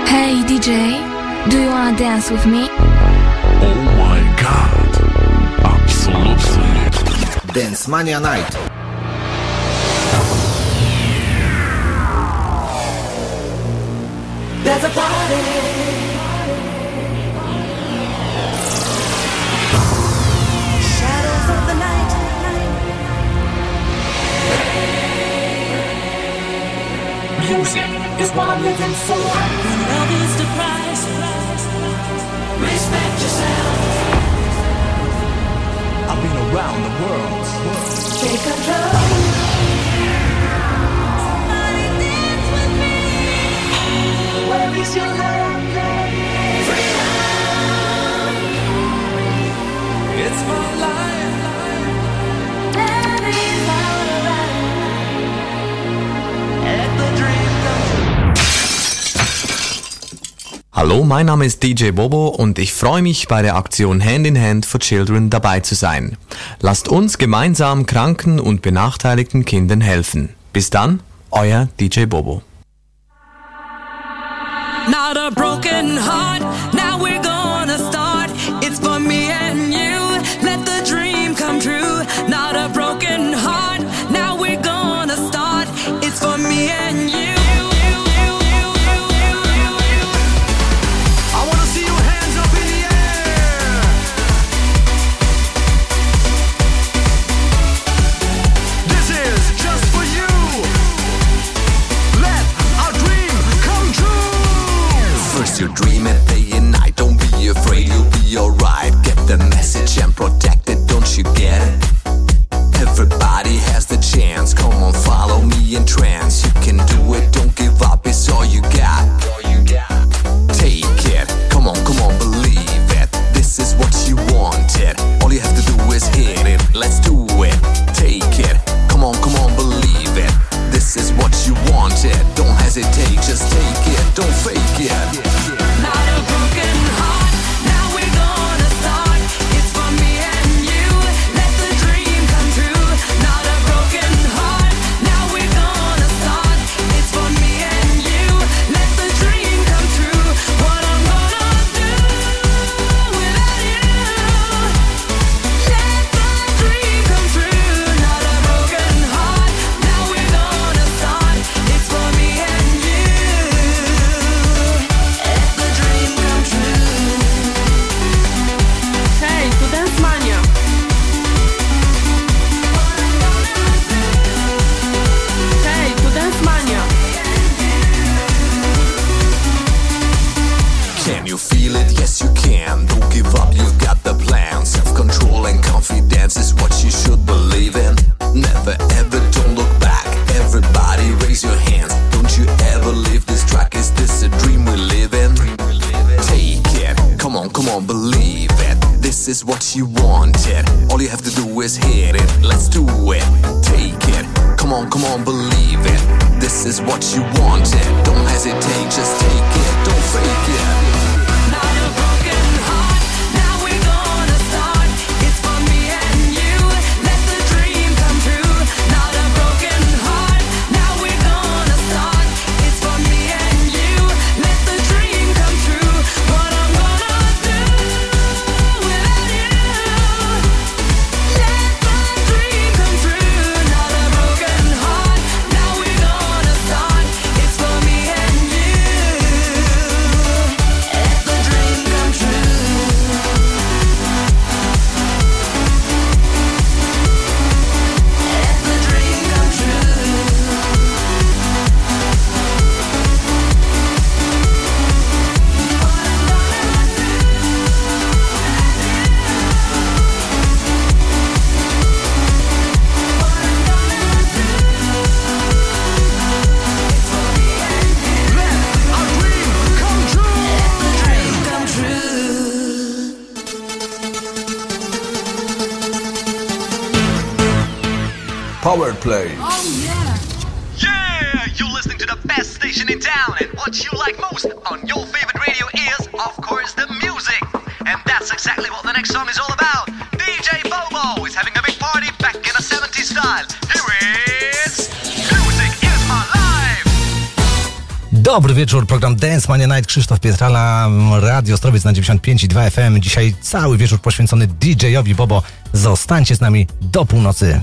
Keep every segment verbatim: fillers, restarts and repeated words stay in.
Hey D J, do you wanna dance with me? Oh my god, absolutely. Dance Mania Night. There's a party. Shadows of the night. Music is what I'm living for. Love is the price. Respect yourself. I've been around the world. Take control. Somebody dance with me. Where is your love? Freedom. It's my life. Love is all around. Let the dream come. Hallo, mein Name ist D J Bobo und ich freue mich, bei der Aktion Hand in Hand for Children dabei zu sein. Lasst uns gemeinsam kranken und benachteiligten Kindern helfen. Bis dann, euer D J Bobo. Not a broken heart, now we're gonna start. It's for me and you, let the dream come true. Not a broken heart, now we're gonna start. It's for me and you. I wanna see your hands up in the air. This is just for you. Let our dream come true. First you dream it day and night. Don't be afraid, you'll be alright. Get the message and protect it, don't you get it? Everybody has the chance. Come on, follow me in trance. You can do it, don't give up, it's all you got. Take it, come on, come on, believe it. This is what you wanted. All you have to do is hit it. Let's do it. Take it, come on, come on, believe it. This is what you wanted. Don't hesitate, just take it. Don't fake it. Not a broken heart, now we're gonna start. It's for me and you, let the dream come true. Not a broken heart, now we're gonna start. It's for me and you, let the dream come true. What I'm gonna do without you, let the dream come true. Not a broken heart, now we're gonna start. It's for me and you, let the dream come true. Hej, tu Dance Mania. Hej, tu Dance Mania. Can you feel it? Yes, you can. Don't give up, you got the plan. Self-control and confidence is what you should believe in. Never ever, don't look back. Everybody raise your hands. Don't you ever leave this track. Is this a dream we live in? Take it. Come on, come on, believe it. This is what you wanted. All you have to do is hit it. Let's do it. Take it. Come on, come on, believe it. This is what you wanted. Don't hesitate, just take it. Don't fake it. Not a broken heart, now we're gonna start. It's for me and you, let the dream come true. Not a broken heart, now we're gonna start. It's for me and you, let the dream come true. What I'm gonna do without you, let the dream come true. Not a broken heart, now we're gonna start. It's for me and you, let the dream come true. Let the dream come true. Let our dream come true. Dream come true. Power Play. Yeah, you're listening to the best station in town, and what you like most on your favorite radio is, of course, the music. And that's exactly what the next song is all about. D J Bobo is having a big party back in a seventies style. Here it's Music is My Life. Dobry wieczór, program Dance Mania Night, Krzysztof Pietrala, Radio Ostrowiec na dziewięćdziesiąt pięć i dwa F M. Dzisiaj cały wieczór poświęcony D J-owi Bobo. Zostańcie z nami do północy.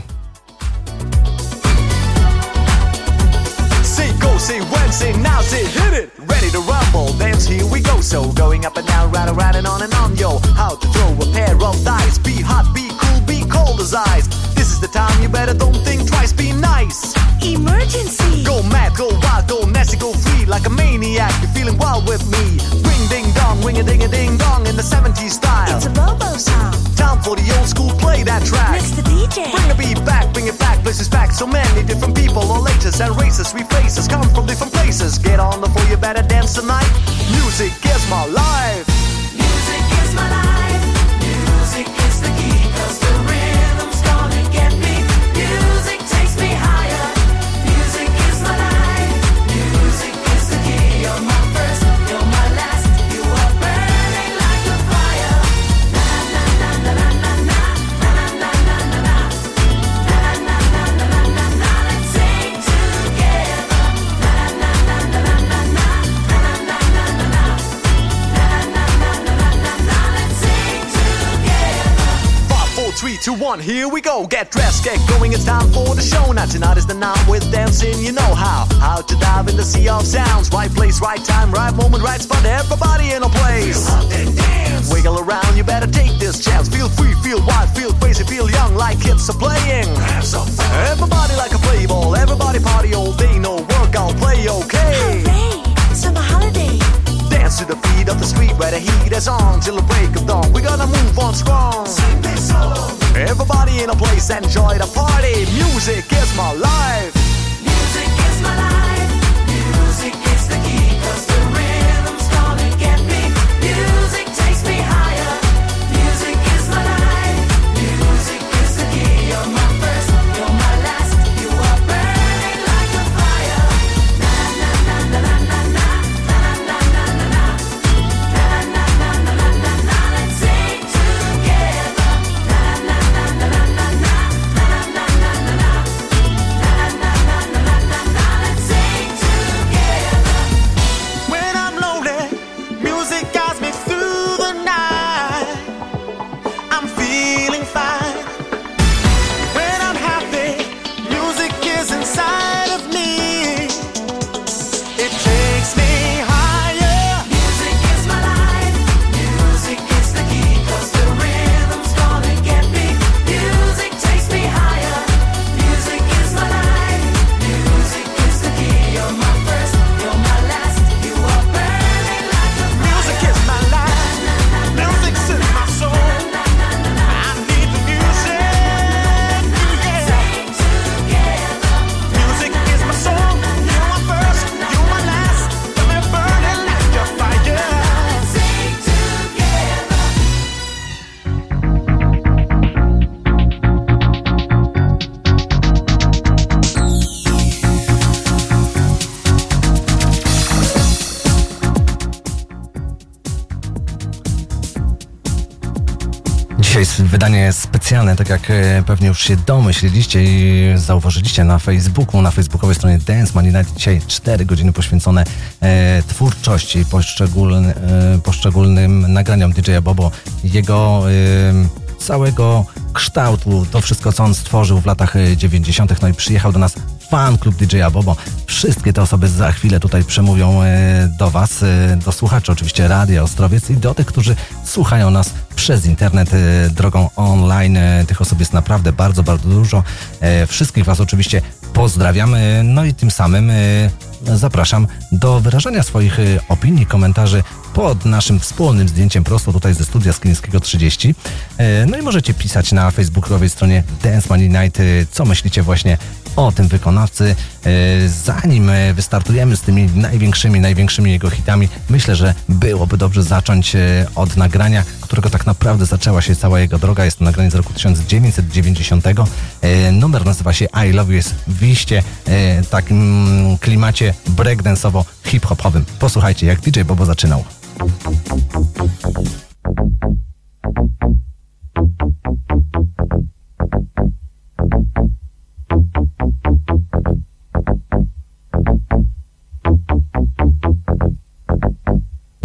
Say go, say when, say now, say hit it. Ready to rumble, dance, here we go. So going up and down, round and round and on and on, yo. How to throw a pair of dice. Be hot, be cool, be cold as ice. This is the time you better don't think twice, be nice. Emergency. Go mad, go wild, go nasty, go free like a maniac. You're feeling wild with me. Ring ding dong, ring a ding a ding dong in the seventies style. It's a Bobo song. Time for the old school, play that track. Mix the D J. Bring the beat back, bring it back, places back. So many different people, all ages and races. We faces come from different places. Get on the floor, you better dance tonight. Music is my life. Music is my life. Music is the key, 'cause the rhythm's gonna get me. Music takes me higher. Music is my life. Music is the key. You're my first, you're my last. You are burning like a fire. Na na na na na na na na na na na na. Na na na na na na na. Let's sing together. Na na na na na na na na na na na na na. Na na na na na na na. Let's sing together. Five, four, three, two, one, here we go. Get dressed, get going, it's time for the show. Now tonight is the night with dancing, you know how. How to dive in the sea of sounds. Right place, right time, right moment, right spot. Everybody in a place. Feel hot and dance. Wiggle around, you better take this chance. Feel free, feel wild, feel crazy, feel young like kids are playing. Have some fun. Everybody like a play ball, everybody party all day. No work, I'll play okay. Hooray! Summer holiday. Dance to the beat of the street where the heat is on till the break of dawn. We gotta move on strong. Sing this song. Everybody in a place, enjoy the party. Music is my life. Music is my life. Music is the key, 'cause the rhythm's gonna get me. Music takes me higher. Music is my life. Music is the key. You're my first, you're my last. You are burning like a fire. Na na na na na na na na na na na na. Na na na na na na na. Let's sing together. Na na na na na na na na na na na na. Na na na na na na na. Let's sing together. When I'm lonely, music guides me through the night. I'm feeling fine. When I'm happy, music is inside of me. It takes me higher. Music is my life. Music is the key, 'cause the rhythm's gonna get me. Music takes me higher. Music is my life. Music is the key. You're my first, you're my last. You are burning like a fire. Music is my life. Music is my soul. I need the music. Yeah. Sing together. Music is my song. You're my first, you're my last. Got me burning like a fire. Sing together. Dzisiaj jest wydanie specjalne, tak jak e, pewnie już się domyśliliście i zauważyliście na Facebooku, na facebookowej stronie Dance Mania Night. Dzisiaj cztery godziny poświęcone e, twórczości, poszczególny, e, poszczególnym nagraniom D J-a Bobo, jego e, całego kształtu, to wszystko, co on stworzył w latach e, dziewięćdziesiątych. No i przyjechał do nas fan klub D J-a Bobo. Wszystkie te osoby za chwilę tutaj przemówią e, do Was, e, do słuchaczy oczywiście Radia Ostrowiec i do tych, którzy słuchają nas przez internet e, drogą online. E, tych osób jest naprawdę bardzo, bardzo dużo. E, wszystkich Was oczywiście pozdrawiamy. No i tym samym e, zapraszam do wyrażania swoich e, opinii, komentarzy pod naszym wspólnym zdjęciem prosto tutaj ze studia Skinińskiego trzydzieści. E, no i możecie pisać na facebookowej stronie Dance Mania Night, e, co myślicie właśnie o tym wykonawcy. E, Zanim e, wystartujemy z tymi największymi, największymi jego hitami, myślę, że byłoby dobrze zacząć e, od nagrania, którego tak naprawdę zaczęła się cała jego droga. Jest to nagranie z roku tysiąc dziewięćset dziewięćdziesiątego. E, Numer nazywa się I Love You, jest w iście e, takim klimacie breakdance'owo-hip-hopowym. Posłuchajcie, jak D J Bobo zaczynał.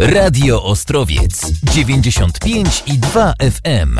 Radio Ostrowiec dziewięćdziesiąt pięć i dwa F M.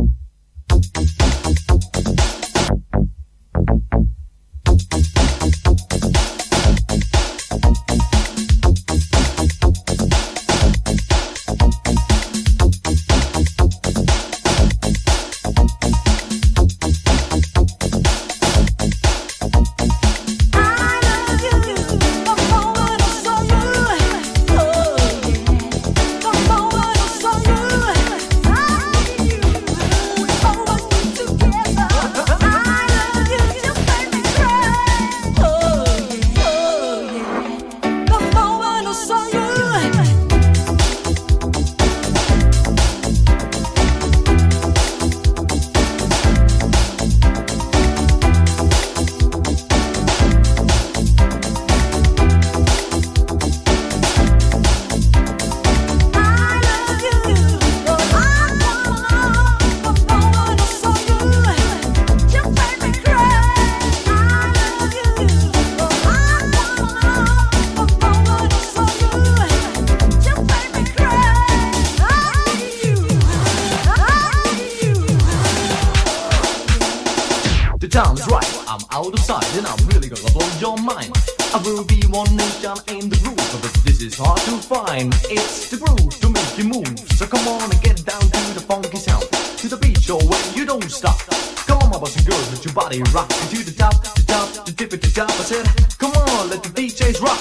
Time's right, I'm out of sight and I'm really gonna blow your mind. I will be one nation in the groove, but this is hard to find. It's the groove to make you move, so come on and get down to the funky sound, to the beat show where you don't stop. Come on, my boys and girls, let your body rock to the top, the top, the tip at the top. I said, come on, let the D Js rock.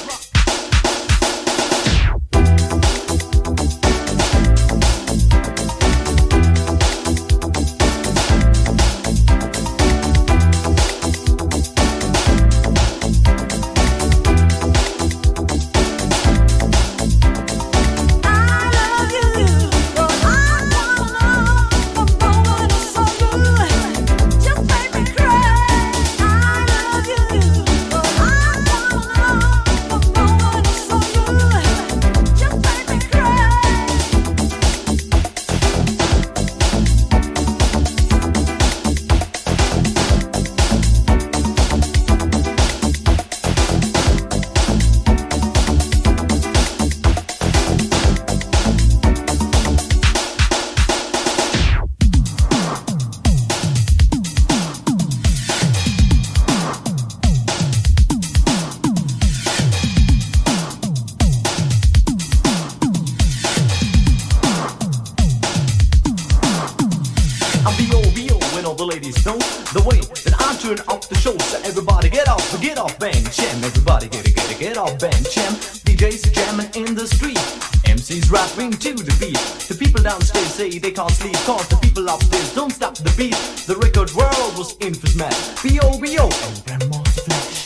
They can't sleep cause the people upstairs don't stop the beat. The record world was in for smash. B O B O and Grandma's Flash.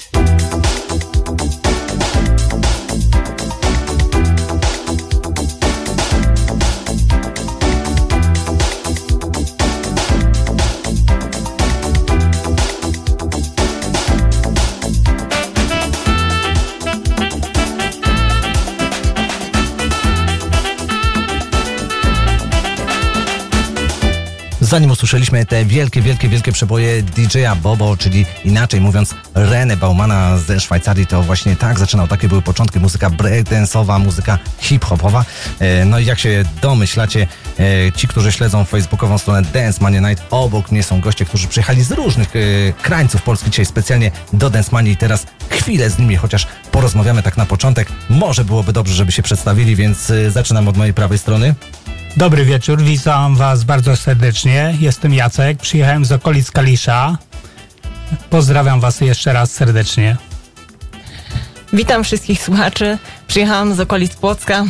Zanim usłyszeliśmy te wielkie, wielkie, wielkie przeboje D J a Bobo, czyli inaczej mówiąc René Baumana ze Szwajcarii, to właśnie tak zaczynał, takie były początki, muzyka breakdance'owa, muzyka hip-hopowa. No i jak się domyślacie, ci, którzy śledzą facebookową stronę Dance Mania Night, obok mnie są goście, którzy przyjechali z różnych krańców Polski dzisiaj specjalnie do Dance Manii i teraz chwilę z nimi chociaż porozmawiamy tak na początek. Może byłoby dobrze, żeby się przedstawili, więc zaczynam od mojej prawej strony. Dobry wieczór, witam Was bardzo serdecznie. Jestem Jacek, przyjechałem z okolic Kalisza. Pozdrawiam Was jeszcze raz serdecznie. Witam wszystkich słuchaczy. Przyjechałam z okolic Płocka.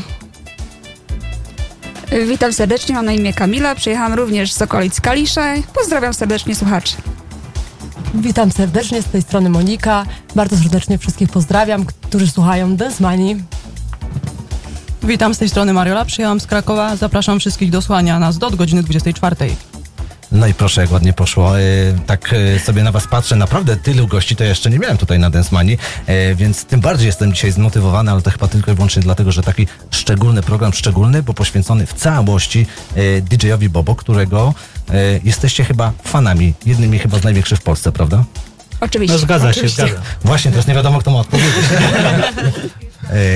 Witam serdecznie, mam na imię Kamila. Przyjechałam również z okolic Kalisza. Pozdrawiam serdecznie słuchaczy. Witam serdecznie, z tej strony Monika. Bardzo serdecznie wszystkich pozdrawiam, którzy słuchają Dance Manii. Witam, z tej strony Mariola, przyjechałam z Krakowa. Zapraszam wszystkich do słuchania nas do godziny dwudziestej czwartej. No i proszę, jak ładnie poszło. Tak sobie na Was patrzę, naprawdę tylu gości to jeszcze nie miałem tutaj na Dance Manii, więc tym bardziej jestem dzisiaj zmotywowany, ale to chyba tylko i wyłącznie dlatego, że taki szczególny program, szczególny, bo poświęcony w całości D J owi Bobo, którego jesteście chyba fanami, jednymi chyba z największych w Polsce, prawda? Oczywiście. No zgadza oczywiście. się, zgadza. Właśnie, teraz nie wiadomo, kto ma odpowiedzieć. To dobrze.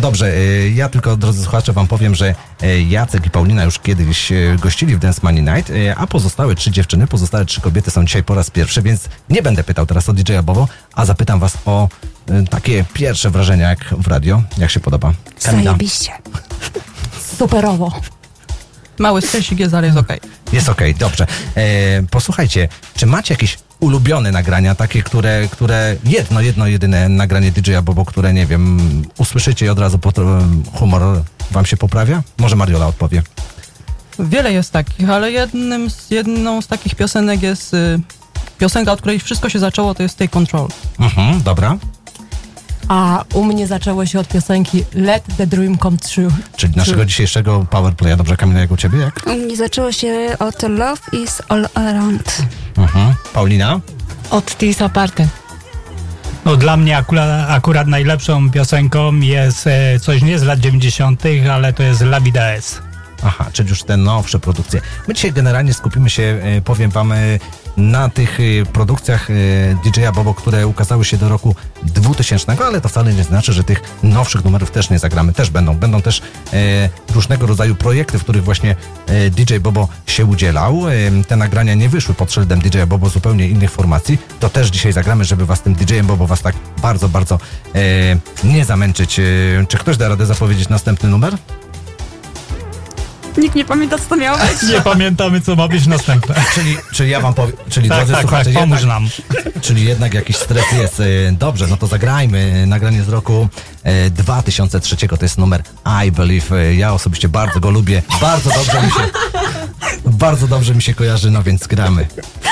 Dobrze, y, ja tylko, drodzy słuchacze, wam powiem, że y, Jacek i Paulina już kiedyś y, gościli w Dance Money Night, y, a pozostałe trzy dziewczyny, pozostałe trzy kobiety są dzisiaj po raz pierwszy, więc nie będę pytał teraz o D J-a Bobo, a zapytam was o y, takie pierwsze wrażenia jak w radio. Jak się podoba? Kamila? Zajebiście. Superowo. Mały stresik jest, ale jest okej. Jest okej, dobrze. E, posłuchajcie, czy macie jakieś ulubione nagrania, takie, które, które jedno, jedno, jedyne nagranie D J-a Bobo, które, nie wiem, usłyszycie i od razu potro- humor wam się poprawia? Może Mariola odpowie. Wiele jest takich, ale jednym z, jedną z takich piosenek jest y, piosenka, od której wszystko się zaczęło, to jest Take Control. Mhm, dobra. A u mnie zaczęło się od piosenki Let the Dream Come True. Czyli naszego dzisiejszego powerplaya. Dobrze, Kamila, jak u ciebie? Jak? U mnie zaczęło się od Love is all around. Mhm. Paulina? Od Tears Aparte. No dla mnie akurat, akurat najlepszą piosenką jest e, coś nie z lat dziewięćdziesiątych, ale to jest La Vida Es. Aha, czyli już te nowsze produkcje. My dzisiaj generalnie skupimy się, e, powiem wam, e, na tych e, produkcjach e, D J-a Bobo, które ukazały się do roku dwutysięcznego, ale to wcale nie znaczy, że tych nowszych numerów też nie zagramy. Też będą. Będą też e, różnego rodzaju projekty, w których właśnie e, D J Bobo się udzielał. E, te nagrania nie wyszły pod szyldem D J-a Bobo zupełnie innych formacji. To też dzisiaj zagramy, żeby was tym D J-em Bobo was tak bardzo, bardzo e, nie zamęczyć. E, czy ktoś da radę zapowiedzieć następny numer? Nikt nie pamięta, co to miało być. Nie pamiętamy, co ma być następne. Czyli, czyli ja wam powiem, czyli Tak, drodzy tak, słuchacze, tak, pomóż jednak, nam. Czyli jednak jakiś stres jest. E, Dobrze, no to zagrajmy. Nagranie z roku e, dwa tysiące trzeciego, to jest numer I Believe. E, Ja osobiście bardzo go lubię. Bardzo dobrze mi się, bardzo dobrze mi się kojarzy, no więc gramy.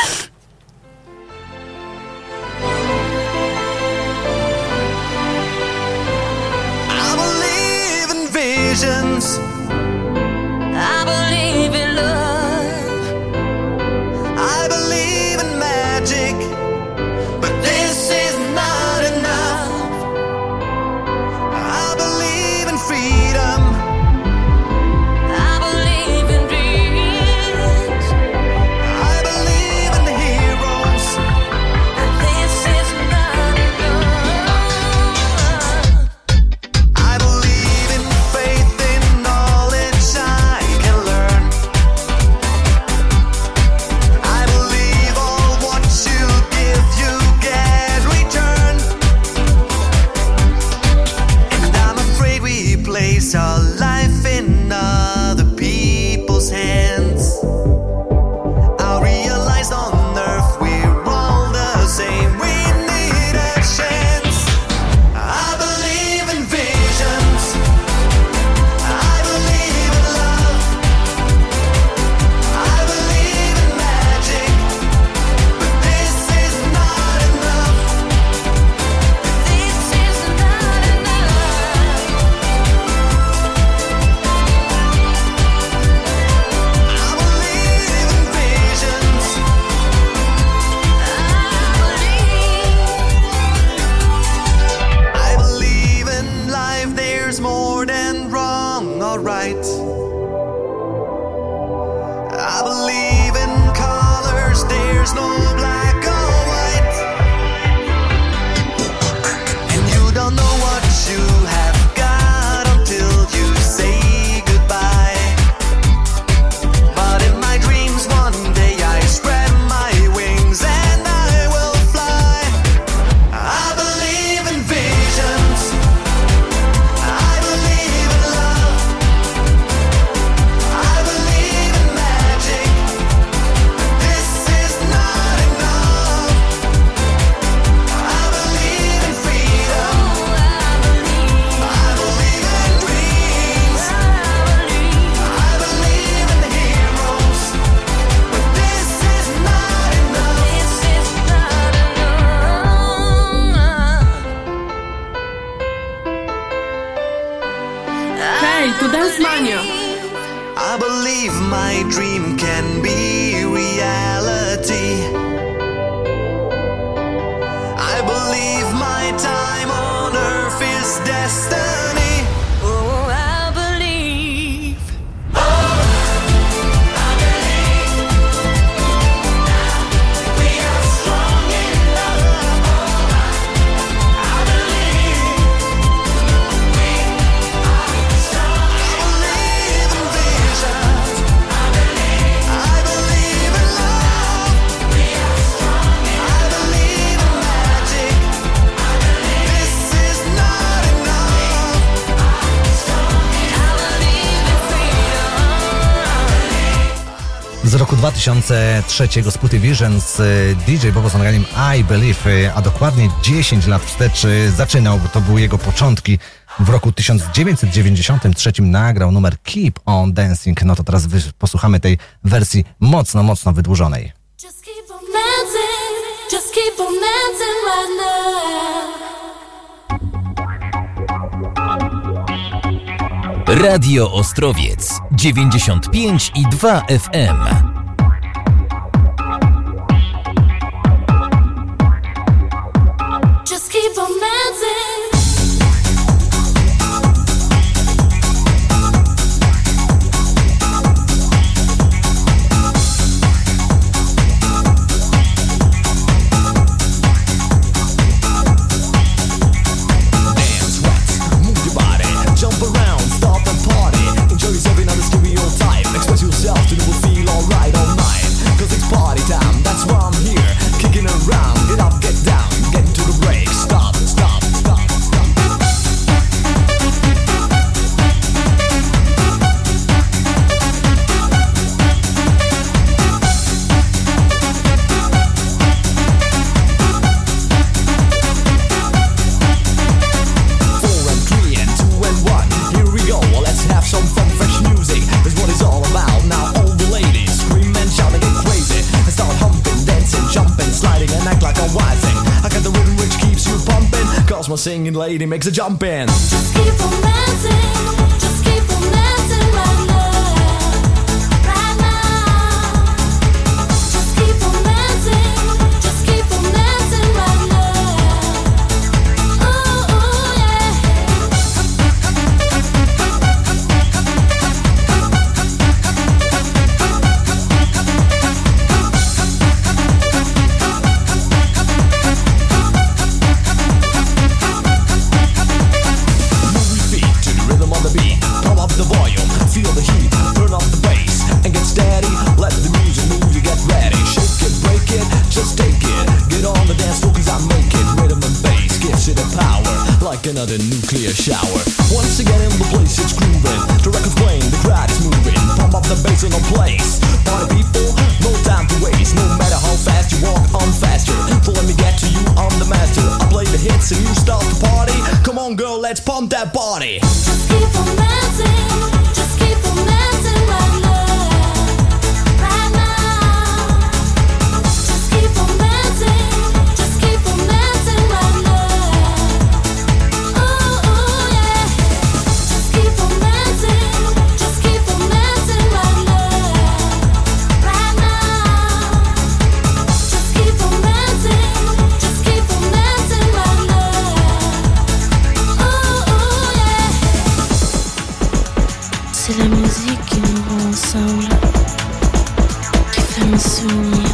I believe in visions. I believe in love. I believe in magic. But this is not enough. I believe in freedom. I believe in dreams. I believe in heroes. But this is not enough. I believe in faith, in knowledge I can learn. I believe all what you give, you get return. And I'm afraid we place our life in other people's hands. I realized on earth we're all the same. We need a chance. I believe in visions. I believe in love. I believe in magic. But this is not enough. This is not enough. I believe in visions. I believe in life, there's more than wrong or right. I believe in colors, there's no black or white. And you don't know what you have got until you say goodbye. But in my dreams one day I spread my wings and I will fly. I believe in visions. I believe in love. I believe in magic. This is not enough. I believe in freedom. I believe in dreams. I believe in heroes. But this is not enough. This is not enough. Hej, tu Dance Mania. I believe my dream can be reality. I believe my time on earth is destiny. Oh, I believe. Oh, I believe. We are strong in love. Oh, I believe. We dwa tysiące trzeciego z płyty Visions D J Bobo z nagraniem I Believe, a dokładnie dziesięć lat wstecz zaczynał, bo to były jego początki. W roku tysiąc dziewięćset dziewięćdziesiątym trzecim nagrał numer Keep on Dancing. No to teraz posłuchamy tej wersji mocno, mocno wydłużonej. Just keep on dancing, just keep on dancing right now. Radio Ostrowiec dziewięćdziesiąt pięć i dwa F M. Just keep on dancing. Singing lady makes a jump in. Just keep on dancing, just keep on dancing right now, right now. Just keep on dancing, just keep on dancing right now. Ooh, ooh, yeah. Another nuclear shower. Once again in the place it's grooving. The record's playing, the crowd is moving. Pump up the bass in the place. Party people, no time to waste. No matter how fast you walk, I'm faster. So let me get to you, I'm the master. I play the hits and you start the party. Come on girl, let's pump that body. Just keep on dancing, just keep on dancing right now, right now. Just keep on dancing, just keep on dancing right now. C'est la musique qui nous rend ensemble, qui fait me souvenir.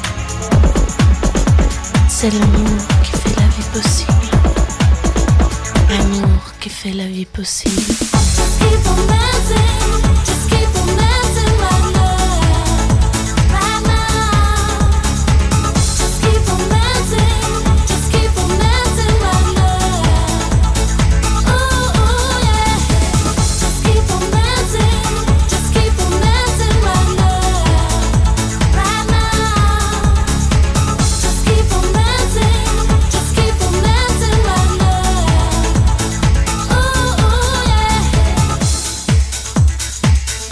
C'est l'amour qui fait la vie possible. L'amour qui fait la vie possible. Just keep on dancing, just keep on dancing right now, right now. Just keep on dancing, just keep on dancing right now. Ooh, ooh, yeah. Just keep on dancing, just keep on dancing right now, right now. Just keep on dancing, just keep on dancing right now. Ooh, ooh, yeah.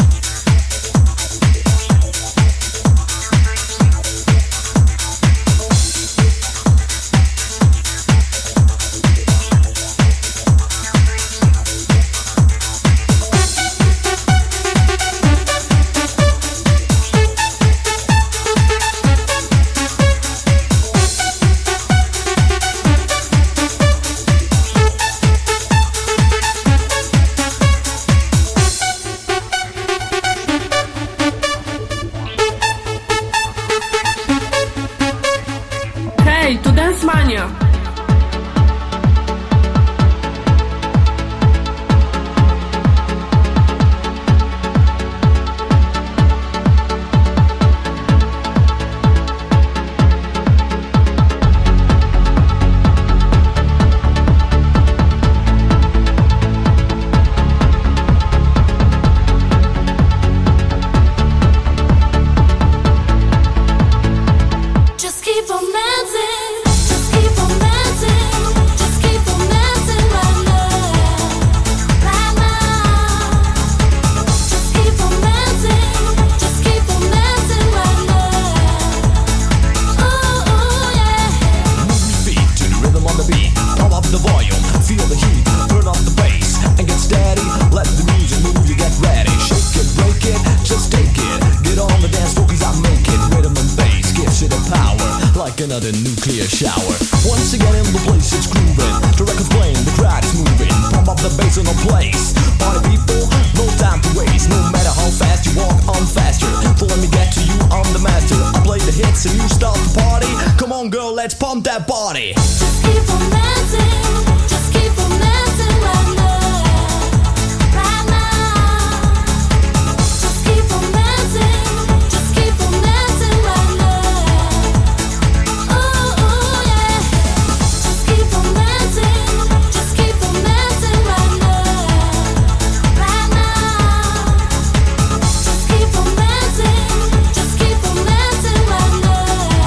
let's pump that body. Just keep on dancing, just keep on dancing right now, right now. Just keep on dancing, just keep on dancing right now. Ooh, ooh, yeah. Just keep on dancing, just keep on dancing right now, right now. Just keep on dancing, just keep on dancing right now.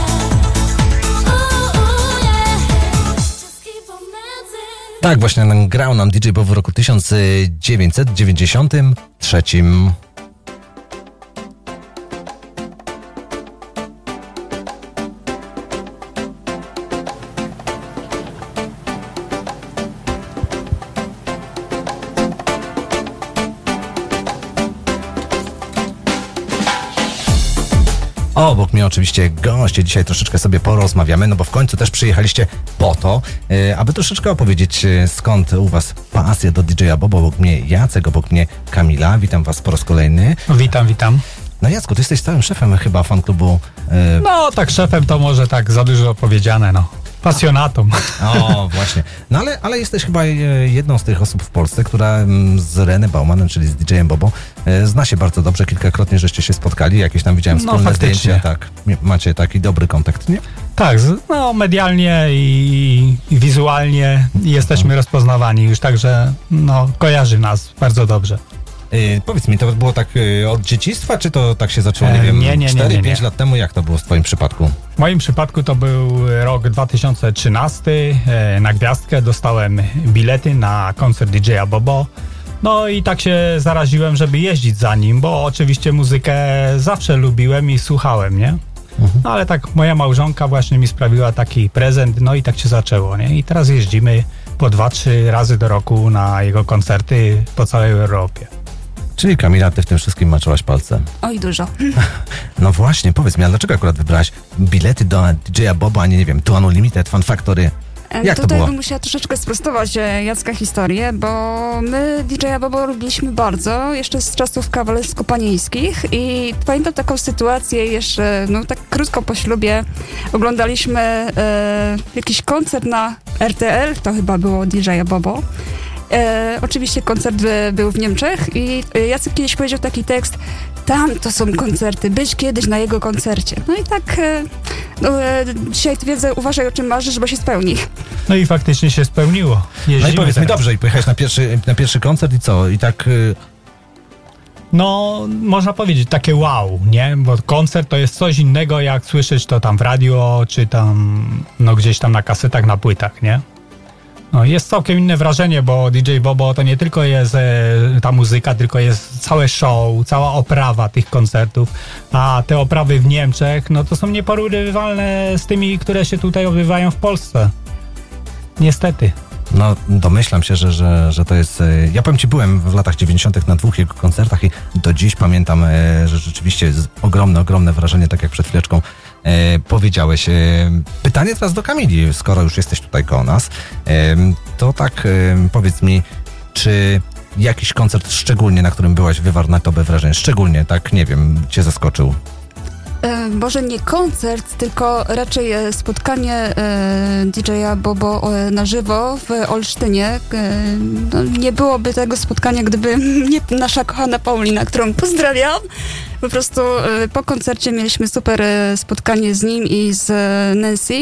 Tak, właśnie grał nam D J Bobo w roku tysiąc dziewięćset dziewięćdziesiątym trzecim. Obok mnie oczywiście goście. Dzisiaj troszeczkę sobie porozmawiamy, no bo w końcu też przyjechaliście po to, e, aby troszeczkę opowiedzieć, e, skąd u was pasja do D J a Bobo. Obok mnie Jacek, obok mnie Kamila. Witam was po raz kolejny. Witam, witam. No Jacku, ty jesteś całym szefem chyba fanklubu. E... No tak, szefem to może tak za dużo powiedziane, no. Pasjonatą. O, właśnie. No ale, ale jesteś chyba jedną z tych osób w Polsce, która z René Baumanem, czyli z D J em Bobo, zna się bardzo dobrze. Kilkakrotnie żeście się spotkali, jakieś tam widziałem wspólne no, zdjęcia. Tak, macie taki dobry kontakt, nie? Tak, no medialnie i, i wizualnie jesteśmy rozpoznawani już, także no kojarzy nas bardzo dobrze. Yy, powiedz mi, to było tak yy, od dzieciństwa, czy to tak się zaczęło, nie wiem, nie, nie, cztery pięć lat temu? Jak to było w twoim przypadku? W moim przypadku to był rok dwa tysiące trzynasty. E, na Gwiazdkę dostałem bilety na koncert D J a Bobo. No i tak się zaraziłem, żeby jeździć za nim, bo oczywiście muzykę zawsze lubiłem i słuchałem, nie? Mhm. No ale tak moja małżonka właśnie mi sprawiła taki prezent, no i tak się zaczęło, nie? I teraz jeździmy po dwa, trzy razy do roku na jego koncerty po całej Europie. Czyli Kamila, ty w tym wszystkim maczałaś palcem. Oj, dużo. No właśnie, powiedz mi, a dlaczego akurat wybrałaś bilety do D J a Bobo, a nie, nie wiem, Two Unlimited, Fun Factory? Jak Tutaj to było? bym musiała troszeczkę sprostować e, Jacka historię, bo my D J a Bobo robiliśmy bardzo, jeszcze z czasów kawalersko-panieńskich i pamiętam taką sytuację jeszcze, no tak krótko po ślubie oglądaliśmy e, jakiś koncert na R T L, to chyba było D J a Bobo. E, oczywiście koncert był w Niemczech i Jacek kiedyś powiedział taki tekst: tam to są koncerty, być kiedyś na jego koncercie. No i tak e, no, e, dzisiaj wiedzę, uważaj o czym marzysz, bo się spełni. No i faktycznie się spełniło. Jeździmy no i powiedz teraz. mi, dobrze, i pojechałeś na pierwszy, na pierwszy koncert i co? I tak... Y... No, można powiedzieć, takie wow, nie? Bo koncert to jest coś innego, jak słyszeć to tam w radio, czy tam, no gdzieś tam na kasetach, na płytach, nie? No, jest całkiem inne wrażenie, bo D J Bobo to nie tylko jest e, ta muzyka, tylko jest całe show, cała oprawa tych koncertów, a te oprawy w Niemczech, no to są nieporównywalne z tymi, które się tutaj odbywają w Polsce. Niestety. No, domyślam się, że, że, że to jest... Ja powiem ci, byłem w latach dziewięćdziesiątych na dwóch jego koncertach i do dziś pamiętam, że rzeczywiście jest ogromne, ogromne wrażenie, tak jak przed chwileczką e, powiedziałeś. E, pytanie teraz do Kamili, skoro już jesteś tutaj koło nas, e, to tak e, powiedz mi, czy jakiś koncert szczególnie, na którym byłaś, wywarł na tobie wrażenie, szczególnie, tak, nie wiem, cię zaskoczył? E, może nie koncert, tylko raczej e, spotkanie e, D J a Bobo e, na żywo w Olsztynie. E, no, nie byłoby tego spotkania, gdyby nie nasza kochana Paulina, którą pozdrawiam. Po prostu e, po koncercie mieliśmy super e, spotkanie z nim i z e, Nancy.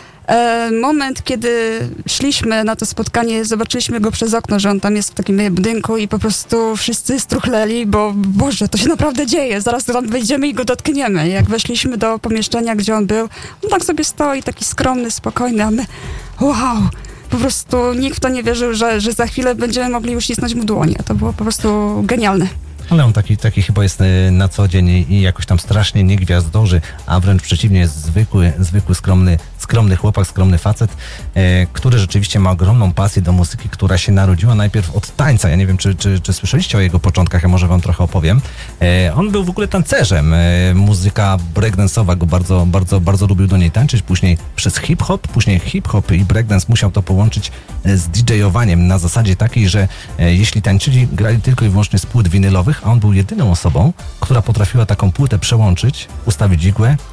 E, moment, kiedy szliśmy na to spotkanie, zobaczyliśmy go przez okno, że on tam jest w takim budynku i po prostu wszyscy struchleli, bo Boże, to się naprawdę dzieje, zaraz tam wejdziemy i go dotkniemy. Jak weszliśmy do pomieszczenia, gdzie on był, on tak sobie stoi, taki skromny, spokojny, a my wow, po prostu nikt w to nie wierzył, że, że za chwilę będziemy mogli już cisnąć mu dłonie. To było po prostu genialne. Ale on taki, taki chyba jest na co dzień i jakoś tam strasznie nie gwiazdorzy, a wręcz przeciwnie, jest zwykły, zwykły skromny, skromny chłopak, skromny facet, e, który rzeczywiście ma ogromną pasję do muzyki, która się narodziła najpierw od tańca. Ja nie wiem, czy, czy, czy słyszeliście o jego początkach, ja może wam trochę opowiem. E, on był w ogóle tancerzem. E, muzyka breakdance'owa go bardzo, bardzo, bardzo lubił do niej tańczyć. Później przez hip-hop, później hip-hop i breakdance musiał to połączyć z D J-owaniem na zasadzie takiej, że e, jeśli tańczyli, grali tylko i wyłącznie z płyt winylowych, a on był jedyną osobą, która potrafiła taką płytę przełączyć, ustawić igłę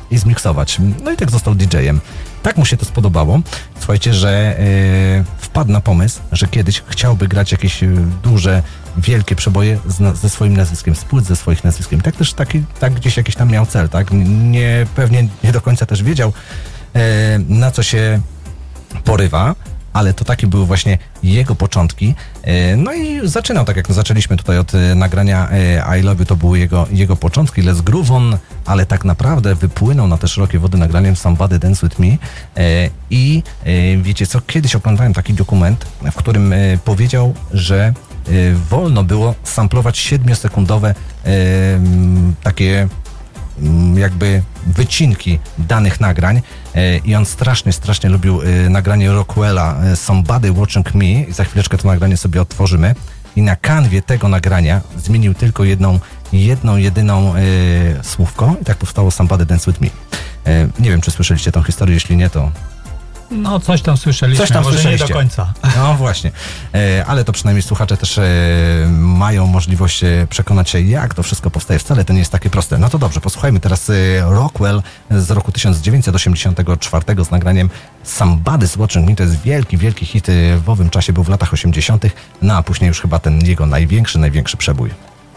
i zmiksować. No i tak został didżejem. Tak mu się to spodobało, słuchajcie, że yy, wpadł na pomysł, że kiedyś chciałby grać jakieś yy, duże, wielkie przeboje z, ze swoim nazwiskiem, spłyt ze swoich nazwiskiem. Tak też taki, tak gdzieś jakiś tam miał cel, tak? Nie, pewnie nie do końca też wiedział, yy, na co się porywa, ale to takie były właśnie jego początki. No i zaczynał, tak jak zaczęliśmy tutaj od nagrania I Love You, to były jego, jego początki, Let's Groove On, ale tak naprawdę wypłynął na te szerokie wody nagraniem Somebody Dance With Me i wiecie co, kiedyś oglądałem taki dokument, w którym powiedział, że wolno było samplować siedmiosekundowe takie jakby wycinki danych nagrań i on strasznie, strasznie lubił nagranie Rockwella Somebody Watching Me i za chwileczkę to nagranie sobie otworzymy i na kanwie tego nagrania zmienił tylko jedną, jedną jedyną słówko i tak powstało Somebody Dance With Me. Nie wiem, czy słyszeliście tą historię, jeśli nie, to No, coś tam słyszeliśmy, Coś tam może słyszeliście. nie do końca. No właśnie, e, ale to przynajmniej słuchacze też e, mają możliwość e, przekonać się, jak to wszystko powstaje. Wcale to nie jest takie proste. No to dobrze, posłuchajmy teraz e, Rockwell z roku tysiąc dziewięćset osiemdziesiątego czwartego z nagraniem Somebody's Watching Me. To jest wielki, wielki hit e, w owym czasie, był w latach osiemdziesiątych, no a później już chyba ten jego największy, największy przebój.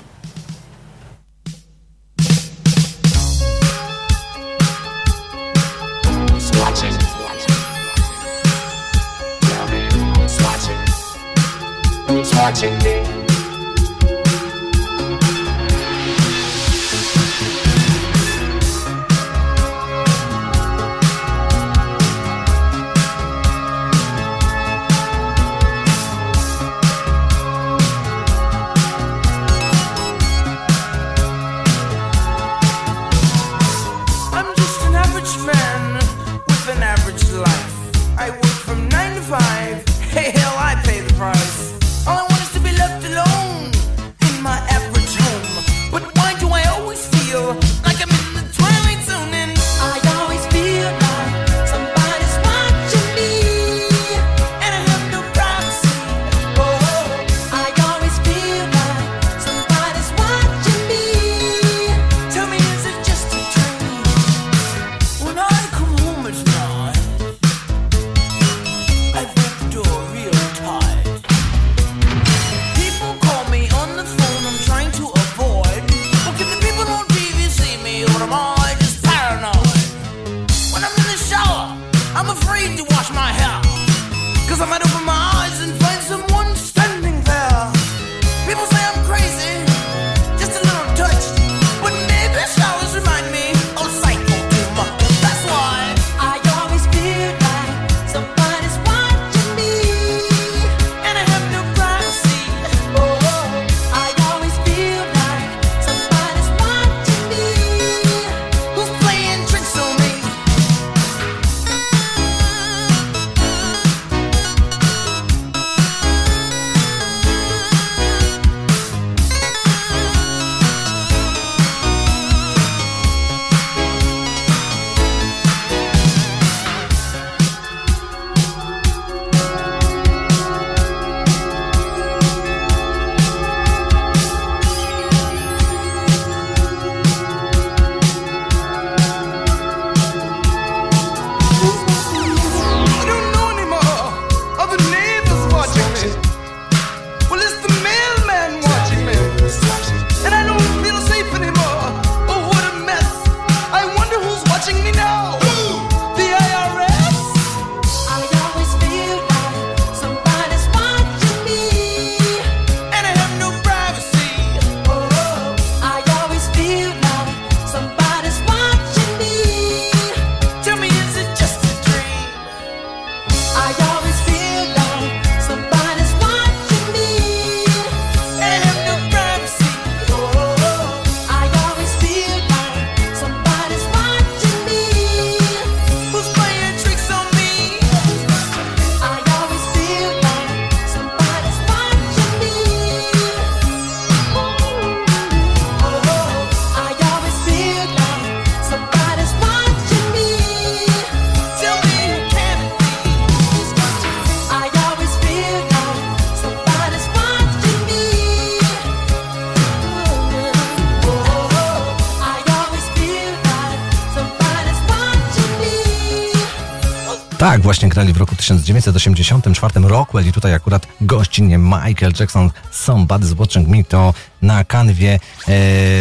Watching me. I'm just an average man with an average life. I work from nine to five. Hey, hell, I pay the price. All I want is to be left alone. Tak, właśnie grali w roku tysiąc dziewięćset osiemdziesiątym czwartym roku, i tutaj akurat gościnnie Michael Jackson, Somebody's Watching Me, to na kanwie e,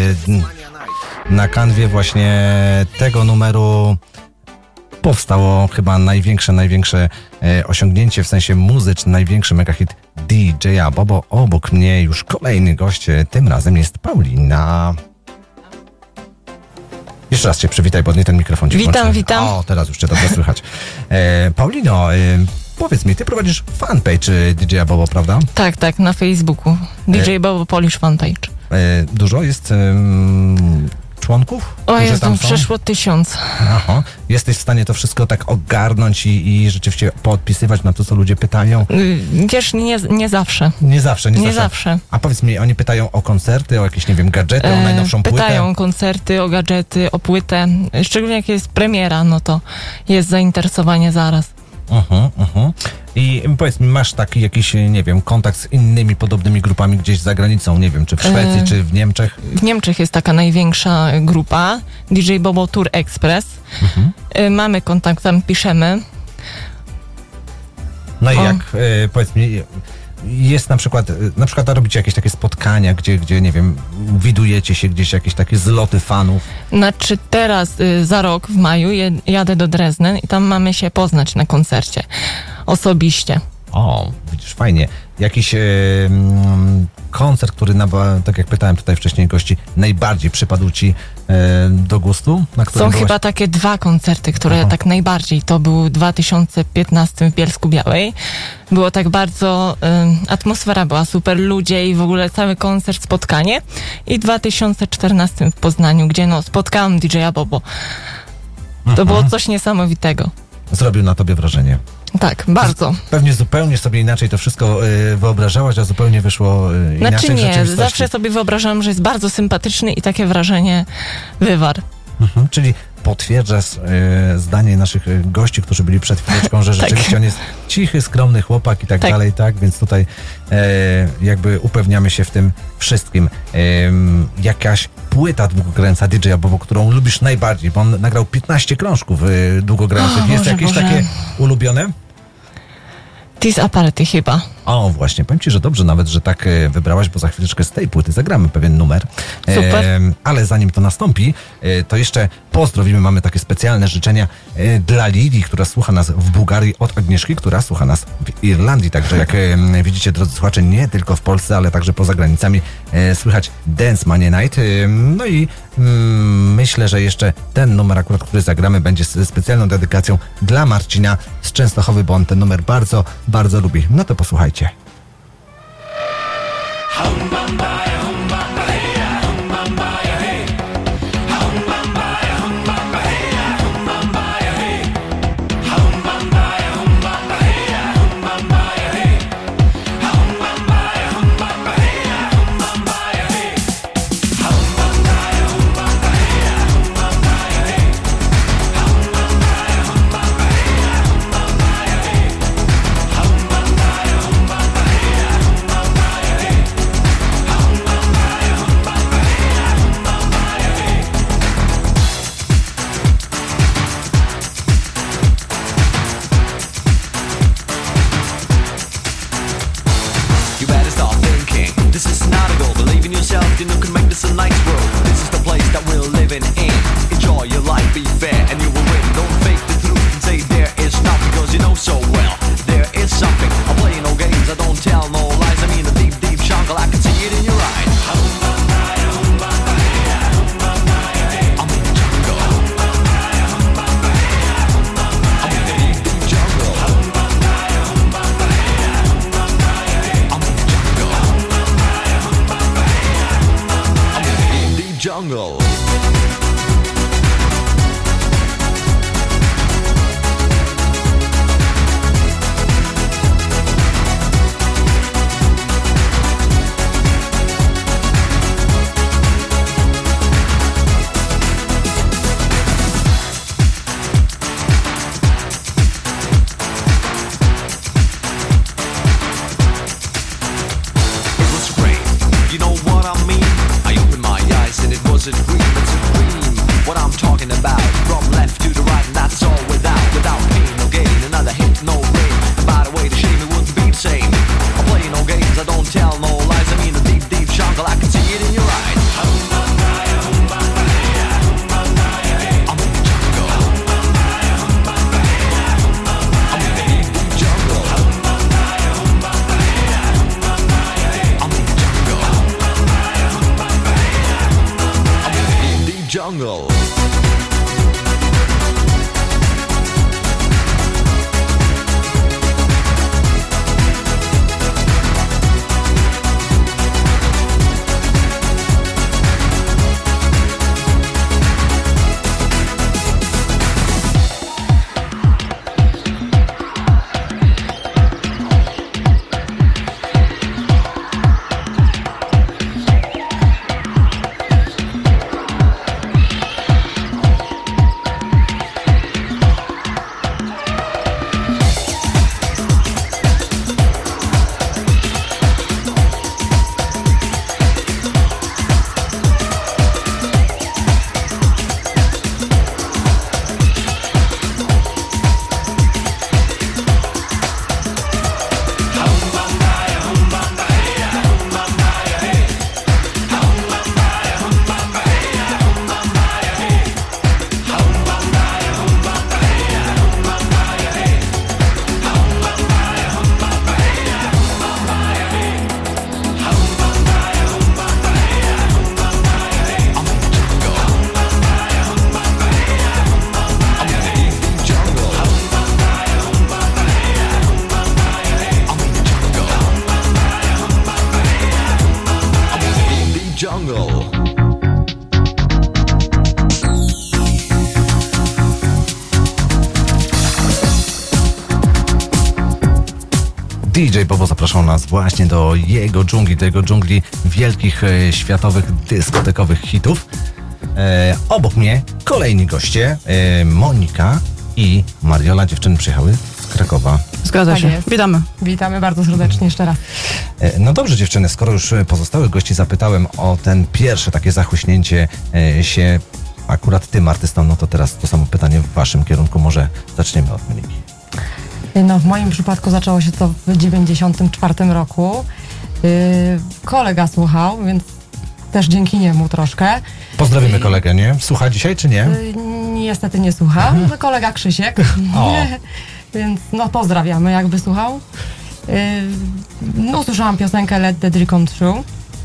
na kanwie właśnie tego numeru powstało chyba największe, największe e, osiągnięcie w sensie muzycznym, największy megahit D J Bobo. Obok mnie już kolejny gość, tym razem jest Paulina. Jeszcze raz cię przywitaj, bo nie ten mikrofon ci Witam, włączyłem. witam. O, teraz już cię dobrze słychać. E, Paulino, e, powiedz mi, ty prowadzisz fanpage D J Bobo, prawda? Tak, tak, na Facebooku. D J Bobo Polish Fanpage. E, dużo jest um, członków? O Którzy Jezu, tam są? przeszło tysiąc. Aha. Jesteś w stanie to wszystko tak ogarnąć i, i rzeczywiście podpisywać na to, co ludzie pytają? Y, Wiesz, nie, nie zawsze. Nie zawsze, nie, Nie zawsze. zawsze. A powiedz mi, oni pytają o koncerty, o jakieś, nie wiem, gadżety, o najnowszą płytę? Pytają o koncerty, o gadżety, o płytę. Szczególnie jak jest premiera, no to jest zainteresowanie zaraz. Uh-huh, uh-huh. I powiedz mi, masz taki jakiś, nie wiem, kontakt z innymi podobnymi grupami gdzieś za granicą, nie wiem, czy w Szwecji, E, czy w Niemczech? W Niemczech jest taka największa grupa, D J Bobo Tour Express. Mhm. Y, Mamy kontakt, tam piszemy. No i O. jak, e, powiedz mi, jest na przykład, e, na przykład robicie jakieś takie spotkania, gdzie, gdzie, nie wiem, widujecie się gdzieś, jakieś takie zloty fanów? Znaczy teraz y, za rok w maju je, jadę do Drezden i tam mamy się poznać na koncercie osobiście. O, widzisz, fajnie. Jakiś e, mm, koncert, który, na, tak jak pytałem tutaj wcześniej gości, najbardziej przypadł ci e, do gustu? Na którym Są byłaś? chyba takie dwa koncerty, które Aha. tak najbardziej, to był w dwa tysiące piętnastym w Bielsku Białej. Było tak bardzo, y, atmosfera była super, ludzie i w ogóle cały koncert, spotkanie. I w dwa tysiące czternastym w Poznaniu, gdzie no spotkałam D J Bobo. To Mhm. było coś niesamowitego. Zrobił na tobie wrażenie. Tak, bardzo. Pewnie zupełnie sobie inaczej to wszystko y, wyobrażałaś, a zupełnie wyszło y, inaczej Znaczy w nie, rzeczywistości. zawsze sobie wyobrażałam, że jest bardzo sympatyczny i takie wrażenie wywarł. Mhm, czyli potwierdzasz y, zdanie naszych y, gości, którzy byli przed chwileczką, że Tak. rzeczywiście on jest cichy, skromny chłopak i tak, Tak. dalej, tak? Więc tutaj e, jakby upewniamy się w tym wszystkim. Ym, jakaś płyta długogrająca D J Bobo, którą lubisz najbardziej, bo on nagrał piętnaście krążków y, długogrających. O, Jest Boże, jakieś Boże. takie ulubione? Tis Aparty chyba. O, właśnie, powiem ci, że dobrze nawet, że tak e, wybrałaś, bo za chwileczkę z tej płyty zagramy pewien numer. Super. E, ale zanim to nastąpi, e, to jeszcze pozdrowimy, mamy takie specjalne życzenia e, dla Lidii, która słucha nas w Bułgarii, od Agnieszki, która słucha nas w Irlandii. Także jak e, widzicie, drodzy słuchacze, nie tylko w Polsce, ale także poza granicami e, słychać Dance Mania Night. E, no i mm, myślę, że jeszcze ten numer akurat, który zagramy, będzie z specjalną dedykacją dla Marcina z Częstochowy, bo on ten numer bardzo, bardzo lubi. No to posłuchajcie. You better start thinking. This is not a goal. Believe in yourself, you know can make this a nice world. This is the place that we're living in. Enjoy your life, be fair, and you will win. Don't fake the truth and say there is not, because you know so well there is something. I'm playing no games, I don't tell no lies. I mean a deep, deep jungle, I can see it in your eyes. I'm in the jungle. I'm in the deep, deep jungle. Deep jungle. It was great. You know what I mean? I opened my eyes and it was a dream. It's a dream. What I'm talking about. From left to the right, and that's all without, without pain or gain. And jungle. D J Bobo zapraszał nas właśnie do jego dżungli, do jego dżungli wielkich e, światowych dyskotekowych hitów. E, obok mnie kolejni goście, e, Monika i Mariola. Dziewczyny przyjechały z Krakowa. Zgadza Tak się. jest. Witamy. Witamy bardzo serdecznie jeszcze raz. E, no dobrze dziewczyny, skoro już pozostałych gości zapytałem o ten pierwsze takie zachłyśnięcie e, się akurat tym artystą, no to teraz to samo pytanie w waszym kierunku. Może zaczniemy od Moniki. No, w moim przypadku zaczęło się to w dziewięćdziesiątym czwartym roku. Yy, kolega słuchał, więc też dzięki niemu troszkę. Pozdrawiamy kolegę, nie? Słucha dzisiaj, czy nie? Yy, niestety nie słucha. No, kolega Krzysiek. O. Więc no pozdrawiamy, jakby słuchał. Yy, no usłyszałam piosenkę Let the Dream Come True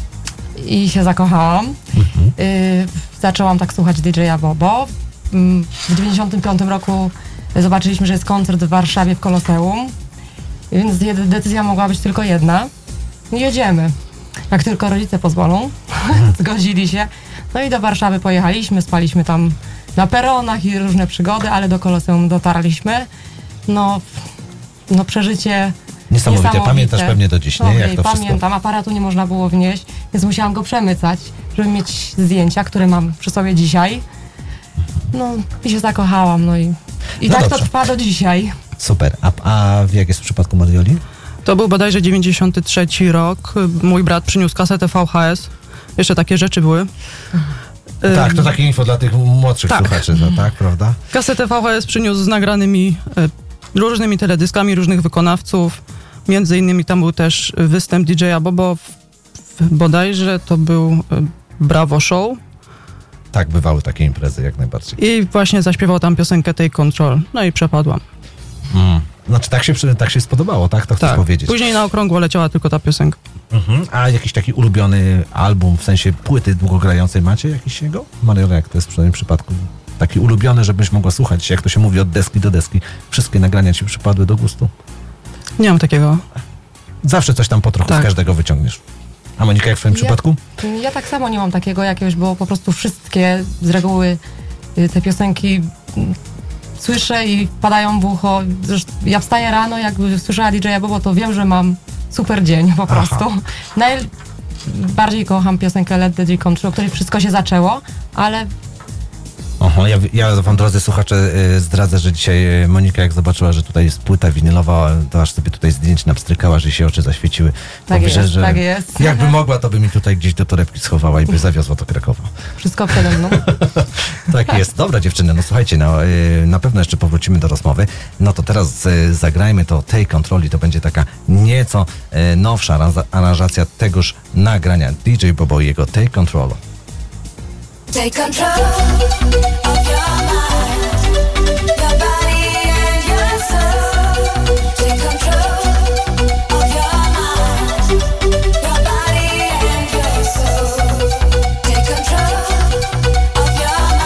i się zakochałam. Yy, zaczęłam tak słuchać D J Bobo. Yy, w dziewięćdziesiątym piątym roku zobaczyliśmy, że jest koncert w Warszawie w Koloseum, więc jed- decyzja mogła być tylko jedna. Jedziemy. Jak tylko rodzice pozwolą. Zgodzili się. No i do Warszawy pojechaliśmy, spaliśmy tam na peronach i różne przygody, ale do Koloseum dotarliśmy. No, no przeżycie Niesamowite. niesamowite. Pamiętasz pewnie do dziś, nie? Ojej, Jak to pamiętam. wszystko? Aparatu nie można było wnieść, więc musiałam go przemycać, żeby mieć zdjęcia, które mam przy sobie dzisiaj. No i się zakochałam, no i, i No tak dobrze. to trwa do dzisiaj. Super. A, a jak jest w przypadku Marioli? To był bodajże dziewięćdziesiąty trzeci rok. Mój brat przyniósł kasetę V H S. Jeszcze takie rzeczy były. Tak, to takie info dla tych młodszych tak. słuchaczy, no, tak, prawda? Kasetę V H S przyniósł z nagranymi e, różnymi teledyskami różnych wykonawców. Między innymi tam był też występ D J Bobo. W, w, bodajże to był e, Bravo Show. Tak, bywały takie imprezy, jak najbardziej. I właśnie zaśpiewał tam piosenkę Take Control. No i przepadłam. Mm. Znaczy tak się, tak się spodobało, tak? To chcesz Tak. powiedzieć. Później na okrągło leciała tylko ta piosenka. Mhm. A jakiś taki ulubiony album, w sensie płyty długogrającej macie jakiś jego? Mariola, jak to jest w przynajmniej przypadku? Taki ulubiony, żebyś mogła słuchać, jak to się mówi, od deski do deski. Wszystkie nagrania ci przypadły do gustu? Nie mam takiego. Zawsze coś tam po trochu Tak. z każdego wyciągniesz. A Monika, jak w twoim Ja- przypadku? Ja tak samo nie mam takiego jakiegoś, bo po prostu wszystkie z reguły y, te piosenki mm, słyszę i wpadają w ucho. Zresztą ja wstaję rano, jakby słyszała D J Bobo, to wiem, że mam super dzień po prostu. Najbardziej kocham piosenkę Let the Dream Come True, o której wszystko się zaczęło, ale Oho, ja, ja wam, drodzy słuchacze, y, zdradzę, że dzisiaj y, Monika, jak zobaczyła, że tutaj jest płyta winylowa, to aż sobie tutaj zdjęć napstrykała, że się oczy zaświeciły. Tak Mówi, jest, że tak jest. Jakby mogła, to by mi tutaj gdzieś do torebki schowała i by zawiozła do Krakowa. wszystko przede mną. Tak jest. Dobra, dziewczyny, no słuchajcie, no, y, na pewno jeszcze powrócimy do rozmowy. No to teraz y, zagrajmy to Take Control i to będzie taka nieco y, nowsza aranza- aranżacja tegoż nagrania D J Bobo i jego Take Control. Take control of your mind, your body and your soul. Take control of your mind, your body and your soul. Take control of your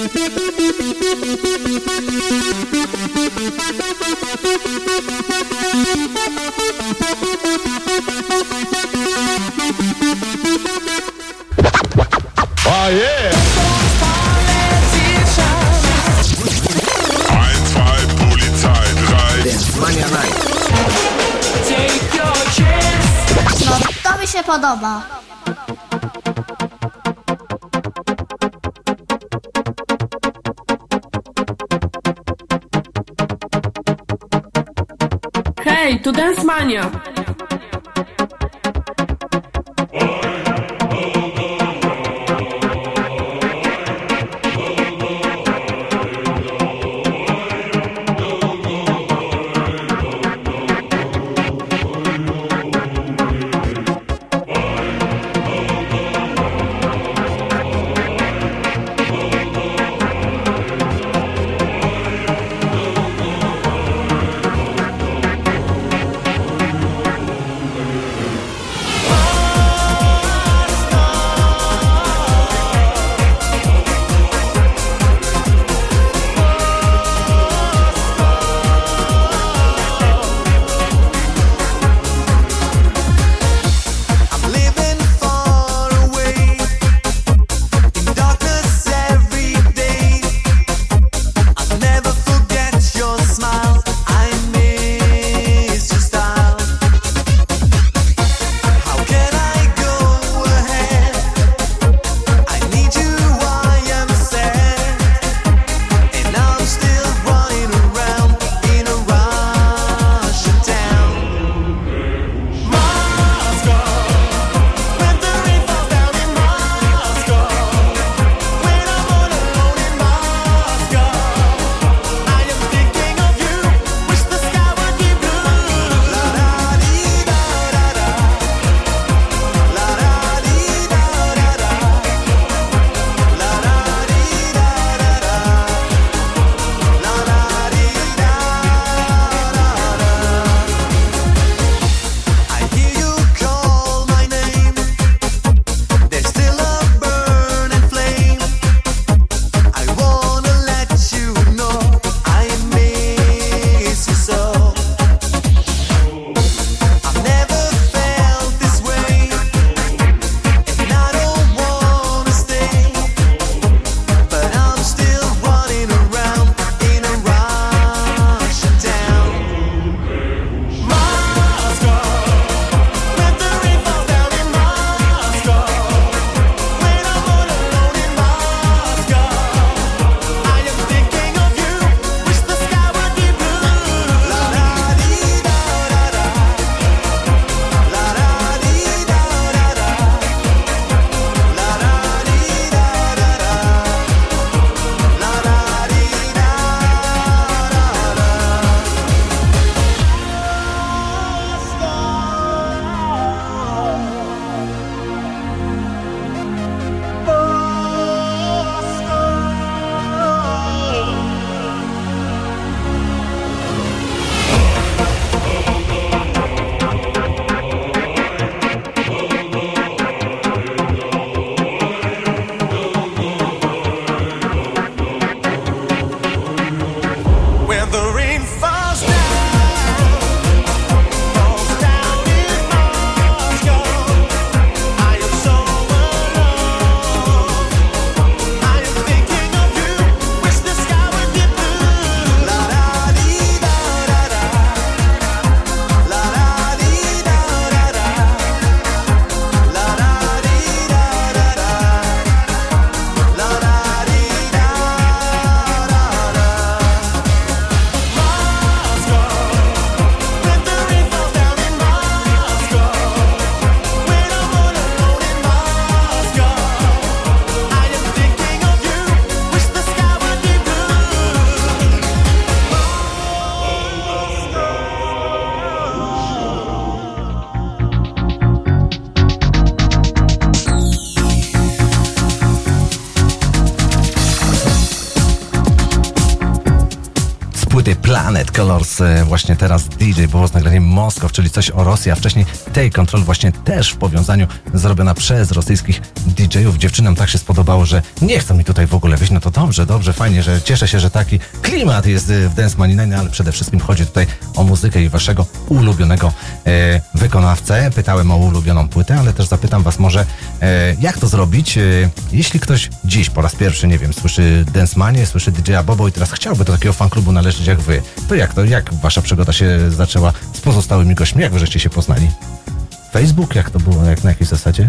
Oh yeah! eins, zwei, Polizei, drei. Dance Mania Night. No, to mi się podoba. Hej, tu Dance Mania! płyty Planet Colors. E, właśnie teraz D J było z nagraniem Moskow, czyli coś o Rosji, a wcześniej Take Control właśnie też w powiązaniu zrobiona przez rosyjskich D J-ów. Dziewczynom tak się spodobało, że nie chcą mi tutaj w ogóle wyjść. No to dobrze, dobrze, fajnie, że cieszę się, że taki klimat jest w Dance Money Night, ale przede wszystkim chodzi tutaj o muzykę i waszego ulubionego e, wykonawcę. Pytałem o ulubioną płytę, ale też zapytam was może, e, jak to zrobić, e, jeśli ktoś dziś po raz pierwszy, nie wiem, słyszy Dance Money, słyszy D J-a Bobo i teraz chciałby do takiego fanklubu należeć jak wy. To jak to, jak wasza przygoda się zaczęła z pozostałymi gośćmi? Jak wy żeście się poznali? Facebook? Jak to było? Jak, na jakiej zasadzie?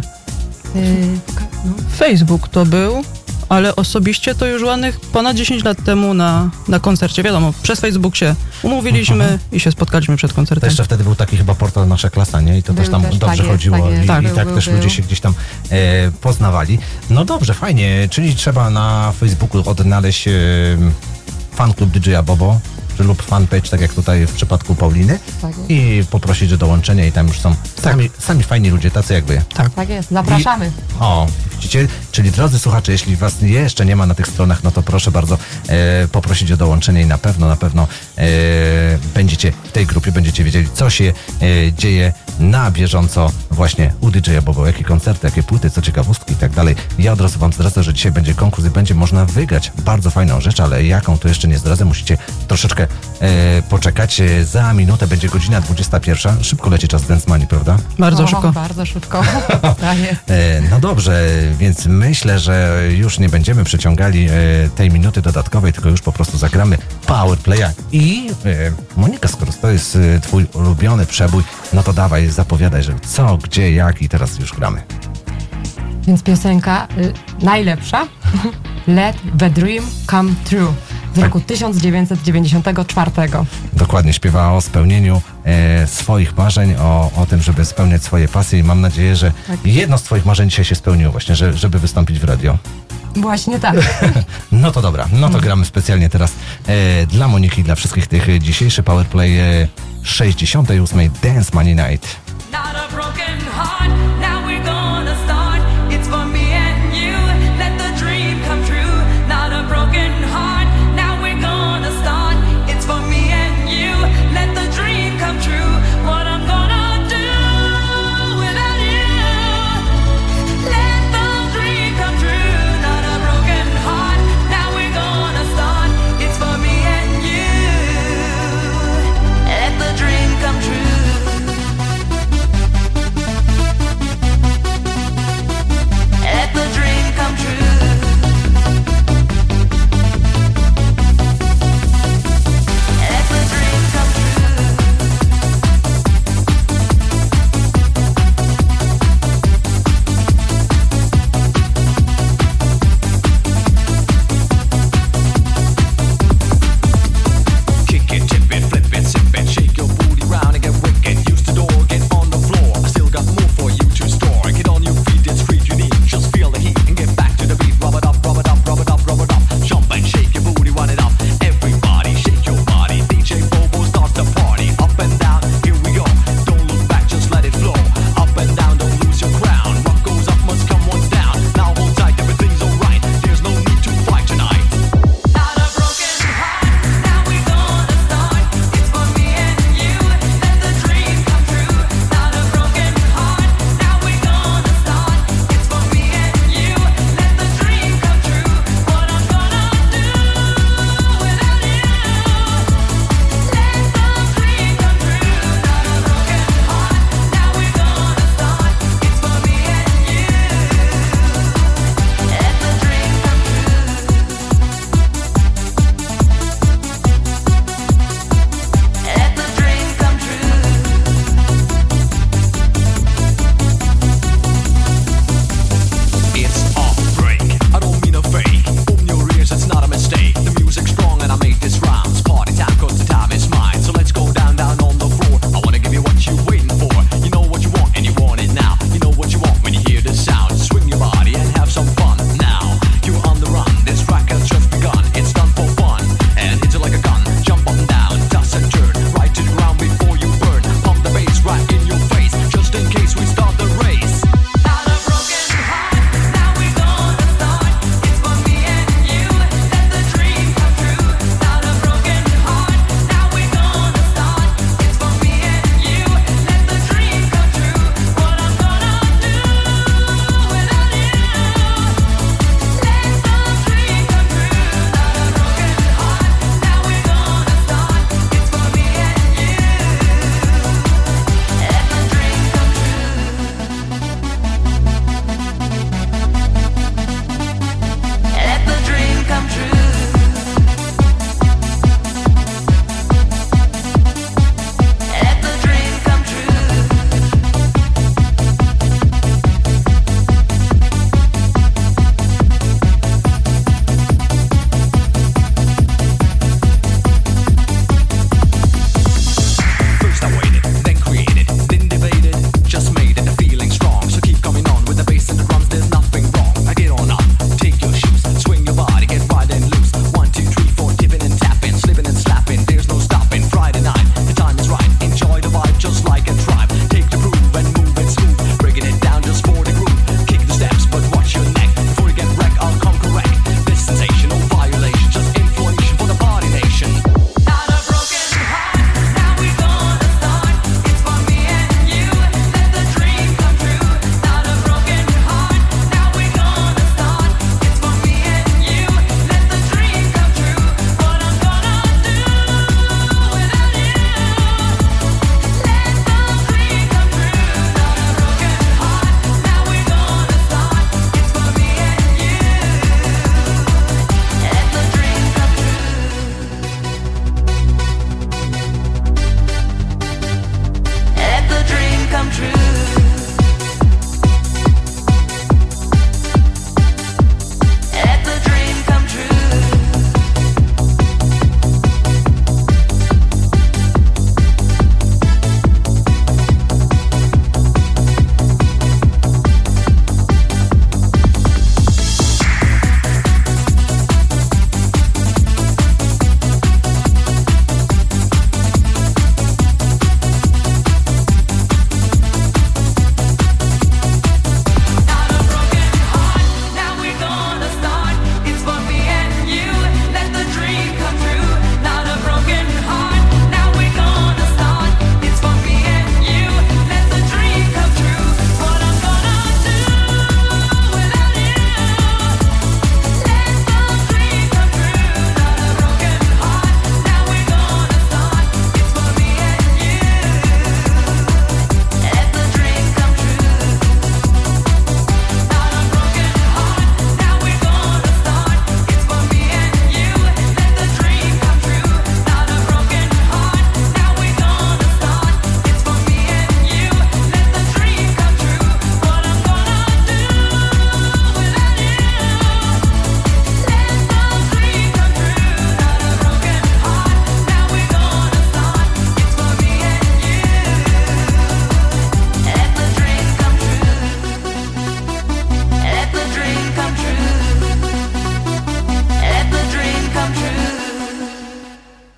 Facebook to był, ale osobiście to już ładnych ponad dziesięć lat temu na, na koncercie. Wiadomo, przez Facebook się umówiliśmy Mhm. i się spotkaliśmy przed To koncertem. jeszcze wtedy był taki chyba portal Nasza Klasa, nie? I to Był też tam też, dobrze tak jest, chodziło tak jest. i, Tak, i był, tak był, też był. ludzie się gdzieś tam e, poznawali. No dobrze, fajnie, czyli trzeba na Facebooku odnaleźć e, fanklub D J-a Bobo, czy lub fanpage, tak jak tutaj w przypadku Pauliny, Tak jest. i poprosić o dołączenie i tam już są sami, sami fajni ludzie, tacy jak wy. Tak. Tak jest, zapraszamy. O, widzicie? Czyli drodzy słuchacze, jeśli was jeszcze nie ma na tych stronach, no to proszę bardzo e, poprosić o dołączenie i na pewno, na pewno e, będziecie w tej grupie, będziecie wiedzieli, co się e, dzieje na bieżąco właśnie u D J-a Bobo, jakie koncerty, jakie płyty, co ciekawostki i tak dalej. Ja od razu wam zdradzę, że dzisiaj będzie konkurs i będzie można wygrać bardzo fajną rzecz, ale jaką to jeszcze nie zdradzę, musicie troszeczkę e, poczekać. E, Za minutę będzie godzina dwudziesta pierwsza. Szybko leci czas Dance Money, prawda? Bardzo o, szybko. Bardzo szybko. Tak jest. E, No dobrze, więc myślę, że już nie będziemy przeciągali e, tej minuty dodatkowej, tylko już po prostu zagramy Powerplaya. I e, Monika, skoro to jest e, twój ulubiony przebój, no to dawaj, zapowiadaj, że co, gdzie, jak i teraz już gramy. Więc piosenka y, najlepsza Let the Dream Come True z roku tysiąc dziewięćset dziewięćdziesiątego czwartego. Dokładnie, śpiewała o spełnieniu e, swoich marzeń, o, o tym, żeby spełniać swoje pasje i mam nadzieję, że Tak. jedno z twoich marzeń dzisiaj się spełniło właśnie, że, żeby wystąpić w radio. Właśnie tak. No to dobra, no to gramy specjalnie teraz e, dla Moniki, dla wszystkich tych e, dzisiejszy Powerplay e, sześćdziesiątej ósmej Dance Money Night. Not a broken heart, now we're gonna start. It's for me and you, let the dream come true. Not a broken heart, now we're gonna start. It's for me and you, let the dream come true. What I'm gonna do without you, let the dream come true. Not a broken heart, now we're gonna start. It's for me and you, let the dream come true.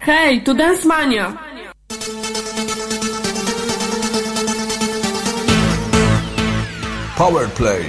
Hey, to Dance Mania! Power Play.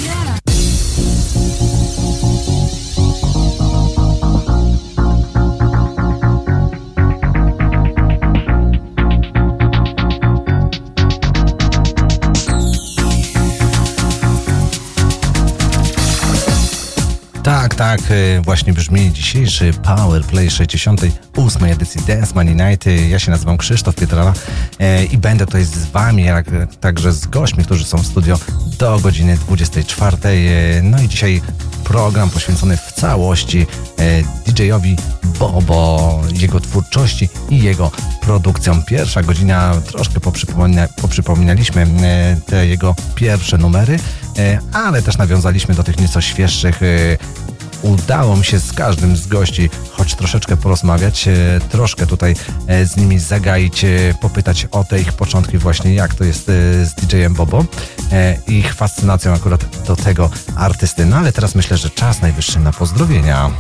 Tak, tak, właśnie brzmi dzisiejszy Power Play sześćdziesiątej ósmej edycji Dance Money Night. Ja się nazywam Krzysztof Pietrala i będę tutaj z wami, jak także z gośćmi, którzy są w studio do godziny dwudziestej czwartej. No i dzisiaj program poświęcony w całości didżejowi Bobo, jego twórczości i jego produkcjom. Pierwsza godzina, troszkę poprzypomina, poprzypominaliśmy te jego pierwsze numery, ale też nawiązaliśmy do tych nieco świeższych. Udało mi się z każdym z gości choć troszeczkę porozmawiać, troszkę tutaj z nimi zagaić, popytać o te ich początki właśnie, jak to jest z didżejem Bobo, ich fascynacją akurat do tego artysty. No ale teraz myślę, że czas najwyższy na pozdrowienia.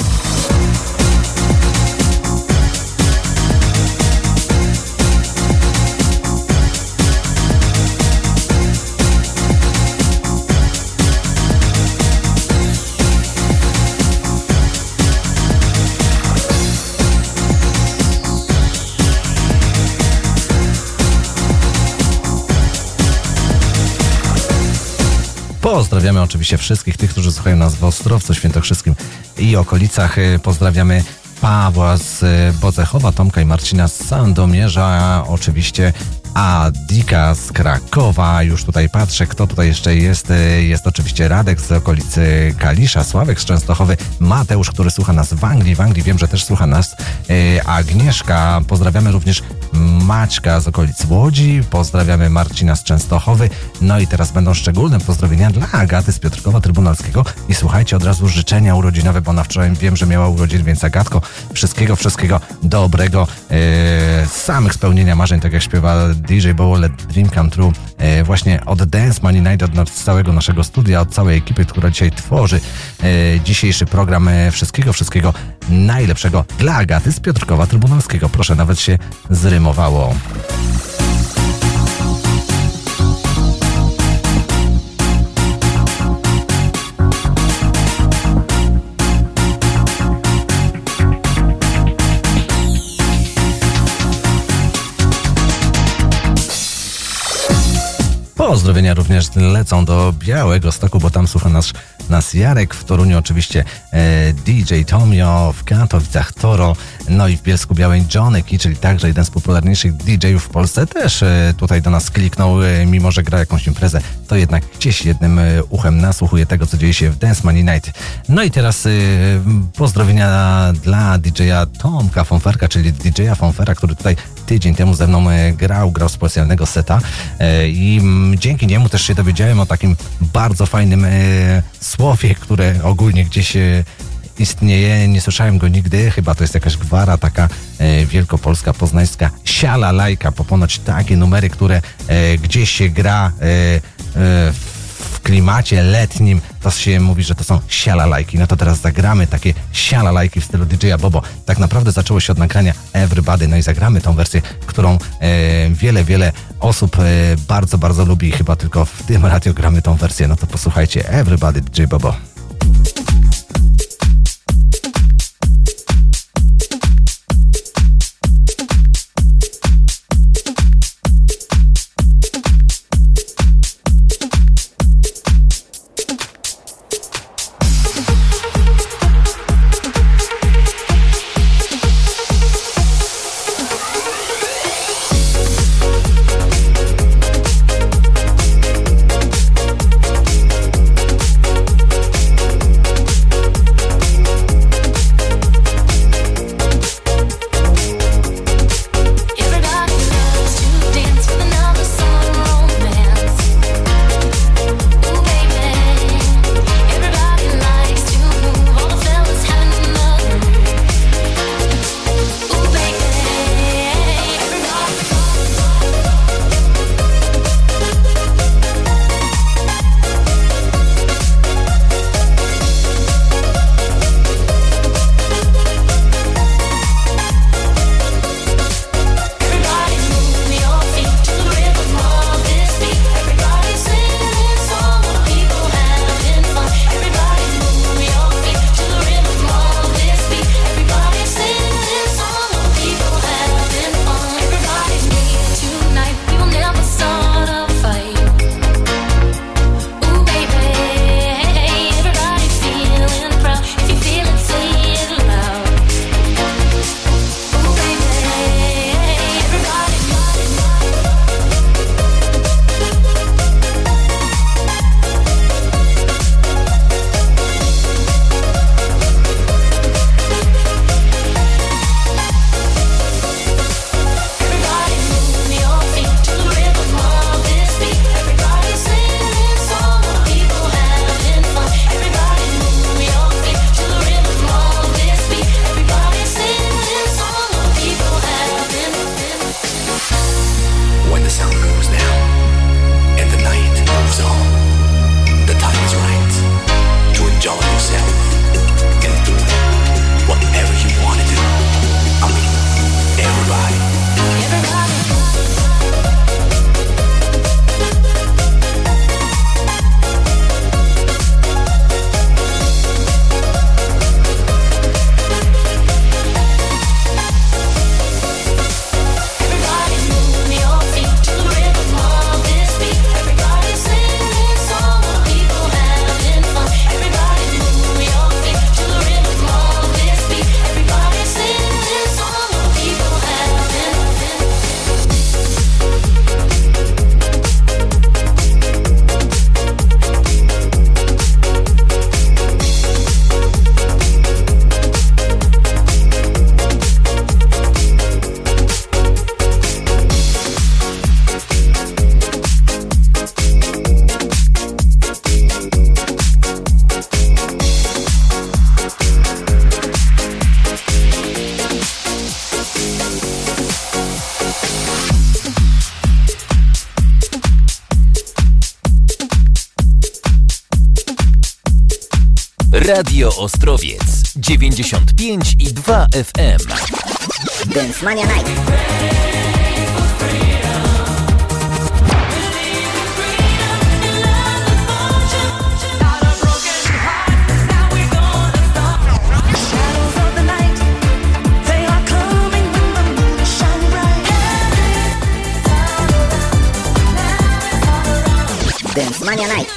Pozdrawiamy oczywiście wszystkich tych, którzy słuchają nas w Ostrowcu Świętokrzyskim i okolicach. Pozdrawiamy Pawła z Bodzechowa, Tomka i Marcina z Sandomierza, oczywiście Adika z Krakowa. Już tutaj patrzę, kto tutaj jeszcze jest. Jest oczywiście Radek z okolicy Kalisza, Sławek z Częstochowy, Mateusz, który słucha nas w Anglii. W Anglii wiem, że też słucha nas Agnieszka. Pozdrawiamy również Maćka z okolic Łodzi. Pozdrawiamy Marcina z Częstochowy. No i teraz będą szczególne pozdrowienia dla Agaty z Piotrkowa Trybunalskiego. I słuchajcie, od razu życzenia urodzinowe, bo ona wczoraj wiem, że miała urodziny, więc Agatko, wszystkiego, wszystkiego dobrego. E, samych spełnienia marzeń, tak jak śpiewa D J Bobo, Let Dream Come True, e, właśnie od Dance Money Night, od całego naszego studia, od całej ekipy, która dzisiaj tworzy e, dzisiejszy program. E, wszystkiego, wszystkiego najlepszego dla Agaty z Piotrkowa Trybunalskiego. Proszę, nawet się zrymowało. Pozdrowienia również lecą do Białegostoku, bo tam słucha nas, nas Jarek, w Toruniu oczywiście e, D J Tomio, w Katowicach Toro, no i w Bielsku Białej Johnny Key, czyli także jeden z popularniejszych D J-ów w Polsce, też e, tutaj do nas kliknął, e, mimo że gra jakąś imprezę, to jednak gdzieś jednym e, uchem nasłuchuje tego, co dzieje się w Dance Money Night. No i teraz e, pozdrowienia dla D J-a Tomka Fonferka, czyli D J-a Fonfera, który tutaj tydzień temu ze mną e, grał, grał specjalnego seta e, i m, dzięki niemu też się dowiedziałem o takim bardzo fajnym e, słowie, które ogólnie gdzieś e, istnieje, nie słyszałem go nigdy, chyba to jest jakaś gwara taka e, wielkopolska, poznańska, sialalajka, bo ponoć takie numery, które e, gdzieś się gra e, e, w klimacie letnim, to się mówi, że to są sialalajki. No to teraz zagramy takie sialalajki w stylu D J-a Bobo. Tak naprawdę zaczęło się od nagrania Everybody, no i zagramy tą wersję, którą e, wiele, wiele osób e, bardzo, bardzo lubi i chyba tylko w tym radio gramy tą wersję. No to posłuchajcie, Everybody, D J Bobo. Everybody Radio Ostrowiec dziewięćdziesiąt pięć i dwa F M. Dance Mania Night. Dance Mania Night.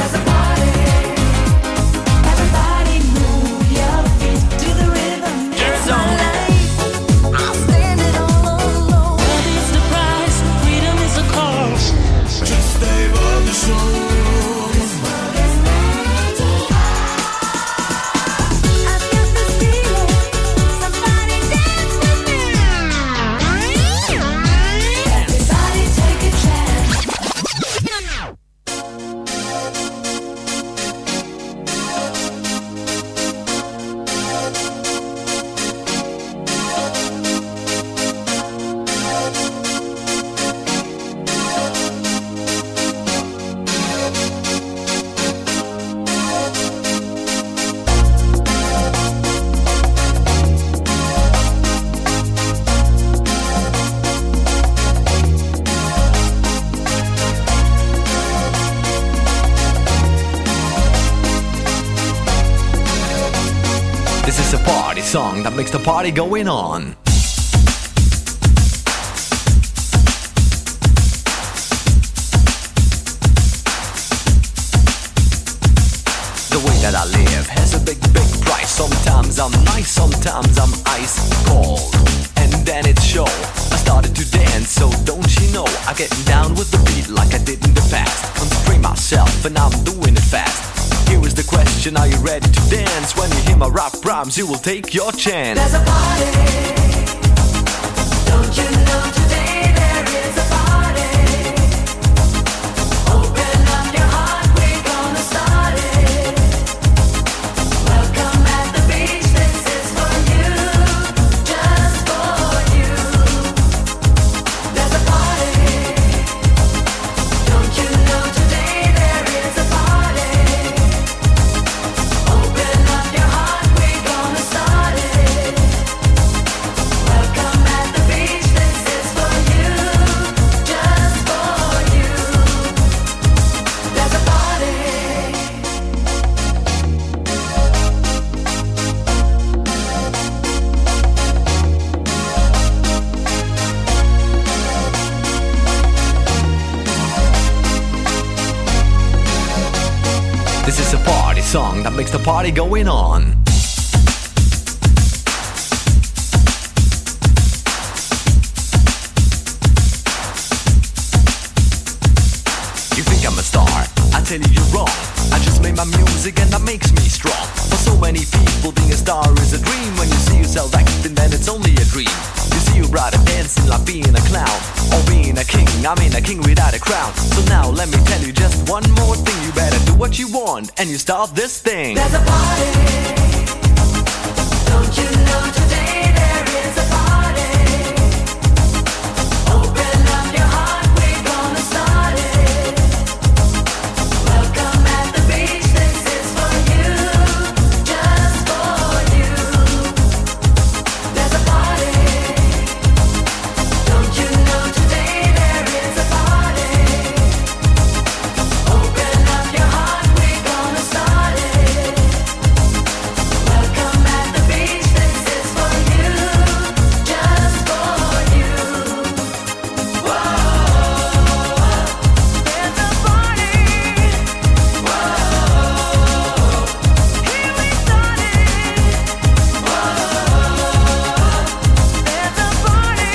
Song that makes the party going on. The way that I live has a big, big price. Sometimes I'm nice, sometimes I'm ice cold. And then it's show. I started to dance, so don't you know, I'm getting down with the beat like I did in the past. I'm free myself and I'm doing it fast. Here is the question, are you ready to dance? When you hear my rap rhymes, you will take your chance. There's a party. Don't you know today there is a party? Open up your heart, we're gonna start it. Welcome at the beach, this is for you, just for you. There's a party. Don't you know today there is a party? Open up your heart, we're gonna start it. Welcome at the beach, this is for you, just for you. There's a party. This is a party song that makes the party going on. You think I'm a star? I tell you you're wrong. I just made my music and that makes me strong. For so many people, being a star is a dream. When you see yourself acting, then it's only a dream. You see your brother dancing like being a clown, or being a king. I mean a king without a crown. So now let me tell you just one more thing. You better do what you want and you start this thing. There's a party. Don't you know today there is a party? Open up your heart, we're gonna start it. Welcome at the beach, this is for you, just for you. There's a party. Don't you know today there is a party? Open up your heart, we're gonna start it. Welcome at the beach, this is for you, just for you. Whoa, there's a party. Whoa, here we started. Whoa, there's a party.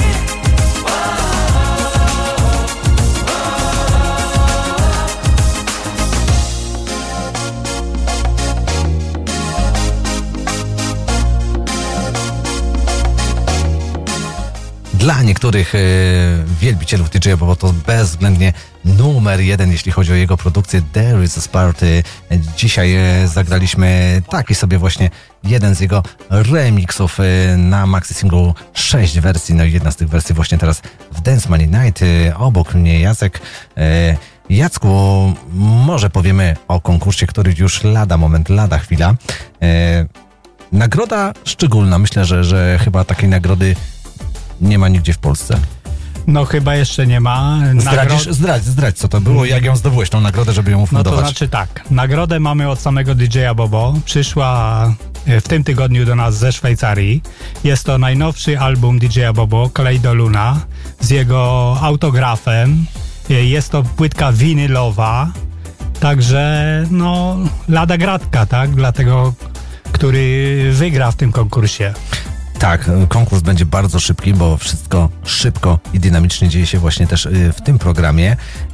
Dla niektórych e, wielbicielów D J, bo to bezwzględnie numer jeden, jeśli chodzi o jego produkcję There is a Party. Dzisiaj e, zagraliśmy taki sobie właśnie jeden z jego remixów e, na maxi singlu, sześć wersji, no i jedna z tych wersji właśnie teraz w Dance Money Night. E, obok mnie Jacek. E, Jacku, może powiemy o konkursie, który już lada moment, lada chwila. E, nagroda szczególna. Myślę, że, że chyba takiej nagrody nie ma nigdzie w Polsce. No chyba jeszcze nie ma. Zdradzisz, zdradź, zdradź, co to było, jak ją zdobyłeś, tą nagrodę, żeby ją ufundować. No to znaczy tak, nagrodę mamy od samego D J a Bobo. Przyszła w tym tygodniu do nas ze Szwajcarii. Jest to najnowszy album D J a Bobo, Kaleido Luna, z jego autografem. Jest to płytka winylowa, także no lada gratka, tak, dla tego, który wygra w tym konkursie. Tak, konkurs będzie bardzo szybki, bo wszystko szybko i dynamicznie dzieje się właśnie też w tym programie,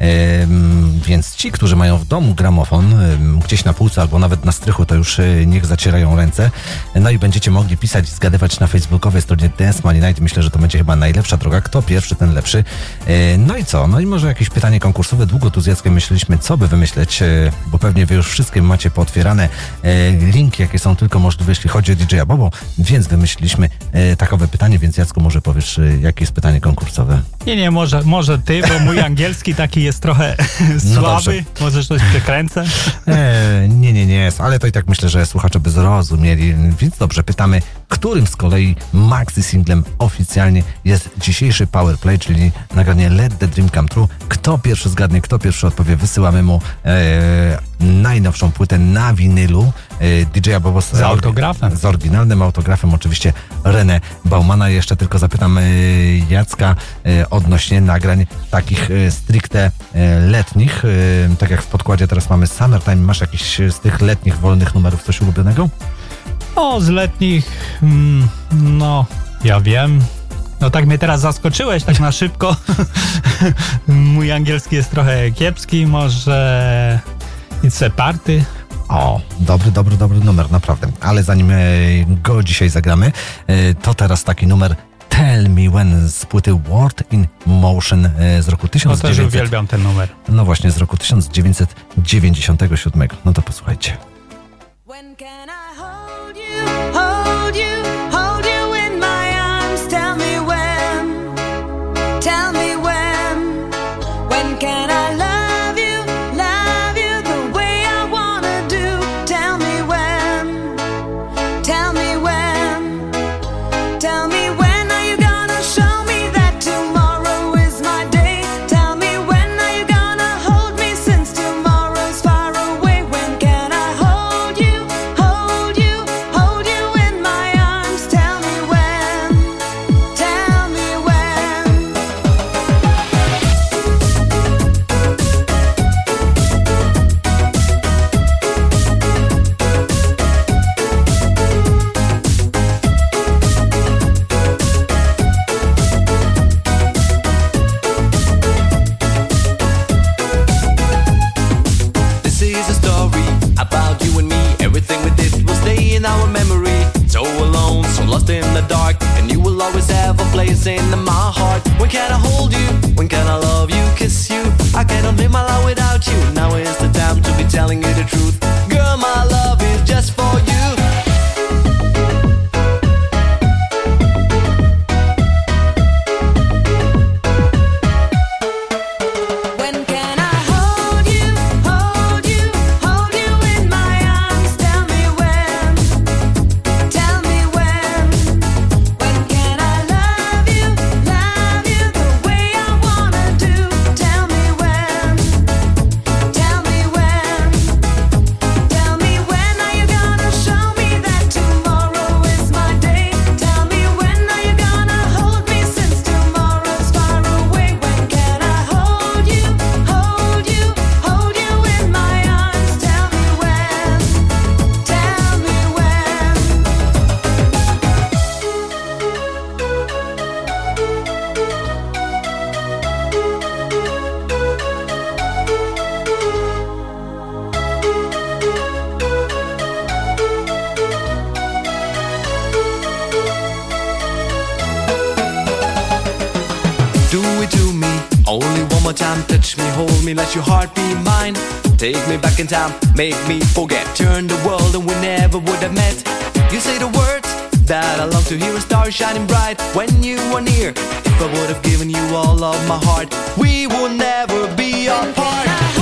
więc ci, którzy mają w domu gramofon, gdzieś na półce albo nawet na strychu, to już niech zacierają ręce, no i będziecie mogli pisać i zgadywać na facebookowej stronie Dance Money Night. Myślę, że to będzie chyba najlepsza droga, kto pierwszy, ten lepszy. No i co? No i może jakieś pytanie konkursowe. Długo tu z Jackiem myśleliśmy, co by wymyśleć, bo pewnie wy już wszystkie macie pootwierane linki, jakie są tylko możliwe, jeśli chodzi o D J a Bobo, więc wymyśliliśmy takowe pytanie, więc Jacku, może powiesz, jakie jest pytanie konkursowe? Nie, nie, może, może ty, bo mój angielski taki jest trochę no słaby, może coś przekręcę. E, nie, nie, nie, ale to i tak myślę, że słuchacze by zrozumieli, więc dobrze, pytamy, którym z kolei maxi singlem oficjalnie jest dzisiejszy Powerplay, czyli nagranie Let the Dream Come True. Kto pierwszy zgadnie, kto pierwszy odpowie, wysyłamy mu e, najnowszą płytę na winylu e, D J a Bobo z, z autografem. Z oryginalnym autografem, oczywiście René Baumana. Jeszcze tylko zapytam e, Jacka e, odnośnie nagrań takich e, stricte e, letnich. E, tak jak w podkładzie teraz mamy Summertime. Masz jakiś z tych letnich, wolnych numerów coś ulubionego? O, z letnich, mm, no, ja wiem. No tak mnie teraz zaskoczyłeś, tak na szybko. Mój angielski jest trochę kiepski, może It's a Party. O, dobry, dobry, dobry numer, naprawdę. Ale zanim e, go dzisiaj zagramy, e, to teraz taki numer Tell Me When z płyty World in Motion e, z roku tysiąc dziewięćset... No też uwielbiam ten numer. No właśnie, z roku tysiąc dziewięćset dziewięćdziesiątego siódmego. No to posłuchajcie. When can I hold you, hold you, hold you in my arms? Tell me when, tell me when. When can I love you, love you the way I wanna do? Tell me when, tell me when. Tell me when are you gonna show me that tomorrow is my day? Tell me when are you gonna hold me since tomorrow's far away? When can I hold you, hold you, hold you in my arms? Tell me when, tell me when. This is a story about you and me. Everything we did will stay in our memory. So alone, so lost in the dark, and you will always have a place in my heart. When can I hold you? When can I love you, kiss you? I cannot live my life without you. Now is the time to be telling you the truth. Girl, my love is just for you. When can I hold you, hold you, hold you in my arms? Tell me when, tell me when. When can I love you, love you the way I wanna do? Tell me when, tell me when. Tell me when are you gonna show me that tomorrow is my day? Tell me when are you gonna hold me since tomorrow's far away? When can I hold you, hold you, hold you in my arms? Tell me when, tell me when. Do it to me, only one more time. Touch me, hold me, let your heart be mine. Take me back in time, make me forget. Turn the world and we never would have met. You say the words that I love to hear, a star shining bright when you are near. If I would have given you all of my heart, we will never be apart.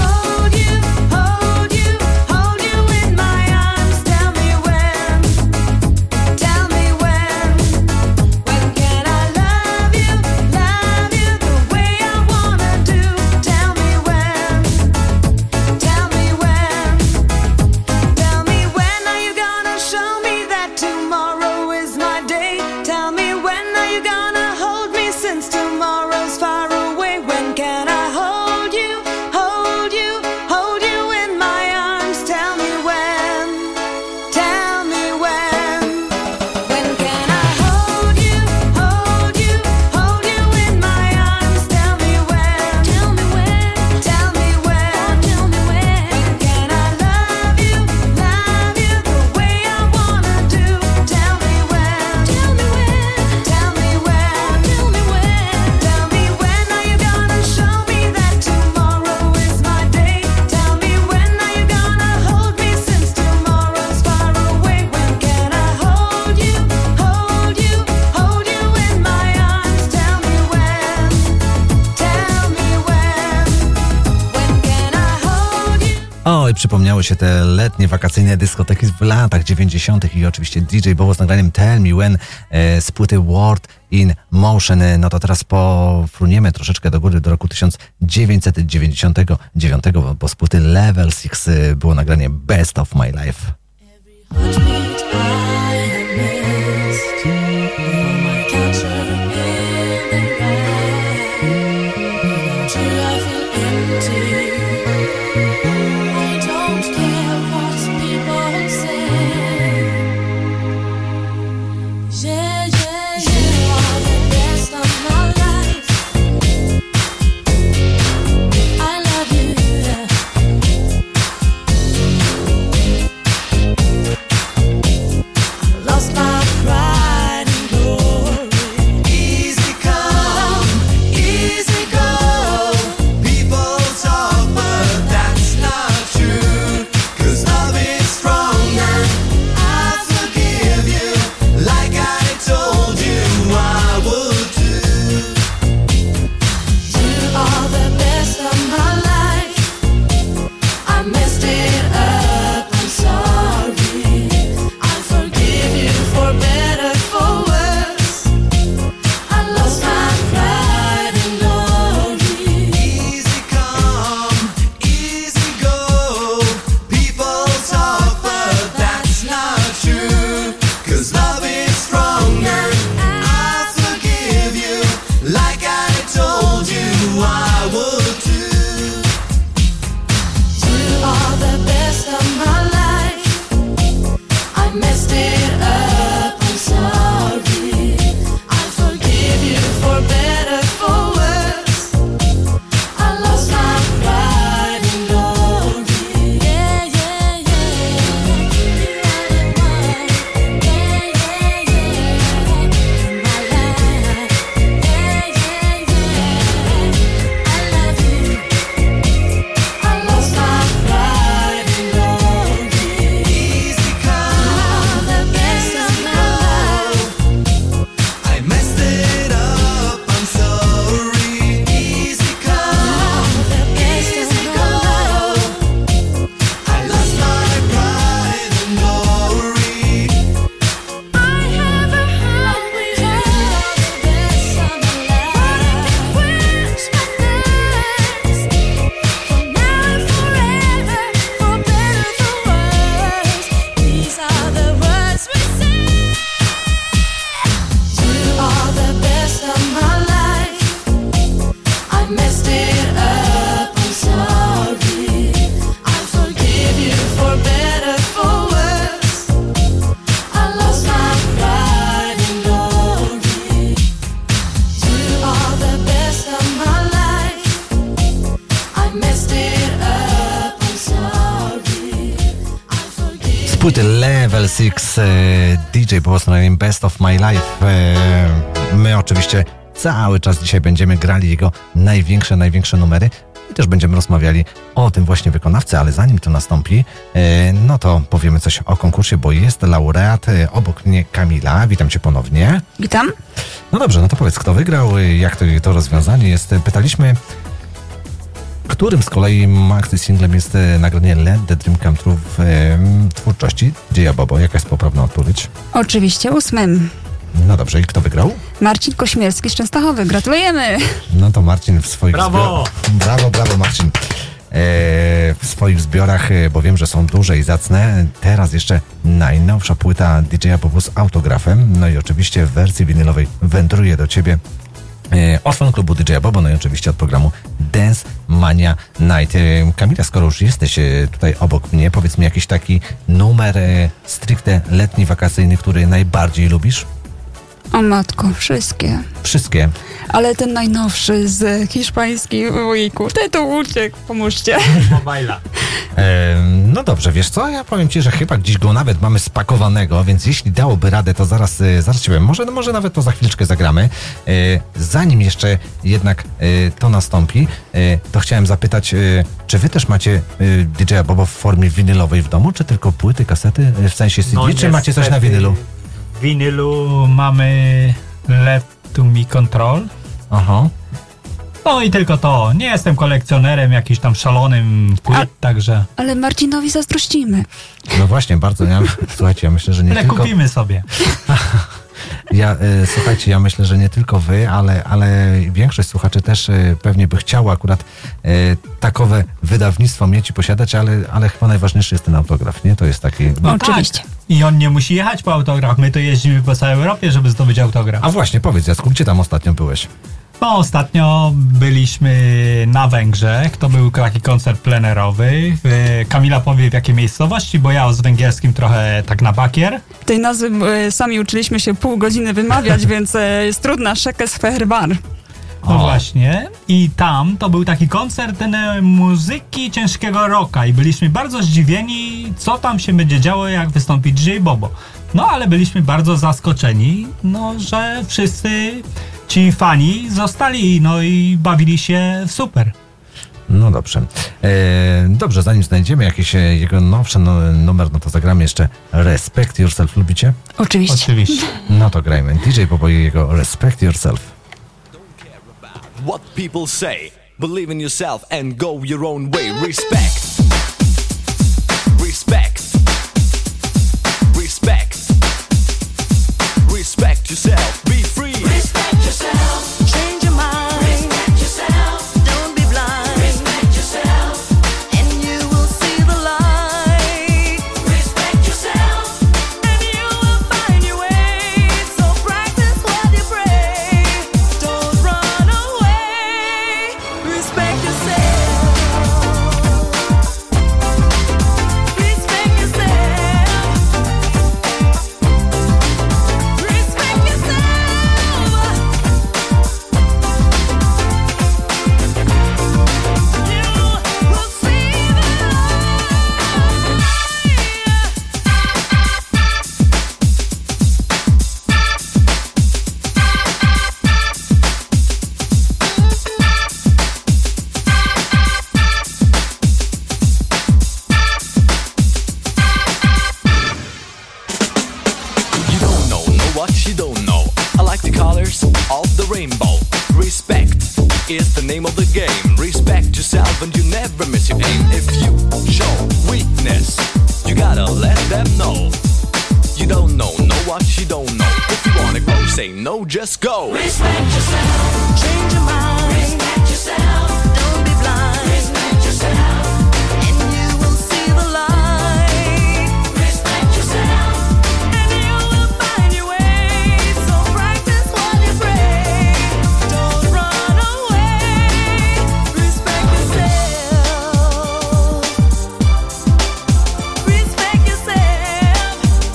O, i przypomniały się te letnie, wakacyjne dyskoteki w latach dziewięćdziesiątych i oczywiście D J Bobo z nagraniem Tell Me When e, z płyty World in Motion. No to teraz pofruniemy troszeczkę do góry do roku tysiąc dziewięćset dziewięćdziesiątego dziewiątego, bo z płyty Level six e, było nagranie Best of My Life. Płyty Level six, e, D J Bobo z nagraniem Best of My Life. E, my oczywiście cały czas dzisiaj będziemy grali jego największe, największe numery i też będziemy rozmawiali o tym właśnie wykonawcy, ale zanim to nastąpi, e, no to powiemy coś o konkursie, bo jest laureat, e, obok mnie Kamila. Witam cię ponownie. Witam. No dobrze, no to powiedz, kto wygrał, jak to, to rozwiązanie jest. Pytaliśmy, którym z kolei maxi singlem jest e, nagranie Let the Dream Come True w e, twórczości D J Bobo. Jaka jest poprawna odpowiedź? Oczywiście ósmym. No dobrze, i kto wygrał? Marcin Kośmierski z Częstochowy. Gratulujemy! No to Marcin w swoich Brawo! zbiorach... Brawo, brawo Marcin. E, w swoich zbiorach, e, bo wiem, że są duże i zacne. Teraz jeszcze najnowsza płyta D J Bobo z autografem. No i oczywiście w wersji winylowej wędruje do ciebie od fan klubu D J Bobo, no i oczywiście od programu Dance Mania Night. Kamila, skoro już jesteś tutaj obok mnie, powiedz mi jakiś taki numer stricte letni, wakacyjny, który najbardziej lubisz? O matko, wszystkie. Wszystkie? Ale ten najnowszy z hiszpańskich, ojejku, tytuł uciekł, pomóżcie. Mobila. E, no dobrze, wiesz co, ja powiem ci, że chyba gdzieś go nawet mamy spakowanego, więc jeśli dałoby radę, to zaraz, zaraz ci powiem, może, może nawet to za chwileczkę zagramy. E, zanim jeszcze jednak e, to nastąpi, e, to chciałem zapytać, e, czy wy też macie e, D J Bobo w formie winylowej w domu, czy tylko płyty, kasety, w sensie C D, No, czy macie coś na winylu? W winylu mamy Let to Me Control. Aha. No i tylko to. Nie jestem kolekcjonerem jakiś tam szalonym płyt, A- także... Ale Marcinowi zazdrościmy. No właśnie, bardzo. Ja, słuchajcie, ja myślę, że nie Ale tylko... kupimy sobie. Ja, y, słuchajcie, ja myślę, że nie tylko wy, ale, ale większość słuchaczy też y, pewnie by chciała akurat y, takowe wydawnictwo mieć i posiadać, ale, ale chyba najważniejszy jest ten autograf, nie? To jest taki... No oczywiście. Tak. I on nie musi jechać po autograf. My to jeździmy po całej Europie, żeby zdobyć autograf. A właśnie, powiedz Jacku, gdzie tam ostatnio byłeś? No, ostatnio byliśmy na Węgrzech, to był taki koncert plenerowy. Kamila powie w jakiej miejscowości, bo ja z węgierskim trochę tak na bakier. Tej nazwy e, sami uczyliśmy się pół godziny wymawiać, więc e, jest trudna. Szekesferbar. No właśnie. I tam to był taki koncert e, muzyki ciężkiego rocka i byliśmy bardzo zdziwieni, co tam się będzie działo, jak wystąpi D J Bobo. No, ale byliśmy bardzo zaskoczeni, no, że wszyscy ci fani zostali, no i bawili się super. No dobrze. E, dobrze, zanim znajdziemy jakiś e, jego nowszy no, numer, no to zagramy jeszcze Respect Yourself. Lubicie? Oczywiście. Oczywiście. No to grajmy. D J Bobo i jego Respect Yourself. What people say, believe in yourself and go your own way. Respect. Respect. Respect. Respect yourself. Be free. Respect yourself. Change your mind. Respect yourself. Don't be blind. Respect yourself. And you will see the light. Respect yourself. And you will find your way. So practice what you pray. Don't run away. Respect yourself. Respect yourself. Respect yourself. You don't know, know what you don't know. I like the colors of the rainbow. Respect is the name of the game. Respect yourself and you never miss your aim. If you show weakness, you gotta let them know. You don't know, know what you don't know. If you wanna grow, say no, just go. Respect yourself. Change your mind. Respect yourself. Don't be blind. Respect yourself. And you will see the light. Respect yourself. And you will find your way. So practice what you pray. Don't run away. Respect yourself. Respect yourself.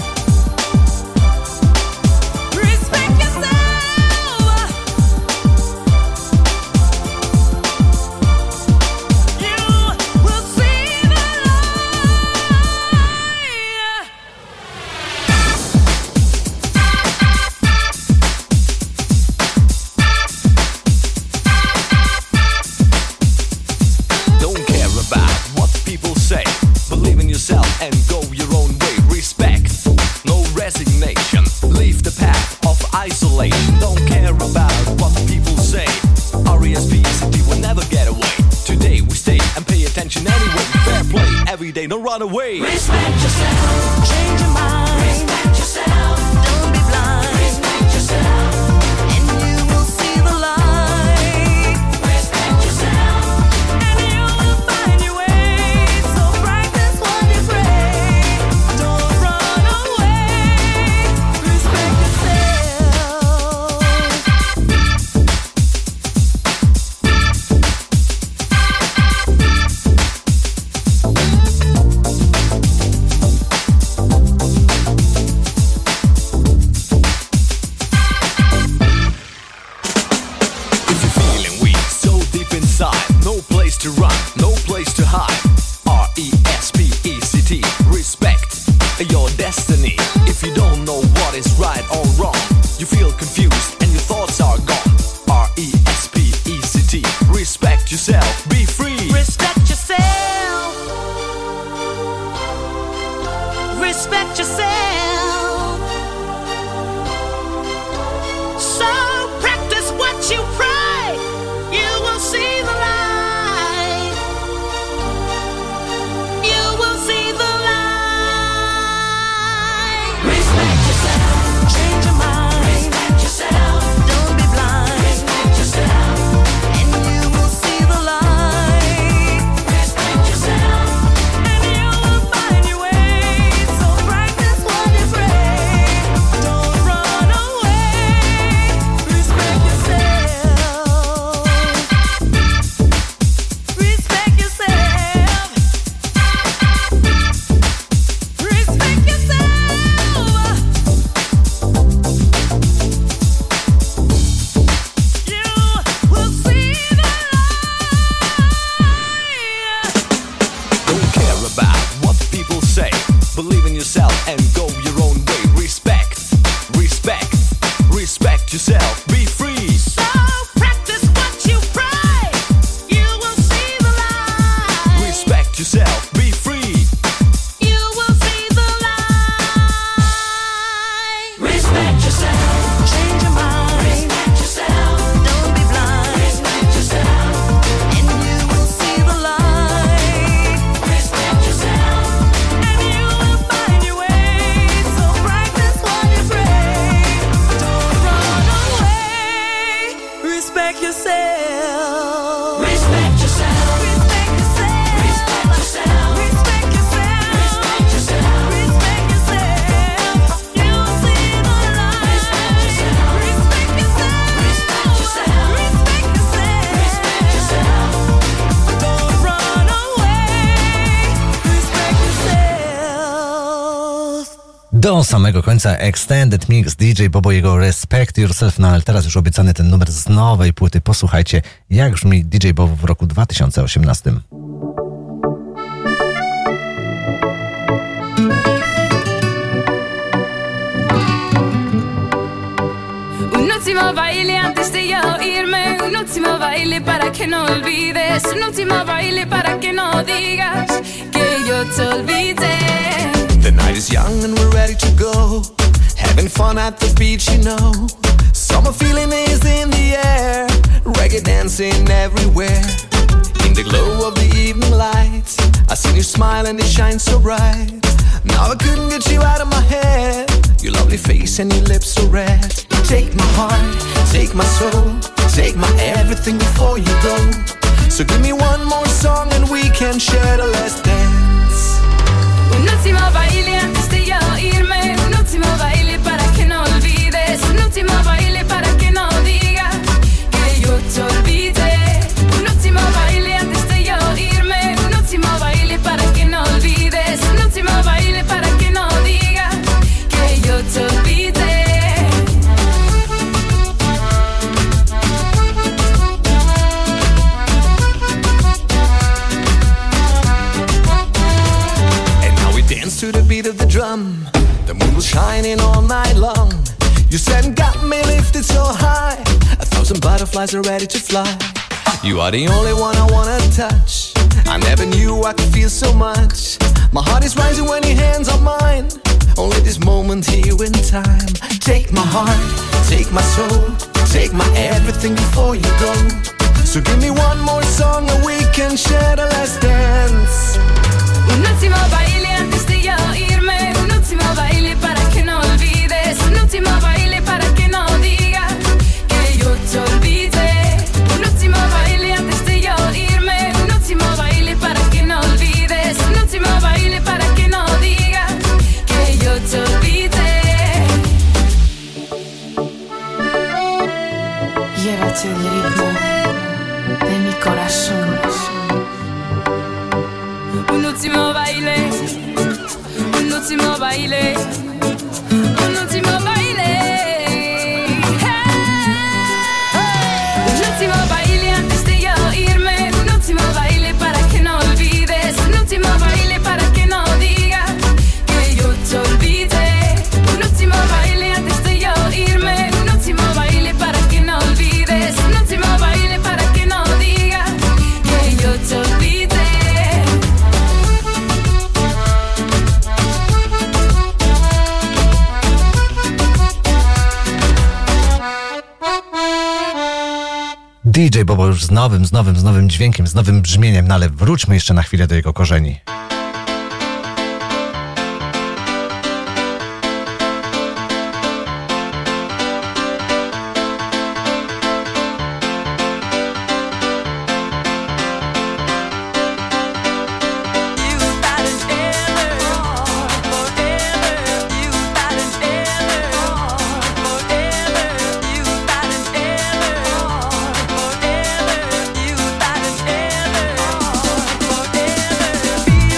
Respect yourself. You will see the light. Don't care about what people say. Believe in yourself and go your own way. Respect, no resignation. Leave the path of isolation. Don't care about what people say. R E S P C T will never get away. Today we stay and pay attention anyway. Fair play every day, no run away. Respect yourself. Change your mind. Respect yourself. Don't be blind. Respect yourself. And you will see the light. Respect yourself. And you will find your way. So practice what you pray. Don't run away. Respect yourself. If you're feeling weak, so deep inside, no place to run, no place to hide. R E S P E C T, respect your destiny. If you don't know what is right or wrong, you feel confused and your thoughts are gone. R E S P E C T, respect yourself, be free. Respect yourself. Respect yourself. So practice what you pray. You will yourself, be free. So practice what you pray. You will see the light. Respect yourself, be free. You will see the light. Respect yourself. Change your mind. Respect yourself. Don't be blind. Respect yourself. And you will see the light. Respect yourself. And you will find your way. So practice what you pray. Don't run away. Respect yourself. Respect yourself. Respect yourself. Respect yourself. Respect yourself. Respect yourself. Respect yourself. You'll see the light. Respect yourself. Respect yourself. Respect yourself. Respect yourself. Don't run away. Respect yourself. Do samego końca Extended Mix D J Bobo, jego Respect Yourself, no ale teraz już obiecany ten numer z nowej płyty. Posłuchajcie, jak brzmi D J Bobo w roku dwa tysiące osiemnastym. Un último baile antes de yo irme, un último baile para que no olvides, un último baile para que no digas que yo te olvidé. The night is young and we're ready to go, having fun at the beach, you know. Summer feeling is in the air, reggae dancing everywhere. In the glow of the evening lights, I see you smile and it shines so bright. Now I couldn't get you out of my head, your lovely face and your lips so red. Take my heart, take my soul, take my everything before you go. So give me one more song and we can share the last dance. Un último baile antes de yo irme, un último baile para que no olvides, un último baile para que no digas que yo te olvidé. Un último baile antes de yo irme, un último baile para que no olvides, un último baile para que no digas que yo te olvidé. Dance to the beat of the drum. The moon was shining all night long. You said and got me lifted so high. A thousand butterflies are ready to fly. You are the only one I wanna touch. I never knew I could feel so much. My heart is rising when your hands are mine. Only this moment here in time. Take my heart, take my soul, take my everything before you go. So give me one more song and we can share the last dance. Un último baile antes de yo irme, un último baile para que no olvides, un último baile para que no digas que yo te olvidé. Un último baile antes de yo irme, un último baile para que no olvides, un último baile para que no digas que yo te olvidé. Llévate el ritmo de mi corazón. Un último baile, un último baile, un último baile. Un último baile antes de yo irme, un último baile para que no olvides, un último baile para que no digas que yo te olvidé. Un último baile antes de yo irme, un último baile para que no olvides, un último baile para que no digas que yo te olvidé. D J Bobo już z nowym, z nowym, z nowym dźwiękiem, z nowym brzmieniem, no ale wróćmy jeszcze na chwilę do jego korzeni. Be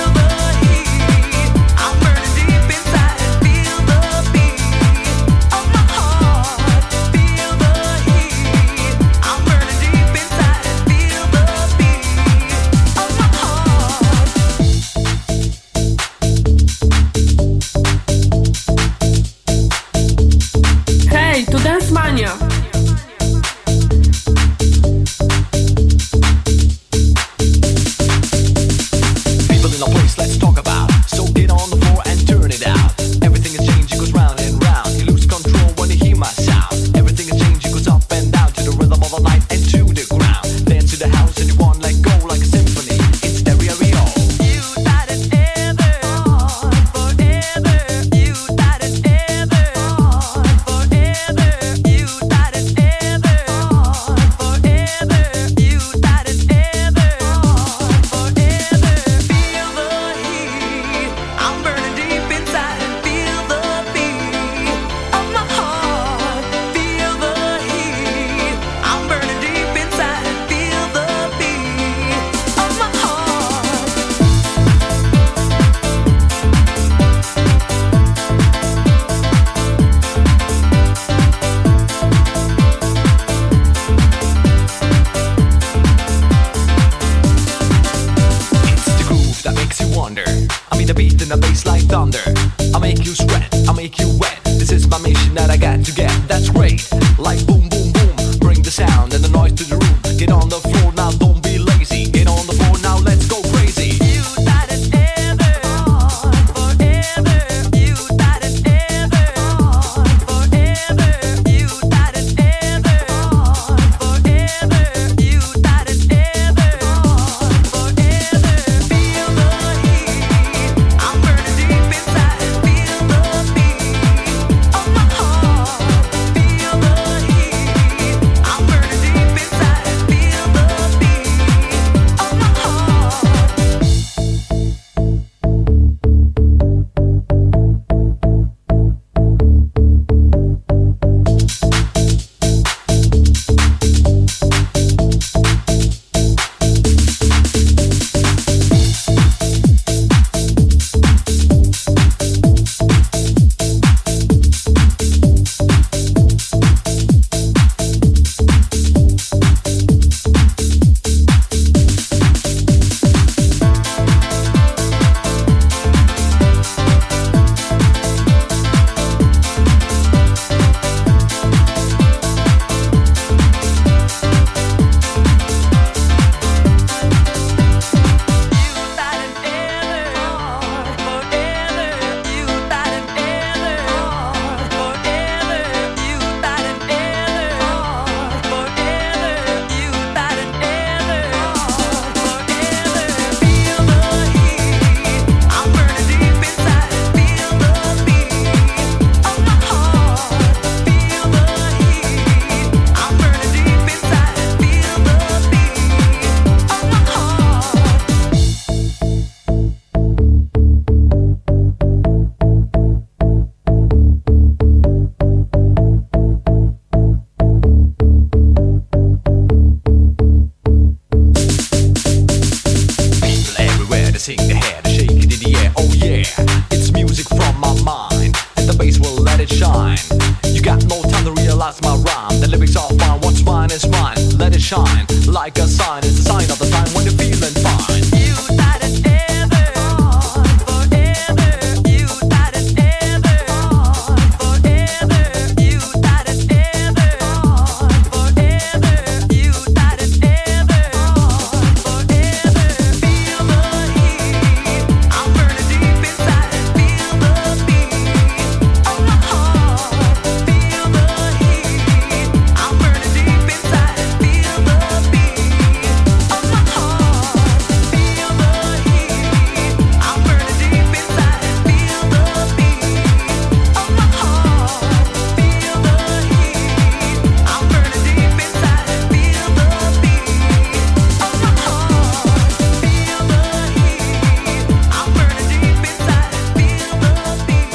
realize my rhyme. The lyrics are fine, what's mine is mine. Let it shine, like a sign. It's a sign of the time when you're feeling fine. You got it ever, forever. You got it ever, forever. You got it ever, forever. You got it ever, forever. Feel the heat, I'm burning deep inside and feel the beat of my heart. Feel the heat, I'm burning deep inside and feel the beat of my heart. Feel the heat, I'm burning deep inside and feel the beat of my heart. Feel the heat, I'm burning deep inside and feel the beat of my heart. Feel the heat, I'm burning deep inside and feel the beat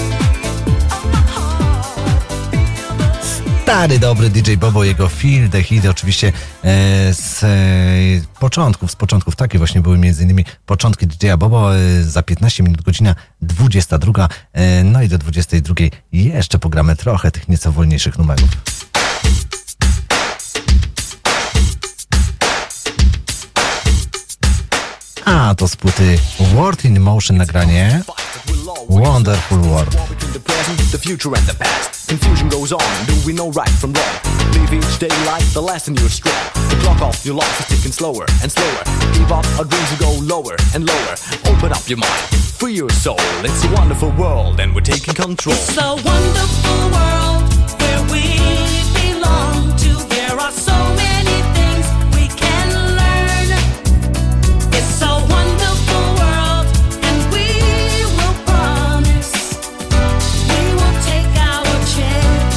of my heart. Stary, dobry D J Bobo, jego Feel the Heat, oczywiście e, z e, początków, z początków takie właśnie były między innymi początki D J Bobo, e, za piętnaście minut godzina dwudziesta druga, e, no i do dwudziestej drugiej jeszcze pogramy trochę tych nieco wolniejszych numerów. A to z płyty World in Motion nagranie Wonderful World. The present, the future and the past. Confusion goes on, do we know right from wrong? Live each day like the last and you're strong. The clock of your life is ticking slower and slower. Give up our dreams and go lower and lower. Open up your mind, free your soul. It's a wonderful world and we're taking control. It's a wonderful world where we belong to. There are so many things we can learn. It's a wonderful world and we will promise we will take our chance.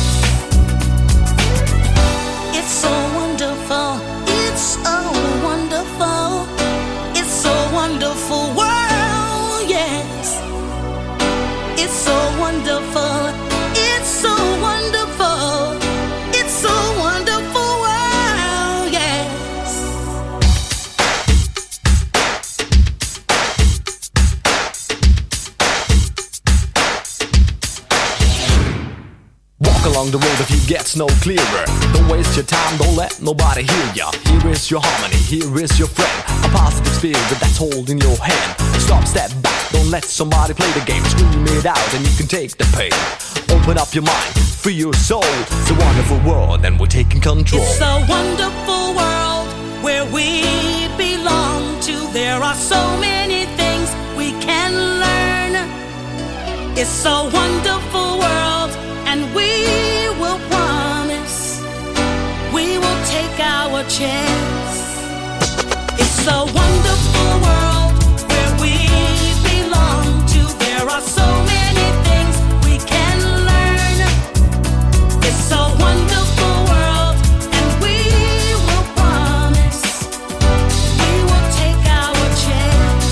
It's so wonderful, it's so wonderful, it's so wonderful world, yes. It's so wonderful, it's so wonderful, it's so wonderful world, yes. Walk along the road if you get no clearer. Don't waste your time, don't let nobody hear ya. Here is your harmony, here is your friend. A positive spirit that's holding your hand. Stop, step back, don't let somebody play the game. Scream it out and you can take the pain. Open up your mind, free your soul. It's a wonderful world and we're taking control. It's a wonderful world where we belong to. There are so many things we can learn. It's a wonderful world and we will promise we will take our chance. It's a wonderful world where we belong to. There are so many things we can learn. It's a wonderful world and we will promise we will take our chance.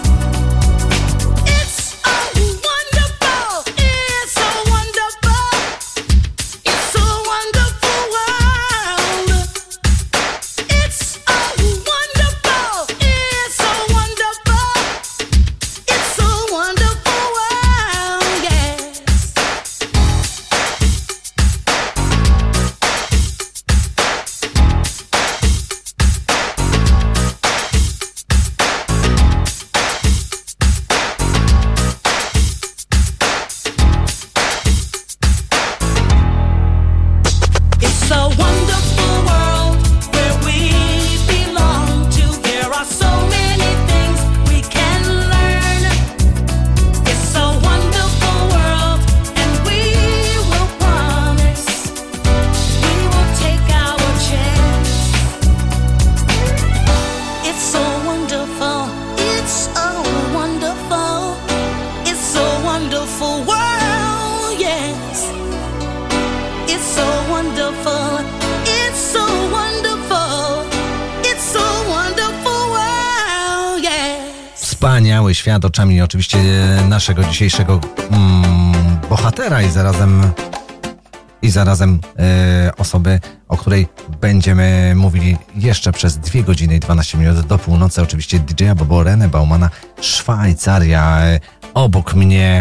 It's a wonderful, it's a wonderful, it's a wonderful world. It's a wonderful, it's a wonderful, it's a wonderful world, yes. It's a wonderful world where we belong to. There are so many things we can learn. It's a wonderful world and we will promise we will take our chance. It's so wonderful, it's so wonderful, it's so wonderful world, yes. It's so wonderful, it's so wonderful, it's so wonderful world, yes. Wspaniały świat oczami oczywiście naszego dzisiejszego mm, bohatera i zarazem i zarazem e, osoby, o której będziemy mówili jeszcze przez dwie godziny i dwanaście minut do północy. Oczywiście D J Bobo, René Baumana, Szwajcaria. E, obok mnie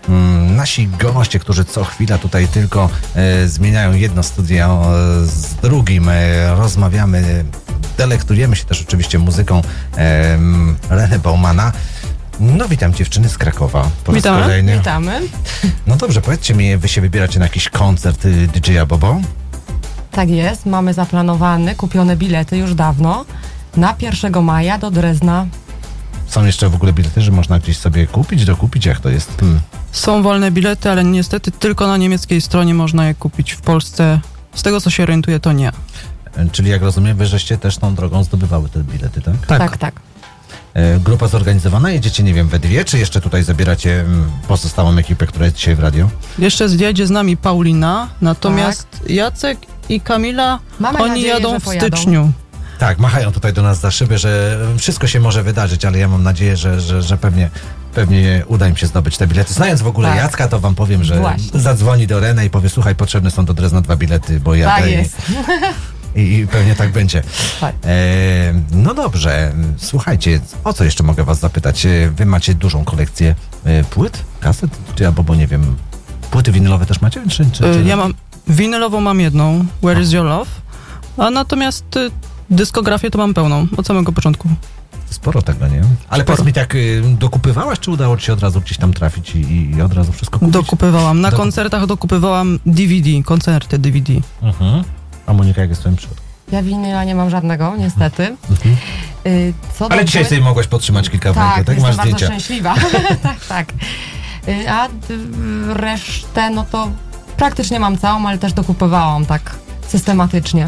mm, nasi goście, którzy co chwila tutaj tylko e, zmieniają jedno studio e, z drugim, e, rozmawiamy, delektujemy się też oczywiście muzyką e, Reny Baumana. No witam dziewczyny z Krakowa po raz Witamy. kolejny. Witamy. No dobrze, powiedzcie mi, wy się wybieracie na jakiś koncert y, D J-a Bobo? Tak jest, mamy zaplanowany, kupione bilety już dawno na pierwszego maja do Drezna. Są jeszcze w ogóle bilety, że można gdzieś sobie kupić, dokupić, jak to jest? Hmm. Są wolne bilety, ale niestety tylko na niemieckiej stronie można je kupić. W Polsce, z tego co się orientuję, to nie. Czyli jak rozumiem, wy żeście też tą drogą zdobywały te bilety, tak? Tak. Tak, tak. E, grupa zorganizowana, jedziecie, nie wiem, we dwie, czy jeszcze tutaj zabieracie mm, pozostałą ekipę, która jest dzisiaj w radio? Jeszcze zjedzie z nami Paulina, natomiast Jacek i Kamila, Mamy oni nadzieję, jadą że w pojadą. styczniu. Tak, machają tutaj do nas za szybę, że wszystko się może wydarzyć, ale ja mam nadzieję, że, że, że pewnie, pewnie uda im się zdobyć te bilety. Znając w ogóle Tak. Jacka, to wam powiem, że Właśnie. zadzwoni do Reny i powie, słuchaj, potrzebne są do Drezna dwa bilety, bo ja Tak jest. I, I pewnie tak będzie. Tak. E, no dobrze, słuchajcie, o co jeszcze mogę was zapytać? E, Wy macie dużą kolekcję e, płyt, kaset, czy albo, bo nie wiem, płyty winylowe też macie? Czy, czy, czy... Y, Ja mam, winylową mam jedną, Where is your love, a natomiast y, dyskografię to mam pełną, od samego początku. Sporo tego, nie? Ale powiedz mi, tak y, dokupywałaś, czy udało ci się od razu gdzieś tam trafić i, i od razu wszystko kupić? Dokupywałam. Na Dokup- koncertach dokupywałam D V D, koncerty D V D. Mhm. A Monika, jak jest w twoim przypadku? Ja winyla nie mam żadnego, niestety. Y, Co do Ale dzisiaj płyt- sobie mogłaś podtrzymać kilka w Tak, ręku, tak? jestem Masz bardzo zdjęcia. szczęśliwa. tak, tak. Y, A y, resztę, no to praktycznie mam całą, ale też dokupywałam tak systematycznie.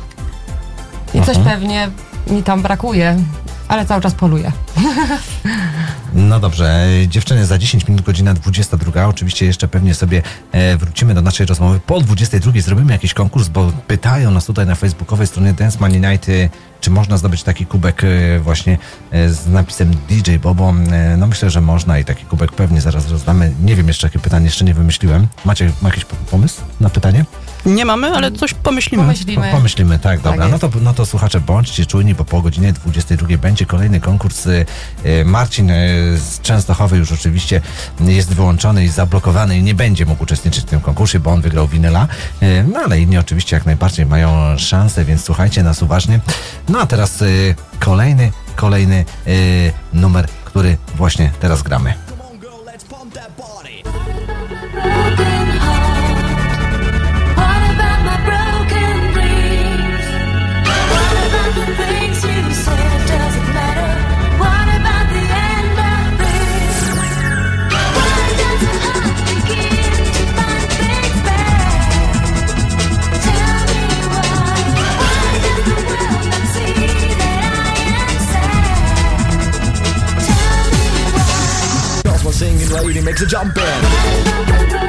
I coś Aha. pewnie mi tam brakuje, ale cały czas poluję. No dobrze, e, dziewczyny, za dziesięć minut, godzina dwudziesta druga. Oczywiście jeszcze pewnie sobie e, wrócimy do naszej rozmowy. Po dwudziestej drugiej zrobimy jakiś konkurs, bo pytają nas tutaj na facebookowej stronie Dance Money Night, e, czy można zdobyć taki kubek e, właśnie e, z napisem D J Bobo. E, no myślę, że można i taki kubek pewnie zaraz rozdamy. Nie wiem jeszcze, jakie pytanie jeszcze nie wymyśliłem. Macie jakiś po- pomysł na pytanie? Nie mamy, ale coś pomyślimy. Pomyślimy. Po, pomyślimy, tak, dobra. Tak no, to, no to słuchacze, bądźcie czujni, bo po godzinie dwudziestej drugiej będzie kolejny konkurs. Y, y, Marcin y, z Częstochowy już oczywiście jest wyłączony i zablokowany i nie będzie mógł uczestniczyć w tym konkursie, bo on wygrał winyla. Y, no ale inni oczywiście jak najbardziej mają szansę, więc słuchajcie nas uważnie. No a teraz y, kolejny, kolejny y, numer, który właśnie teraz gramy. What about my broken dreams? What about the things you said doesn't matter? What about the end of this? Why does it hurt begin to find things bad? Tell me why. Why does the world not see that I am sad? Tell me why. Girls were singing, lady makes a jump in.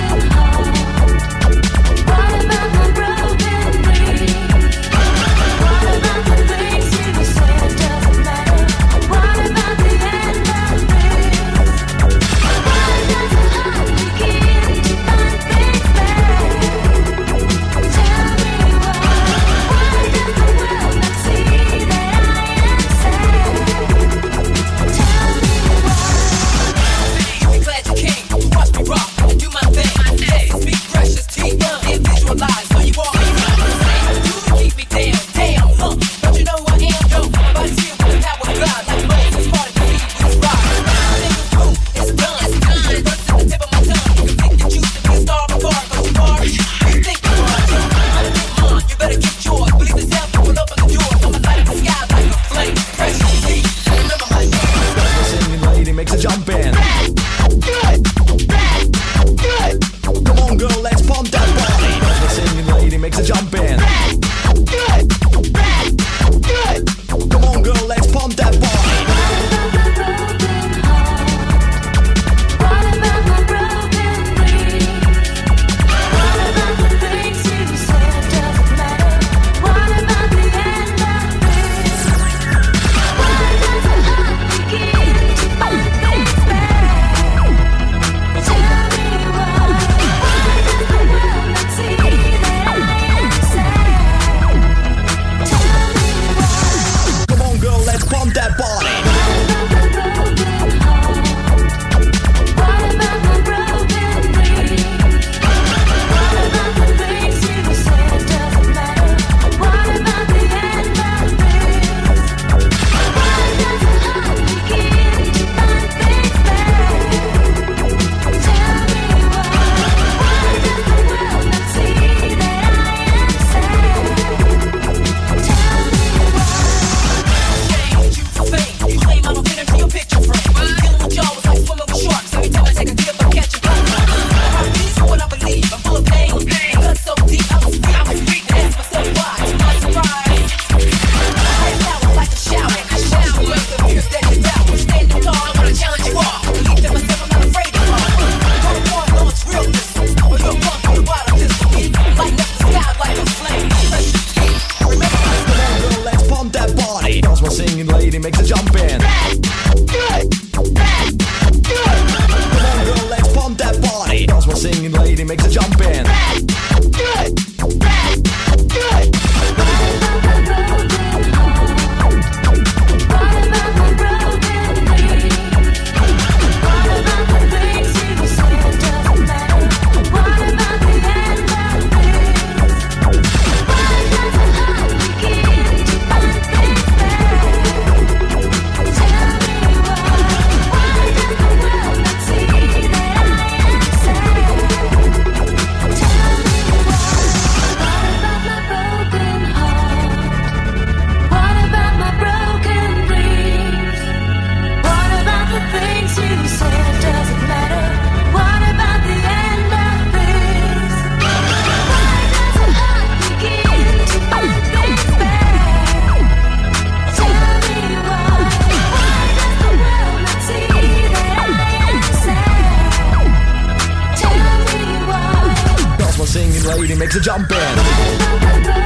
Glad you came, watch me rock, do my thing. Hey, speak precious, T, and visualize. So you walk me around the same, you keep me down, damn, huh? Don't you know I am, yo? But still with the power of God, like Moses, part of the beat, we rock. Niggas through, it's done, it's done. Burst at the tip of my tongue, you think that you should be a star before I go too far? You think you are, yo? Uh, you better get yours, believe the sound, pull up on the door. I'ma light the sky like a flame, precious T, remember my name. Girls were singing, lady makes a jump in. Come on, girl, let's pump that body. Girls were singing, makes a jump in. Come on girl, let's pump that body. Cause we're singing lady makes a jump in. Makes a jump in.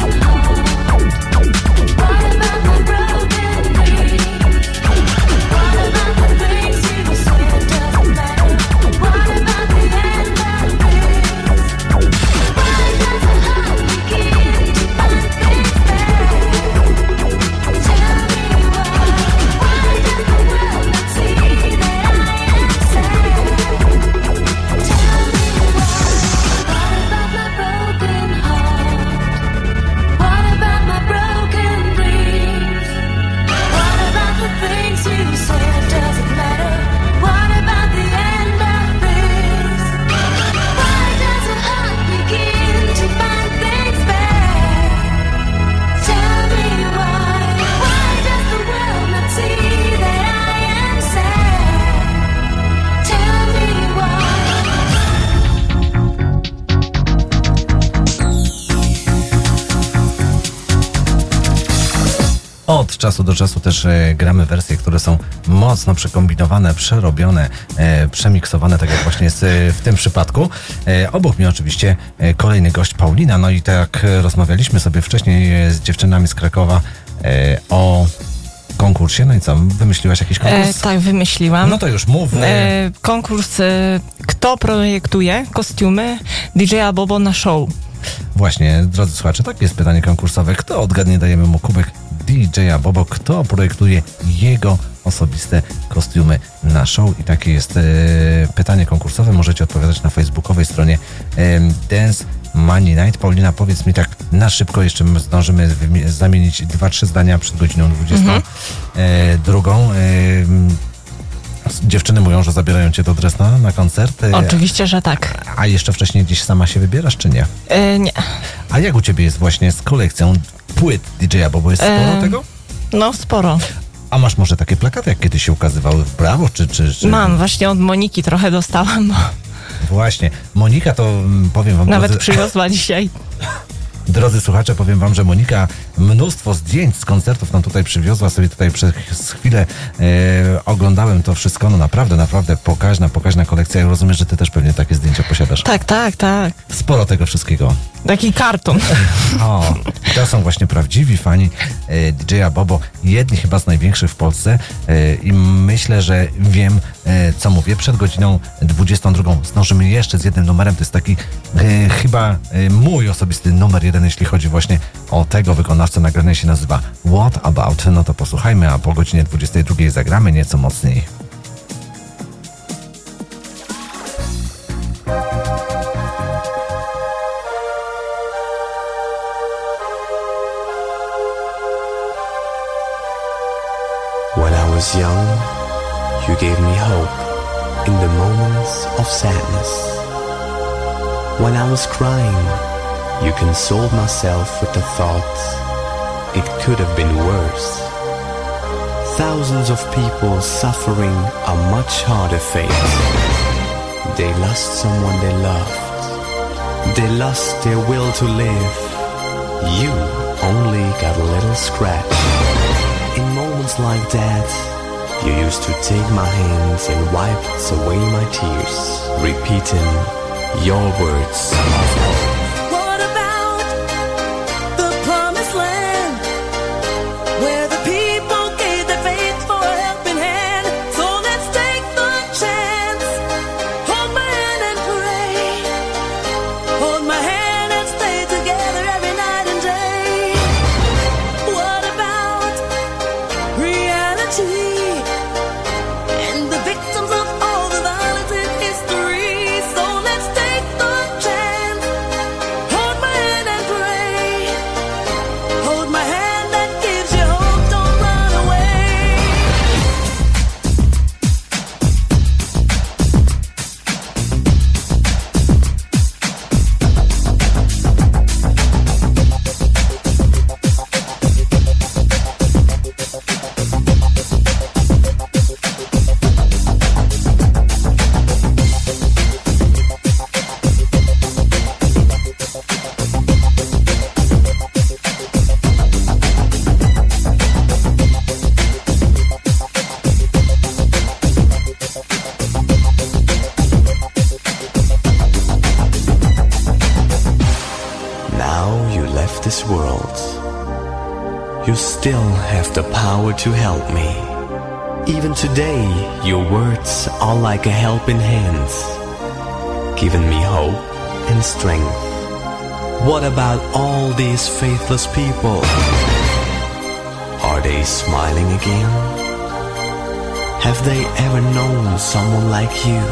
Od czasu do czasu też e, gramy wersje, które są mocno przekombinowane, przerobione, e, przemiksowane, tak jak właśnie jest e, w tym przypadku. E, obok mnie oczywiście e, kolejny gość Paulina, no i tak jak e, rozmawialiśmy sobie wcześniej e, z dziewczynami z Krakowa e, o konkursie, no i co, wymyśliłaś jakiś konkurs? E, tak, wymyśliłam. No to już mów. E, e, konkurs, e, kto projektuje kostiumy D J Bobo na show. Właśnie, drodzy słuchacze, takie jest pytanie konkursowe. Kto odgadnie, dajemy mu kubek D J Bobo, kto projektuje jego osobiste kostiumy na show. I takie jest e, pytanie konkursowe. Możecie odpowiadać na facebookowej stronie e, Dance Money Night. Paulina, powiedz mi tak na szybko, jeszcze zdążymy wymi- zamienić dwa, trzy zdania przed godziną dwudziestą drugą. E, Dziewczyny mówią, że zabierają cię do Dresna na koncert. Oczywiście, że tak. A jeszcze wcześniej gdzieś sama się wybierasz, czy nie? E, nie. A jak u ciebie jest właśnie z kolekcją płyt D J Bobo? Jest sporo e, tego? No, sporo. A masz może takie plakaty, jak kiedyś się ukazywały w Brawo, czy... czy, czy... Mam, właśnie od Moniki trochę dostałam. Bo... Właśnie. Monika to, powiem wam... Nawet drodzy... przywiozła dzisiaj. Drodzy słuchacze, powiem wam, że Monika mnóstwo zdjęć z koncertów nam tutaj przywiozła, sobie tutaj przez chwilę e, oglądałem to wszystko, no naprawdę, naprawdę pokaźna, pokaźna kolekcja. Ja rozumiem, że ty też pewnie takie zdjęcia posiadasz. Tak, tak, tak. Sporo tego wszystkiego. Taki karton. O, to są właśnie prawdziwi fani e, D J Bobo, jedni chyba z największych w Polsce e, i myślę, że wiem, e, co mówię. Przed godziną dwudziestą drugą zdążymy jeszcze z jednym numerem, to jest taki e, chyba e, mój osobisty numer jeden, jeśli chodzi właśnie o tego wykonawcę. Nagranie się nazywa What About? No to posłuchajmy, a po godzinie dwudziestej drugiej zagramy nieco mocniej. When I was young, you gave me hope in the moments of sadness. When I was crying, you consoled myself with the thought it could have been worse. Thousands of people suffering a much harder fate. They lost someone they loved. They lost their will to live. You only got a little scratch. In moments like that, you used to take my hands and wiped away my tears, repeating your words of hope. What about the promised land, where the people gave Now you left this world. You still have the power to help me. Even today, your words are like a helping hand, giving me hope and strength. What about all these faithless people? Are they smiling again? Have they ever known someone like you?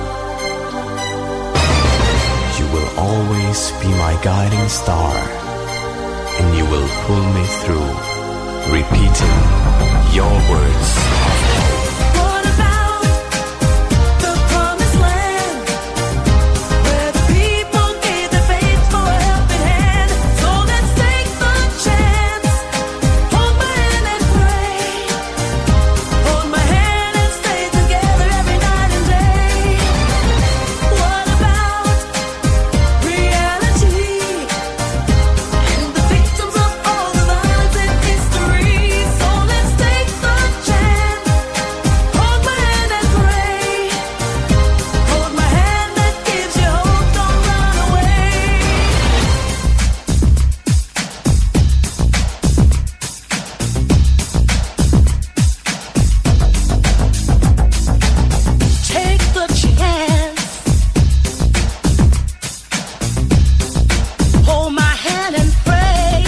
You will always be my guiding star, and you will pull me through, repeating your words of hope. What about the promised land, where the people gave their faith for a helping hand? So let's take the chance. Hold my hand and pray. Hold my hand and stay together every night and day. What about reality and the victims of all the violence in history? So let's take the chance. Hold my hand and pray. Hold my hand that gives you hope. Don't run away. Take the chance. Hold my hand and pray.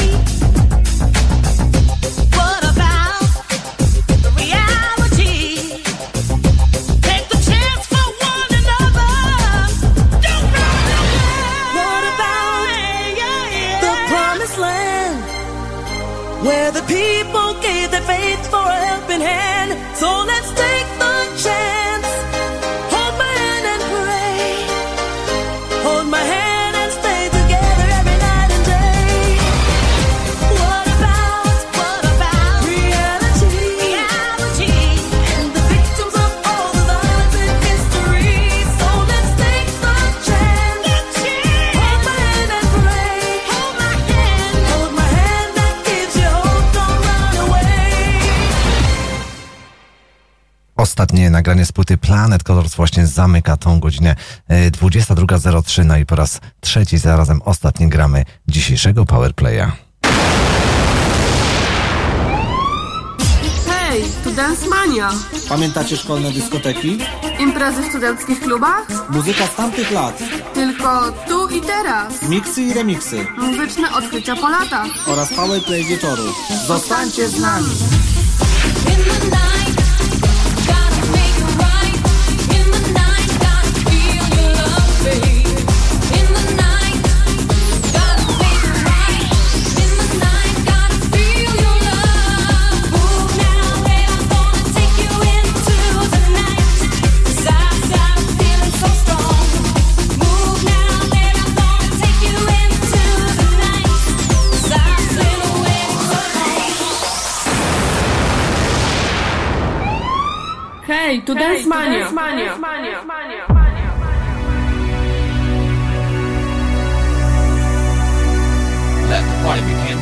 What about the reality? Take the chance for one another. Don't run away. What about the promised land, where the people gave their faith for a helping hand? So let's take the chance. Hold my hand and pray. Hold my hand and stay together every night and day. What about, what about reality? Reality and the victims of all the violence in history. So let's take the chance. Hold my hand and pray. Hold my hand. Hold my hand that gives you hope. Don't run away. Ostatnie nagranie z płyty Planet Colors właśnie zamyka tą godzinę e, dwudziesta druga zero trzy. No i po raz trzeci zarazem ostatni gramy dzisiejszego Powerplaya. Hej, tu Dance Mania. Pamiętacie szkolne dyskoteki? Imprezy w studenckich klubach? Muzyka z tamtych lat. Tylko tu i teraz. Miksy i remiksy. Muzyczne odkrycia po latach. Oraz Powerplay wieczoru. Zostańcie z nami! Hej, tu Dance Mania. Let the party begin.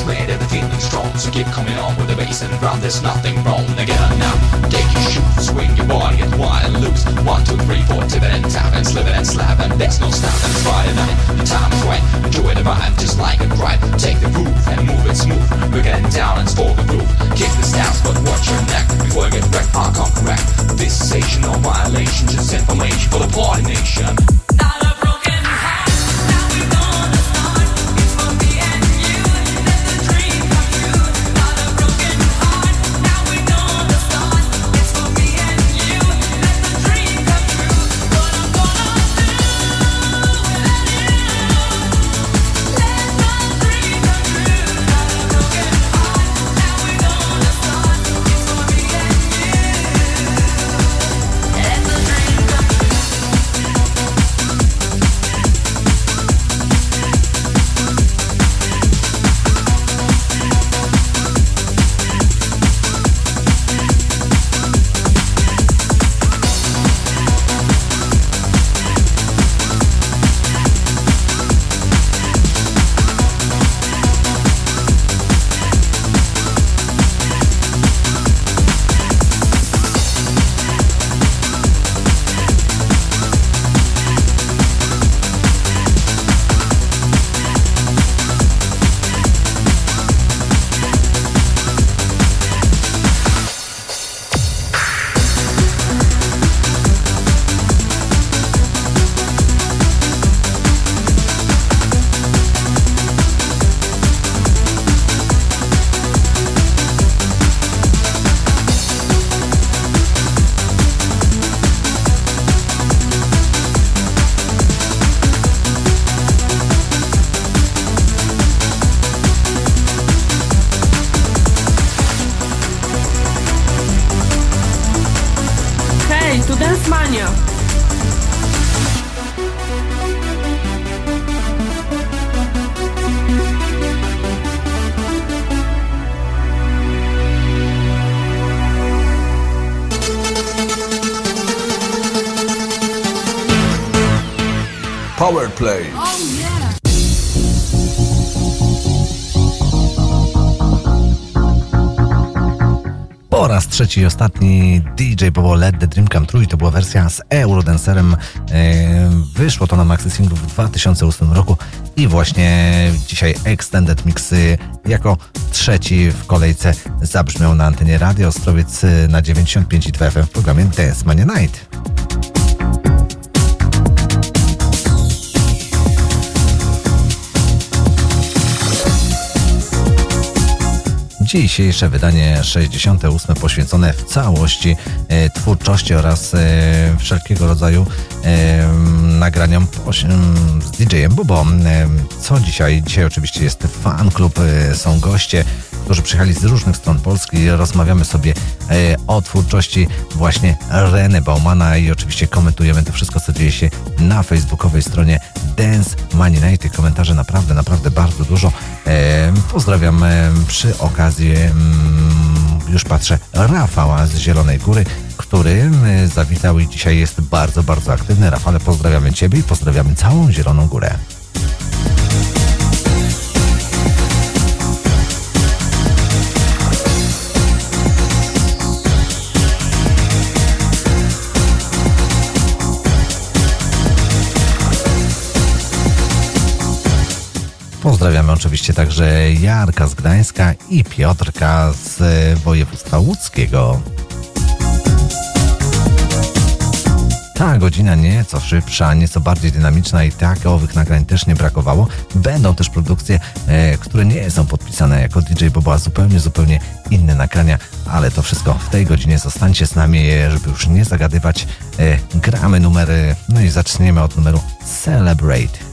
swear that the feeling's strong, so keep coming on with the bass and drum. There's nothing wrong. Now get on now, take your shoes, swing your body, get wild and loose. One, two, three, four, tip it and tap and slip it and slap, and there's no stop. And it's Friday night, the time is right. Enjoy the vibe, just like a ride. Take the groove and move it smooth. We're getting down and score the groove. Kick the stance, but watch your neck before you get wrecked. I'll come correct. This station, no violation, just information for the party nation. Power Play. Po raz trzeci i ostatni D J Bobo Let The Dream Come True i to była wersja z Eurodancerem. Wyszło to na maxi singlu w dwa tysiące ósmym roku i właśnie dzisiaj Extended Mixy jako trzeci w kolejce zabrzmiał na antenie Radio Ostrowiec na dziewięćdziesiąt pięć i dwa F M w programie Dance Mania Night. Dzisiejsze wydanie sześćdziesiąte ósme poświęcone w całości e, twórczości oraz e, wszelkiego rodzaju e, nagraniom poś- z D J-em Bobo. E, co dzisiaj? Dzisiaj oczywiście jest fan klub, e, są goście, którzy przyjechali z różnych stron Polski. Rozmawiamy sobie e, o twórczości właśnie Reny Baumana i oczywiście komentujemy to wszystko, co dzieje się na facebookowej stronie Dance Mania Night. Tych komentarzy naprawdę, naprawdę bardzo dużo. E, pozdrawiam e, przy okazji, e, już patrzę, Rafała z Zielonej Góry, który e, zawitał i dzisiaj jest bardzo, bardzo aktywny. Rafale, pozdrawiamy Ciebie i pozdrawiamy całą Zieloną Górę. Pozdrawiamy oczywiście także Jarka z Gdańska i Piotrka z województwa łódzkiego. Ta godzina nieco szybsza, nieco bardziej dynamiczna i tak owych nagrań też nie brakowało. Będą też produkcje, e, które nie są podpisane jako D J Bobo, a zupełnie, zupełnie inne nagrania, ale to wszystko w tej godzinie. Zostańcie z nami, żeby już nie zagadywać. E, gramy numery, no i zaczniemy od numeru Celebrate.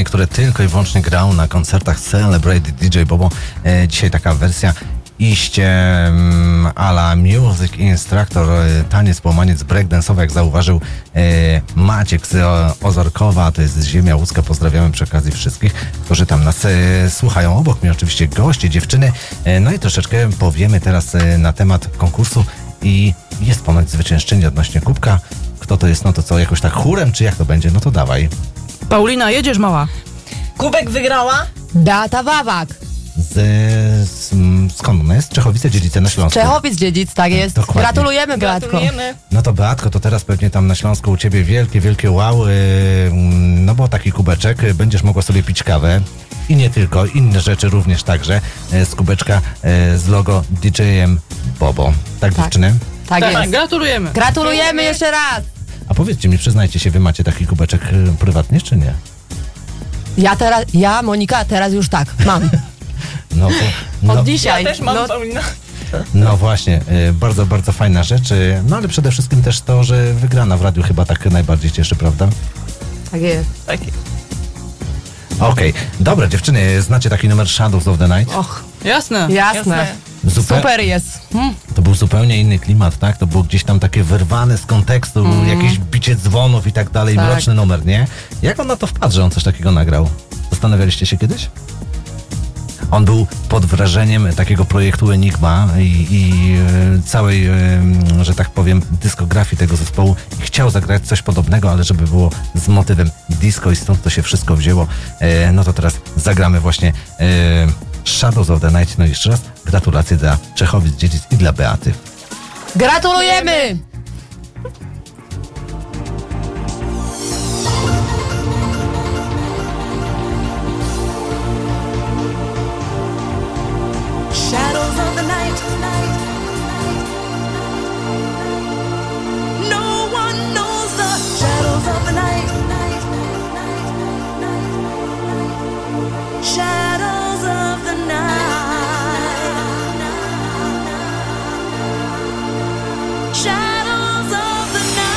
nagranie, które tylko i wyłącznie grał na koncertach Celebrate D J Bobo. E, dzisiaj taka wersja iście um, a la Music Instructor, e, taniec, połamaniec breakdance'owy, jak zauważył e, Maciek z o, Ozorkowa, to jest z Ziemia Łódzka. Pozdrawiamy przy okazji wszystkich, którzy tam nas e, słuchają. Obok mnie oczywiście goście, dziewczyny. E, no i troszeczkę powiemy teraz e, na temat konkursu i jest ponoć zwyciężczyni odnośnie kubka. Kto to jest? No to co, jakoś tak chórem, czy jak to będzie? No to dawaj. Paulina, jedziesz, mała? Kubek wygrała? Beata Wawak. Z, z, skąd ona jest? Czechowice-Dziedzice na Śląsku. Czechowic-Dziedzic, tak jest. Dokładnie. Gratulujemy, Beatko. Gratulujemy. No to Beatko, to teraz pewnie tam na Śląsku u ciebie wielkie, wielkie wow, yy, no bo taki kubeczek, yy, będziesz mogła sobie pić kawę i nie tylko, inne rzeczy również także yy, z kubeczka yy, z logo D J-em Bobo. Tak, Tak. dziewczyny? Tak, Tak, jest. gratulujemy. Gratulujemy jeszcze raz. A powiedzcie mi, przyznajcie się, wy macie taki kubeczek yy, prywatnie, czy nie? Ja teraz, ja, Monika, teraz już tak, mam. No, bo, no, Od dzisiaj. Ja też mam, no, Paulina. no właśnie, yy, bardzo, bardzo fajna rzecz, yy, no ale przede wszystkim też to, że wygrana w radiu chyba tak najbardziej cieszy, prawda? tak jest. Tak. Okej, dobra dziewczyny, znacie taki numer Shadows of the Night? Och, Jasne. jasne. Zupe- Super jest. Hmm. To był zupełnie inny klimat, tak? To było gdzieś tam takie wyrwane z kontekstu, Mm. jakieś bicie dzwonów i tak dalej, Tak. mroczny numer, nie? Jak on na to wpadł, że on coś takiego nagrał? Zastanawialiście się kiedyś? On był pod wrażeniem takiego projektu Enigma i, i e, całej, e, że tak powiem, dyskografii tego zespołu i chciał zagrać coś podobnego, ale żeby było z motywem disco i stąd to się wszystko wzięło. E, no to teraz zagramy właśnie e, Shadows of the Night. No i jeszcze raz gratulacje dla Czechowic-Dziedzic i dla Beaty. Gratulujemy! Shadows of the night. No one knows the shadows of the night. Shadows of the night. Shadows of the night.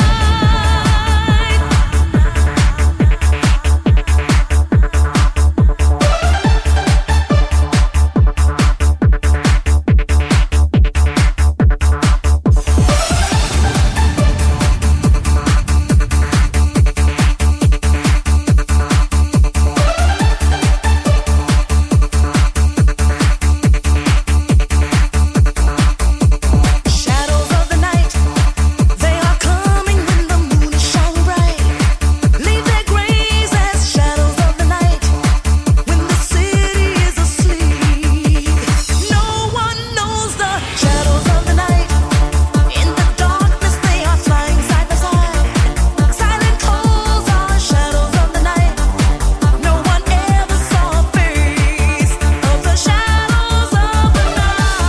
Shadows of the night, they are coming when the moon is shining bright. Leave their graves as shadows of the night when the city is asleep. No one knows the shadows of the night. In the darkness they are flying side by side. Silent calls are shadows of the night. No one ever saw a face of the shadows of the night.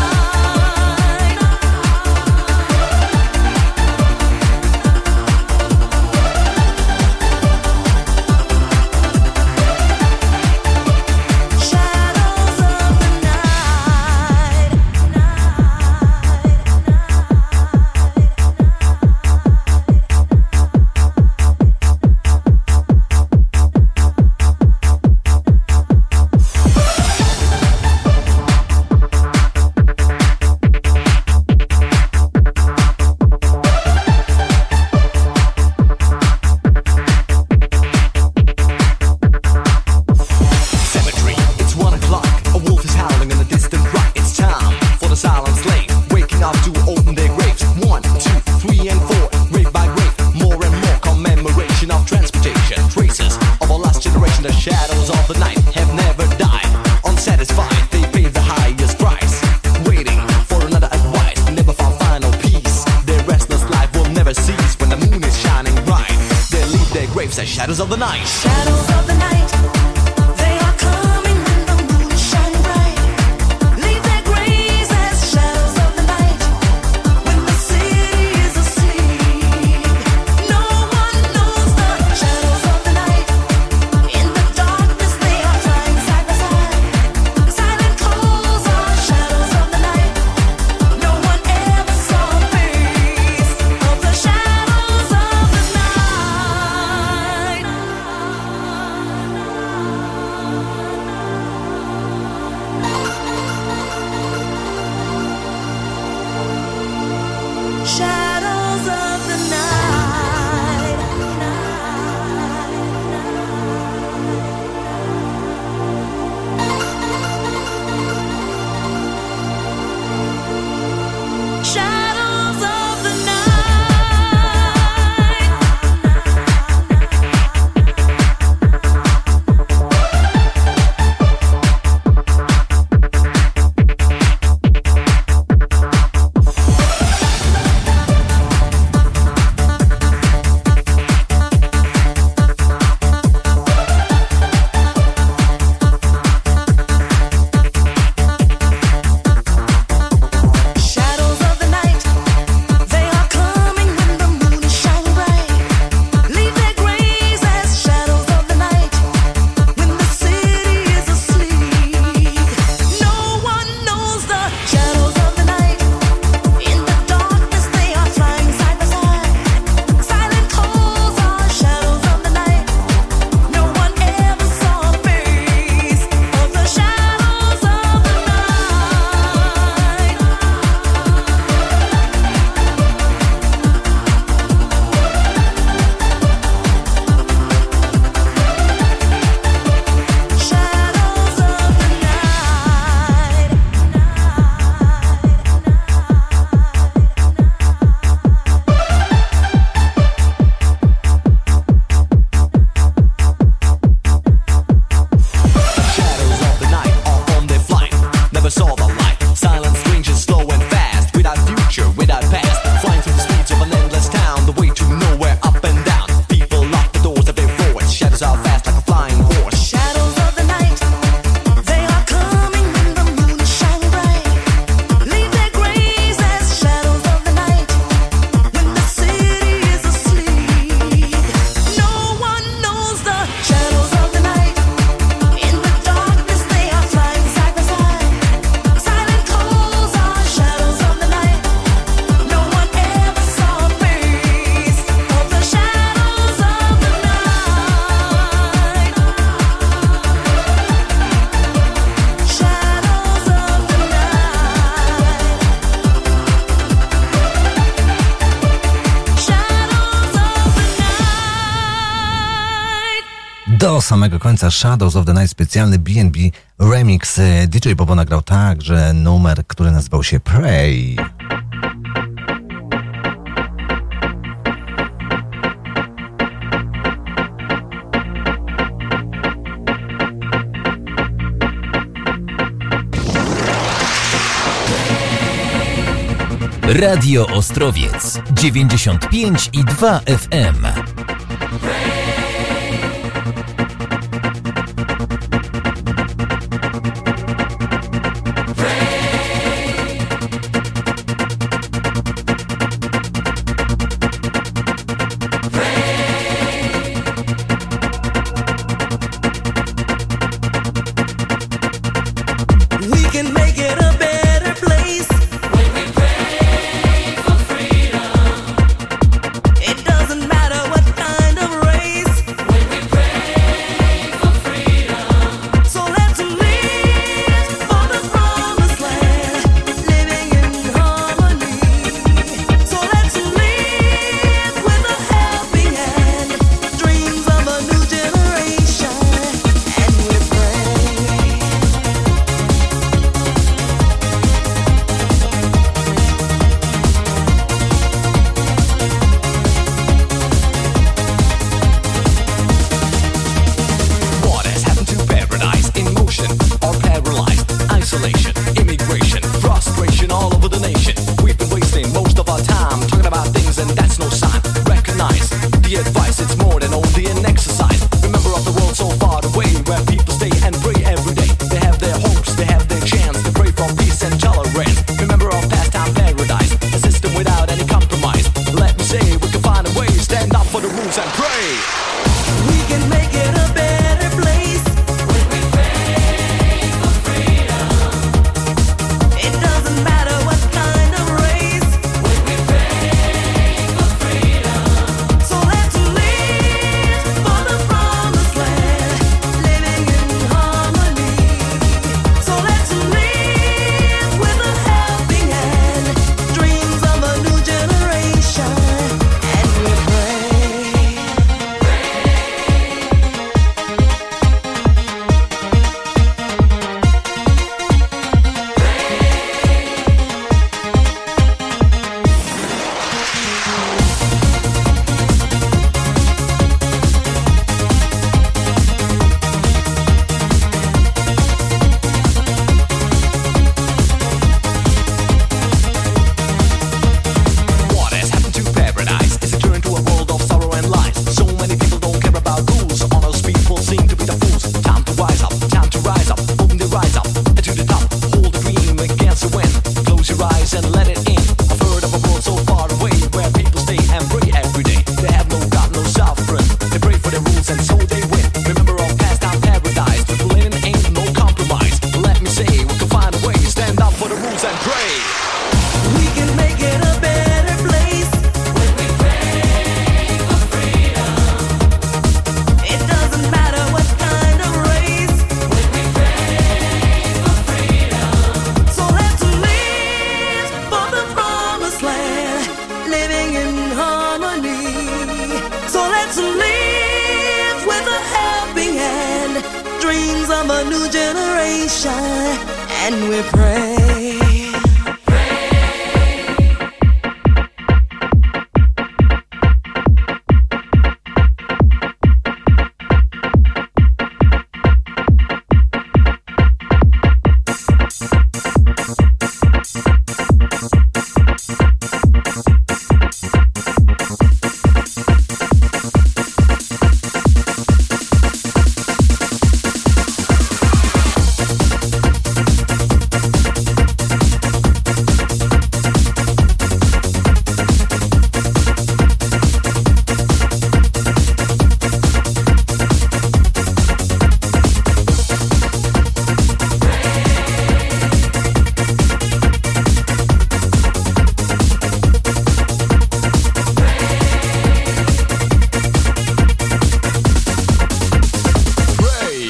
Shadows of the night. Cemetery, it's one o'clock. A wolf is howling in the distant rock. It's time for the silent slave, waking up to open their graves. One, two, three, and four, grave by grave. More and more commemoration of transportation. Traces of a lost generation. The shadows of the night have never died. Unsatisfied, they pay the highest price. Waiting for another advice, never found final peace. Their restless life will never cease when the moon is shining bright. They leave their graves as shadows of the night. Shadows of the night, they are coming when the moon is shining bright. Leave their graves as shadows of the night when the city is asleep. No one knows the shadows of the night. In the darkness they are do samego końca Shadows of the Night specjalny B and B remix. D J Bobo nagrał także numer, który nazywał się Pray. Radio Ostrowiec dziewięćdziesiąt pięć i dwa F M.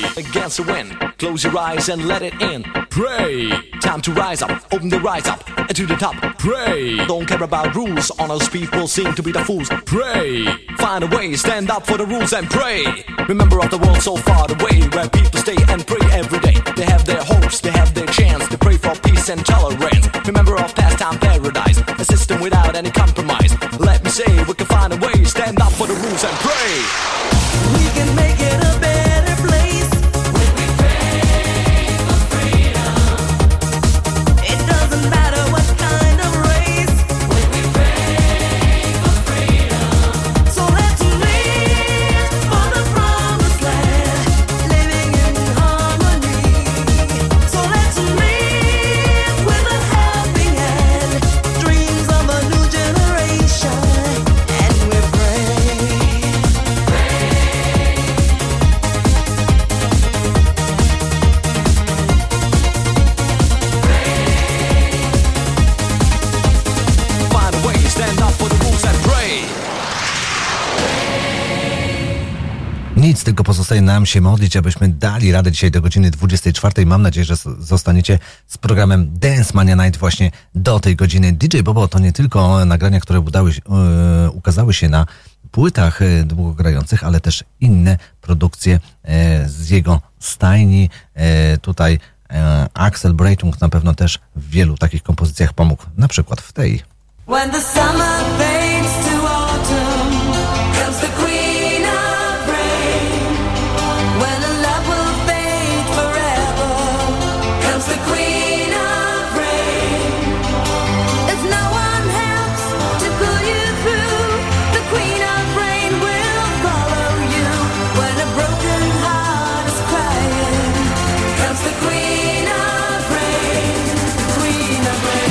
Close your eyes and let it in. Pray. Time to rise up, open the rise up. to the top. Pray. Don't care about rules. Honest people seem to be the fools. Pray. Find a way, stand up for the rules and pray. Remember of the world so far away, where people stay and pray every day. They have their hopes, they have their chance. They pray for peace and tolerance. Remember of pastime paradise, a system without any compromise. Let me say, we can find a way, stand up for the rules and pray. We can make it a better place when we pray for freedom. It doesn't matter what kind of race when we pray for freedom. So let's live for the promised land, living in harmony. So let's live with a helping hand, dreams of a new generation, and we pray. Find a way, stand up for the rules and pray. Nic, tylko pozostaje nam się modlić, abyśmy dali radę dzisiaj do godziny dwudziestej czwartej. Mam nadzieję, że zostaniecie z programem Dance Mania Night właśnie do tej godziny. D J Bobo to nie tylko nagrania, które udały, e, ukazały się na płytach e, długogrających, ale też inne produkcje e, z jego stajni. E, tutaj e, Axel Breitung na pewno też w wielu takich kompozycjach pomógł, na przykład w tej. When the summer fades to autumn, comes the queen of rain. When a love will fade forever, comes the queen of rain. If no one helps to pull you through, the queen of rain will follow you. When a broken heart is crying, comes the queen of rain, queen of rain.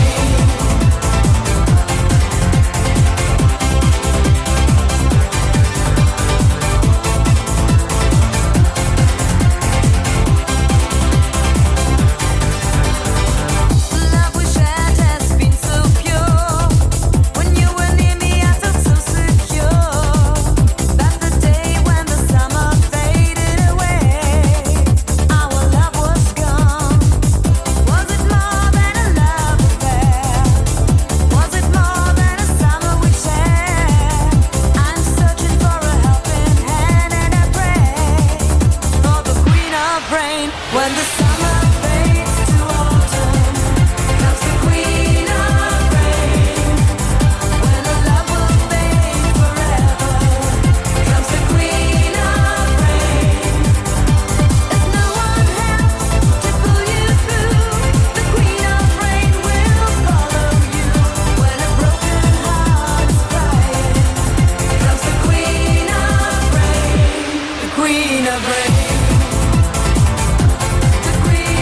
When the summer fades to autumn, comes the queen of rain. When a love will fade forever, comes the queen of rain. If no one helps to pull you through, the queen of rain will follow you. When a broken heart is crying, comes the queen of rain, the queen of rain. The queen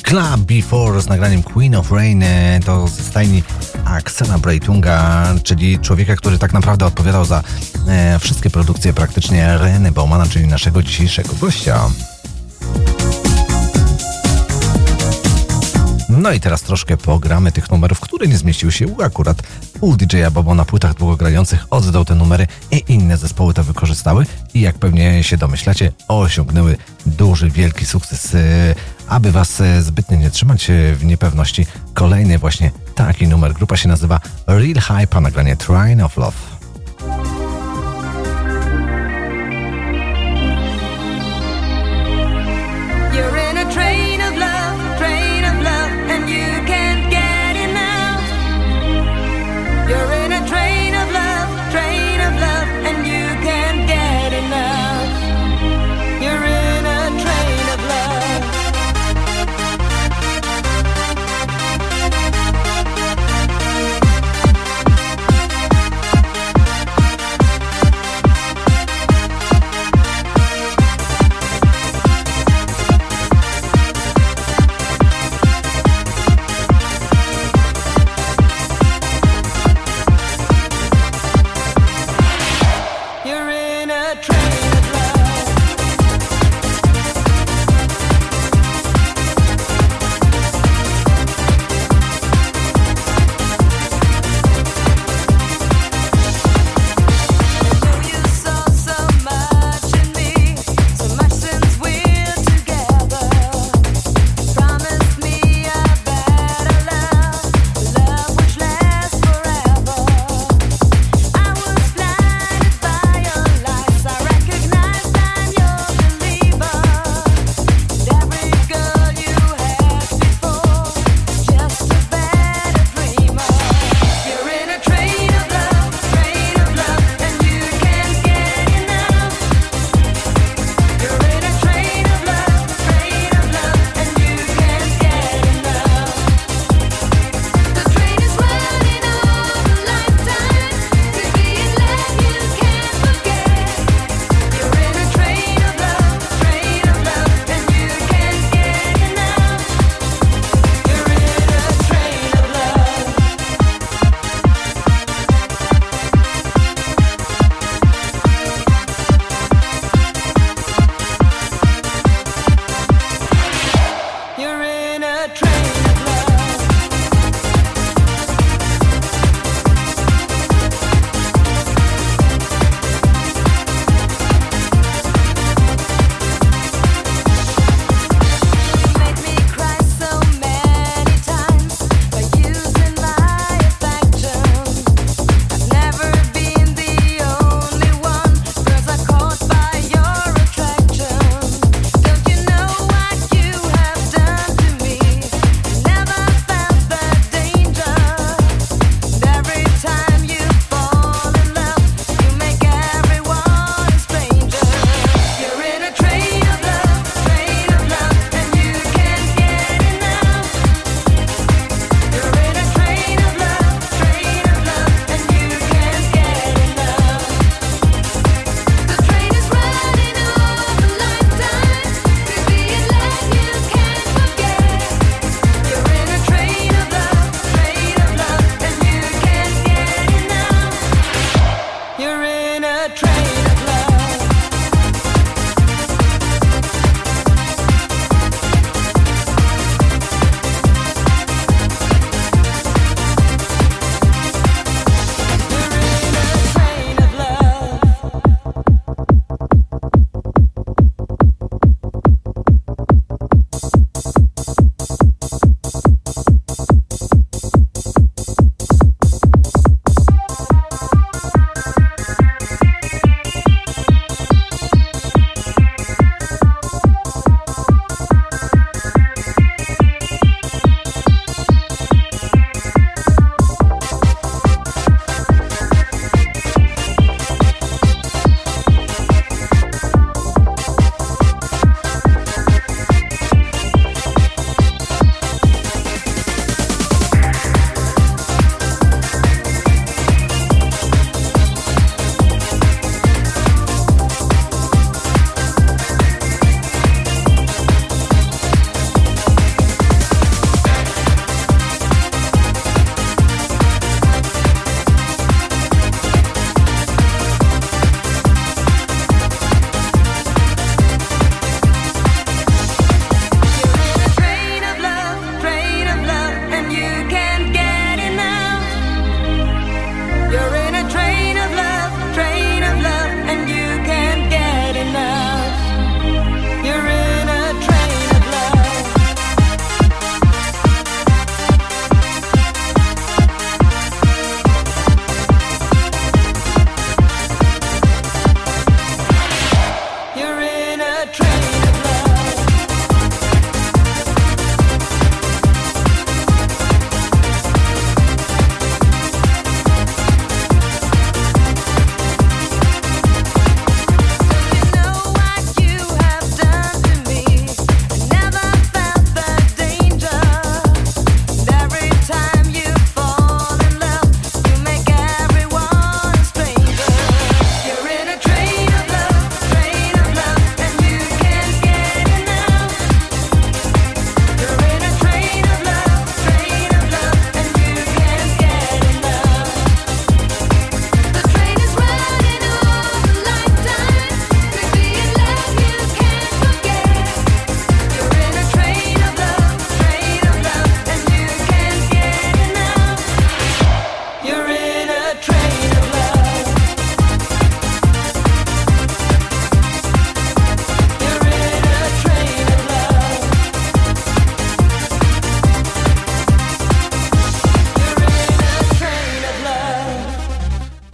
Club Before z nagraniem Queen of Rain, to ze stajni Axela Breitunga, czyli człowieka, który tak naprawdę odpowiadał za e, wszystkie produkcje praktycznie Reny Baumana, czyli naszego dzisiejszego gościa. No i teraz troszkę pogramy tych numerów, które nie zmieściły się akurat u D J a Bobo na płytach długogrających. Oddał te numery i inne zespoły to wykorzystały i jak pewnie się domyślacie, osiągnęły duży, wielki sukces. Aby was zbytnio nie trzymać w niepewności, kolejny właśnie taki numer. Grupa się nazywa Real Hype, a nagranie Train of Love. You're in a train of love, train of love, and you can't get enough. You're in a train of love, train of love, and you can't get enough. You're in a train of love.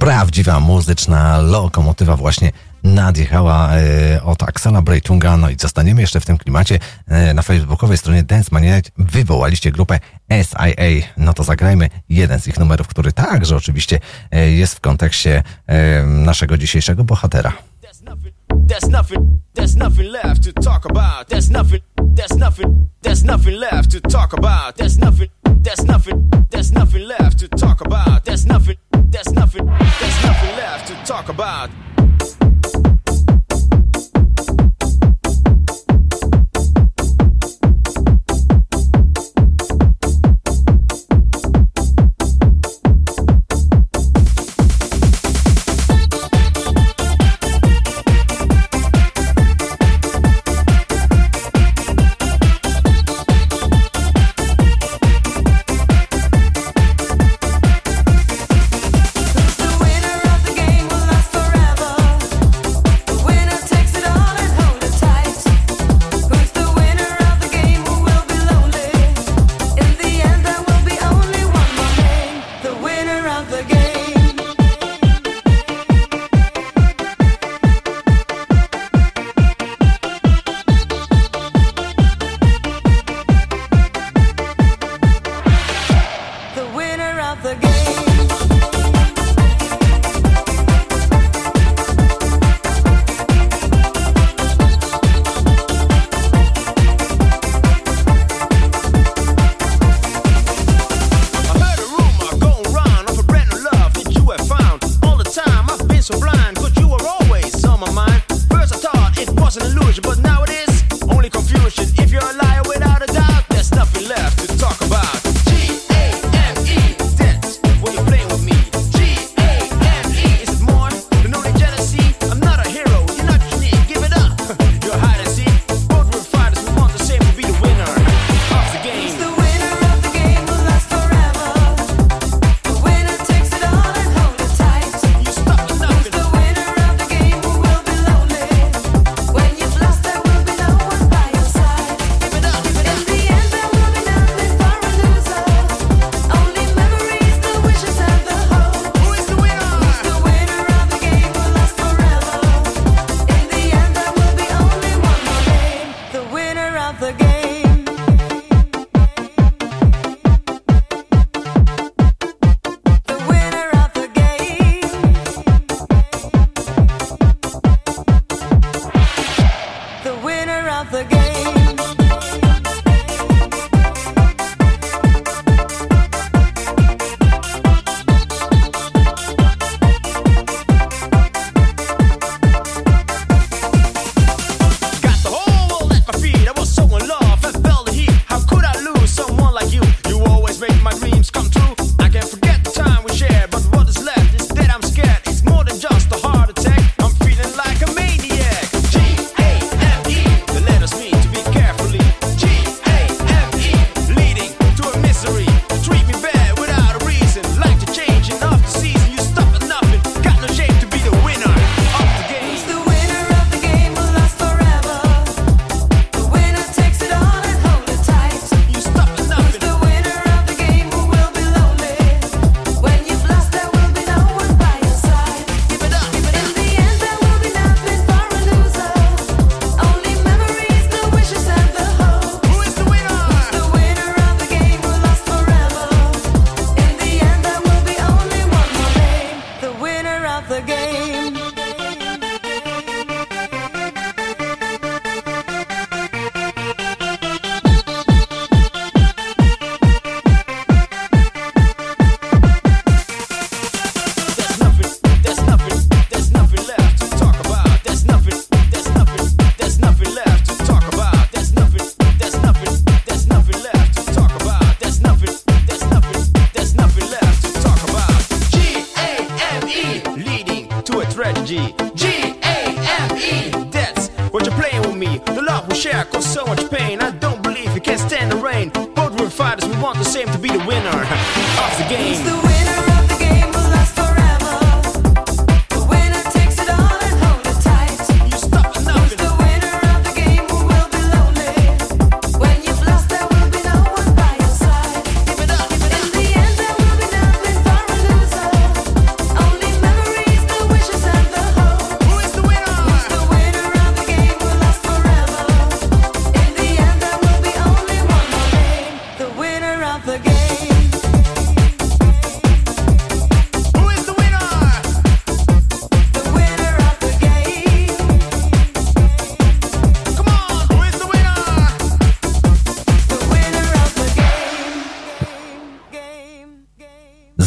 prawdziwa muzyczna lokomotywa właśnie nadjechała e, od Axela Breitunga. No i zostaniemy jeszcze w tym klimacie. E, na facebookowej stronie Dance Mania Night wywołaliście grupę S I A. No to zagrajmy jeden z ich numerów, który także oczywiście e, jest w kontekście e, naszego dzisiejszego bohatera. There's nothing, there's nothing left to talk about. There's nothing, there's nothing, there's nothing left to talk about. There's nothing, there's nothing, there's nothing left to talk about. There's nothing, there's nothing, there's nothing left to talk about.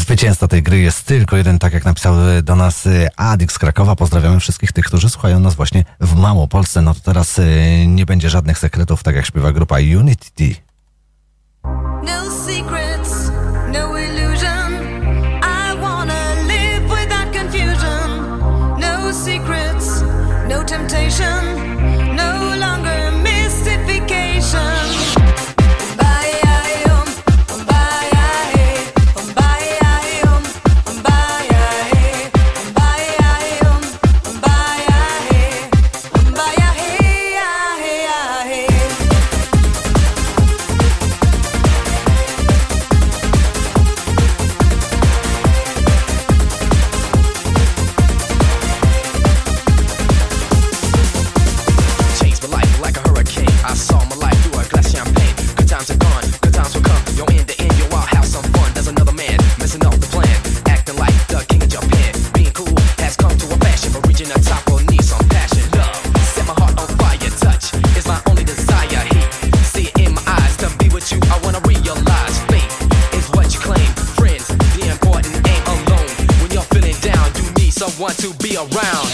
Zwycięzca tej gry jest tylko jeden, tak jak napisał do nas Adik z Krakowa. Pozdrawiamy wszystkich tych, którzy słuchają nas właśnie w Małopolsce. No to teraz nie będzie żadnych sekretów, tak jak śpiewa grupa Unity. No secrets, no illusion. I wanna live without confusion. No secrets, no temptation. No longer mystification. Want to be around.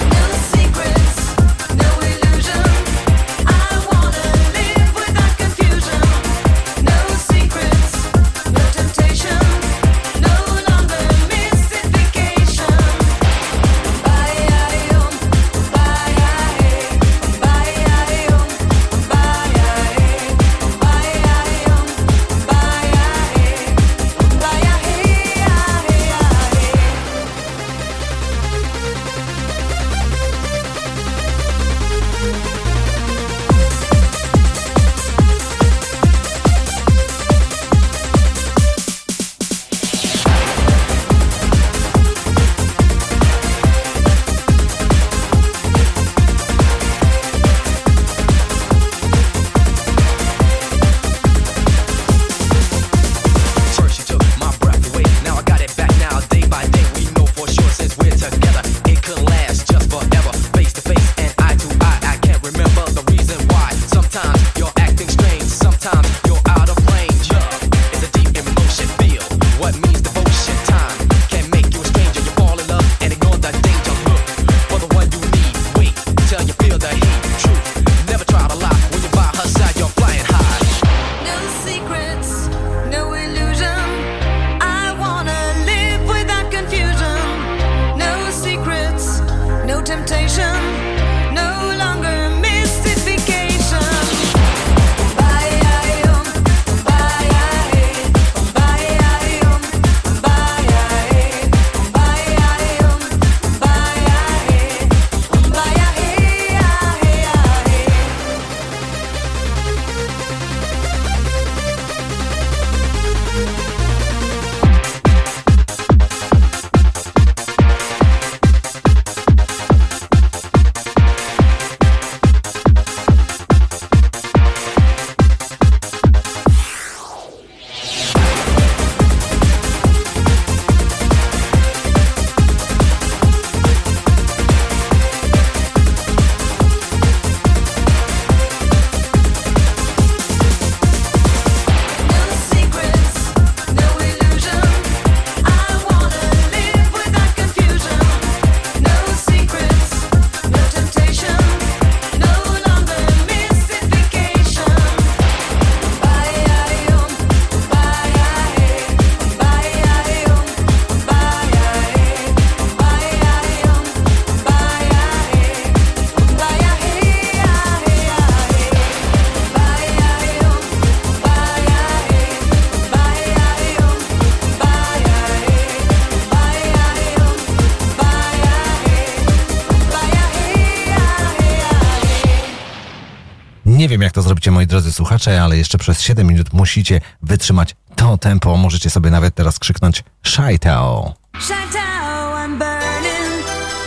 Nie wiem, jak to zrobicie, moi drodzy słuchacze, ale jeszcze przez siedem minut musicie wytrzymać to tempo. Możecie sobie nawet teraz krzyknąć Shitao. Shitao, I'm burning.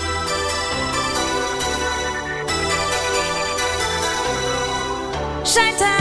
Shitao.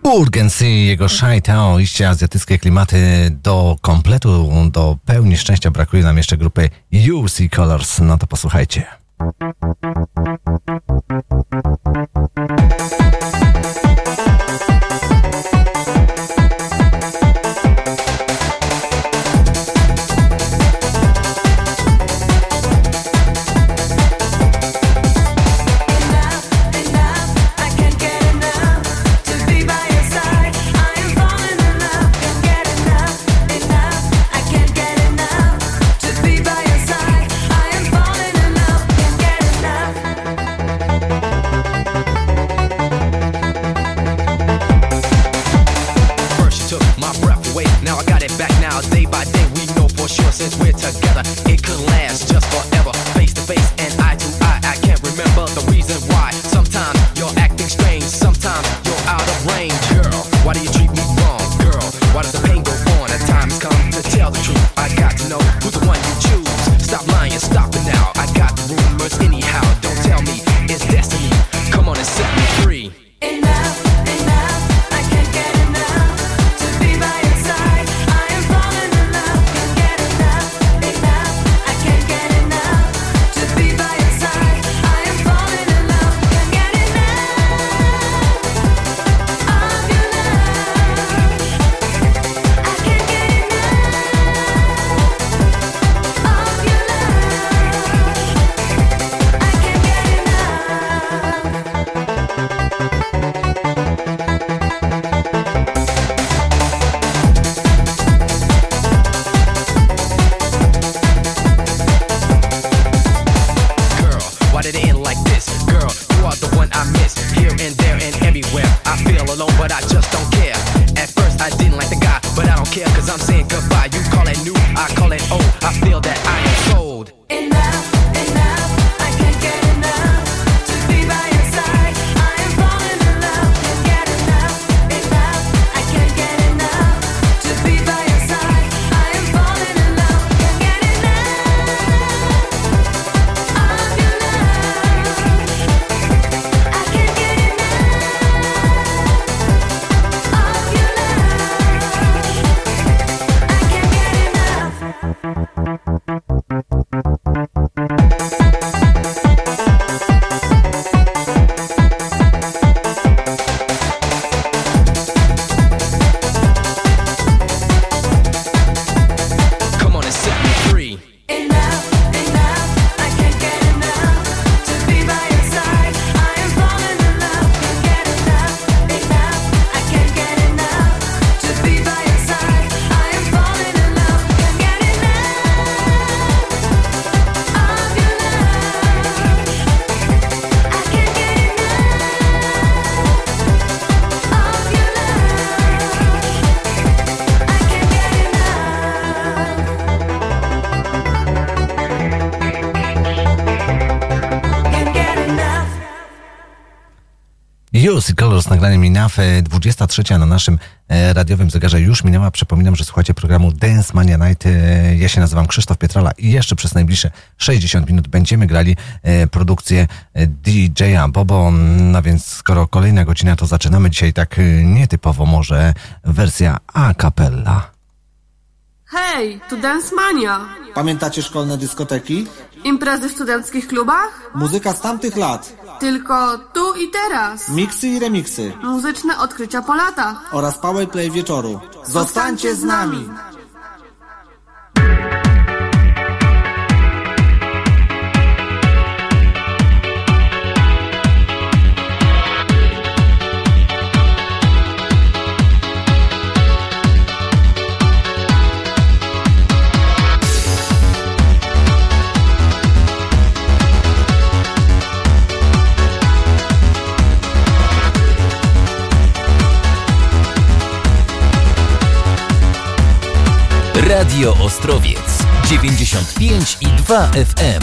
Urgency i jego Shy Town, iście azjatyckie klimaty do kompletu, do pełni szczęścia brakuje nam jeszcze grupy U C Colors, no to posłuchajcie. U C Colors z nagraniem Enough, dwudziesta trzecia na naszym e, radiowym zegarze już minęła. Przypominam, że słuchacie programu Dance Mania Night. E, ja się nazywam Krzysztof Pietrala i jeszcze przez najbliższe sześćdziesiąt minut będziemy grali e, produkcję D J Bobo. No więc skoro kolejna godzina, to zaczynamy dzisiaj tak e, nietypowo, może wersja a cappella. Hej, tu Dance Mania. Pamiętacie szkolne dyskoteki? Imprezy w studenckich klubach? Muzyka z tamtych lat. Tylko tu i teraz. Miksy i remiksy. Muzyczne odkrycia po latach. Oraz powerplay wieczoru. Zostańcie z nami. Radio Ostrowiec dziewięćdziesiąt pięć i dwa F M.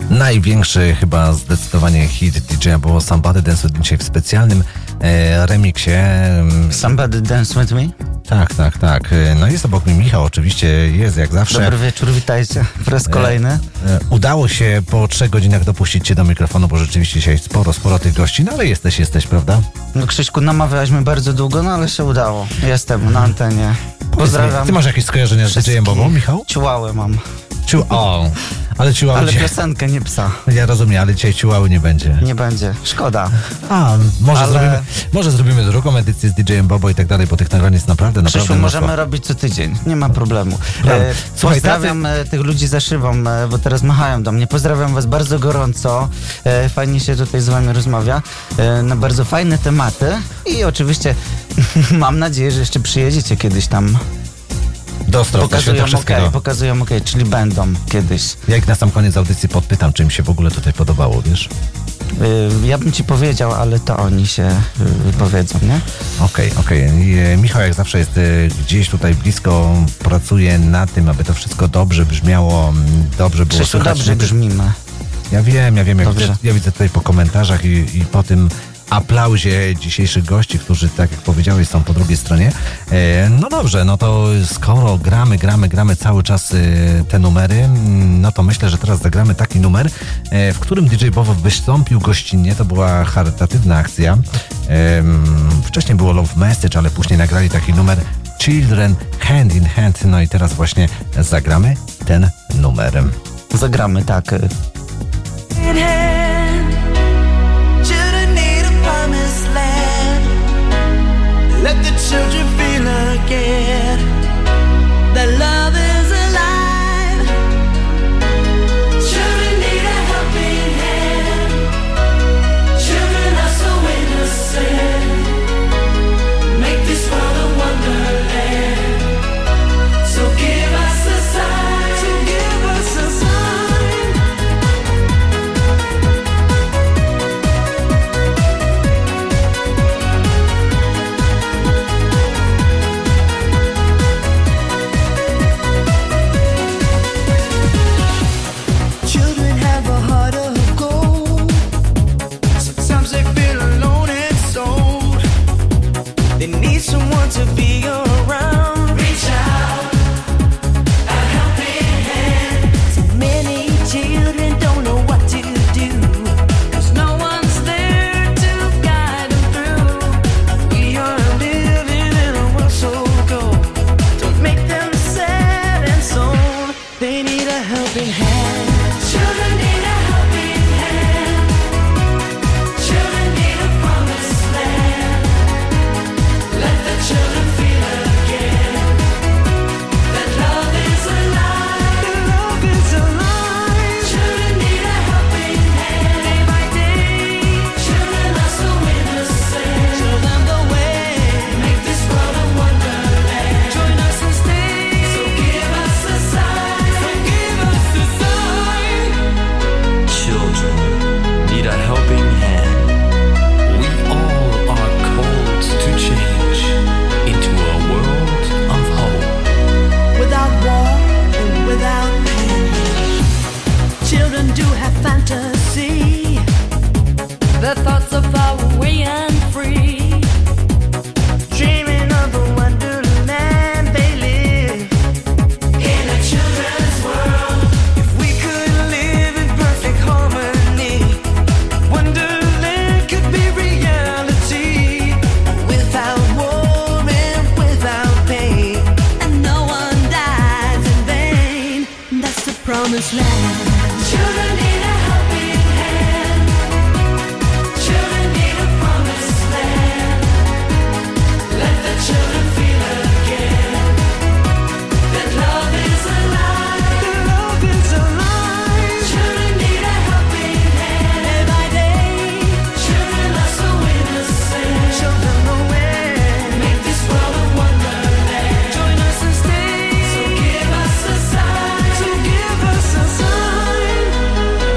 największy chyba zdecydowanie hit D J-a było Somebody Dance With Me dzisiaj w specjalnym e, remiksie. Somebody Dance With Me? Tak, tak, tak. No jest obok mnie Michał, oczywiście jest jak zawsze. Dobry wieczór, witajcie. Po raz kolejny. E, e, udało się po trzech godzinach dopuścić cię do mikrofonu, bo rzeczywiście dzisiaj sporo, sporo tych gości, no ale jesteś, jesteś, prawda? No Krzyśku, namawiałeś mnie bardzo długo, no ale się udało. Jestem na antenie. Pozdrawiam. Ty masz jakieś skojarzenia z D J-em Bobą, Michał? Ciułały mam. Ciu... O, ale ciułały Ale cię... piosenkę, nie psa. Ja rozumiem, ale dzisiaj ciułały nie będzie. Nie będzie. Szkoda. A, może, Ale- zrobimy, może zrobimy drugą edycję z D J-em Bobo i tak dalej, bo tych nagrań jest naprawdę, naprawdę Krzysiu, mnóstwo. możemy robić co tydzień, nie ma problemu. Prawda. E, Słuchaj, pozdrawiam e, tych ludzi za szybą, e, bo teraz machają do mnie. Pozdrawiam was bardzo gorąco. E, fajnie się tutaj z wami rozmawia e, na bardzo fajne tematy i oczywiście mam nadzieję, że jeszcze przyjedziecie kiedyś tam. Dostro, Pokazują święta ok, wszystkiego. pokazują ok, czyli będą kiedyś. Jak na sam koniec audycji podpytam, czy im się w ogóle tutaj podobało, wiesz? Y, ja bym ci powiedział, ale to oni się y, powiedzą, nie? Okej, okej. I, e, Michał jak zawsze jest e, gdzieś tutaj blisko, pracuje na tym, aby to wszystko dobrze brzmiało, m, dobrze było Krzysiu, słychać. dobrze brzmimy. Ja wiem, ja wiem, jak Dobrze. widzę, ja widzę tutaj po komentarzach i, i po tym aplauzie dzisiejszych gości, którzy, tak jak powiedziałeś, są po drugiej stronie. E, no dobrze, no to skoro gramy, gramy, gramy cały czas e, te numery, mm, no to myślę, że teraz zagramy taki numer, e, w którym D J Bowo wystąpił gościnnie. To była charytatywna akcja. E, mm, wcześniej było Love Message, ale później nagrali taki numer Children Hand in Hand. No i teraz właśnie zagramy ten numer. Zagramy, tak. in hand. Children need a promised land. Let the children feel again that love is alive. Children need a helping hand. Children are so innocent. Make this world a wonderland. So give us a sign. So give us a sign. Children have a heart of gold. Sometimes they feel alone and sold. They need someone to be around. Reach out, a helping hand. So many children don't know what to do, 'cause no one's there to guide them through. We are living in a world so cold. Don't make them sad and sold. They need a helping hand. Children need a helping hand. Children need a promised land. Let the children feel again that love is alive. Love is alive. Children need a helping hand. Day by day, children are so innocent. Show them the way. Make this world a wonderland. Join us and stay. So give us a sign. So give us a sign. Children need a helping hand. We all are called to change into a world of hope. Without war and without pain, children do have fantasy. Their thoughts are far away and free, dreaming of a wonderland they live in a children's world. If we could live in perfect harmony, wonderland could be reality. Without war and without pain, and no one dies in vain. That's the promised land. Children need a helping hand. Children need a promised land. Let the children feel again that love is alive. Love is alive. Children need a helping hand. Day by day, children are so innocent. Show them the way. Make this world a wonderland. Join us and stay. So give us a sign. So give us a sign.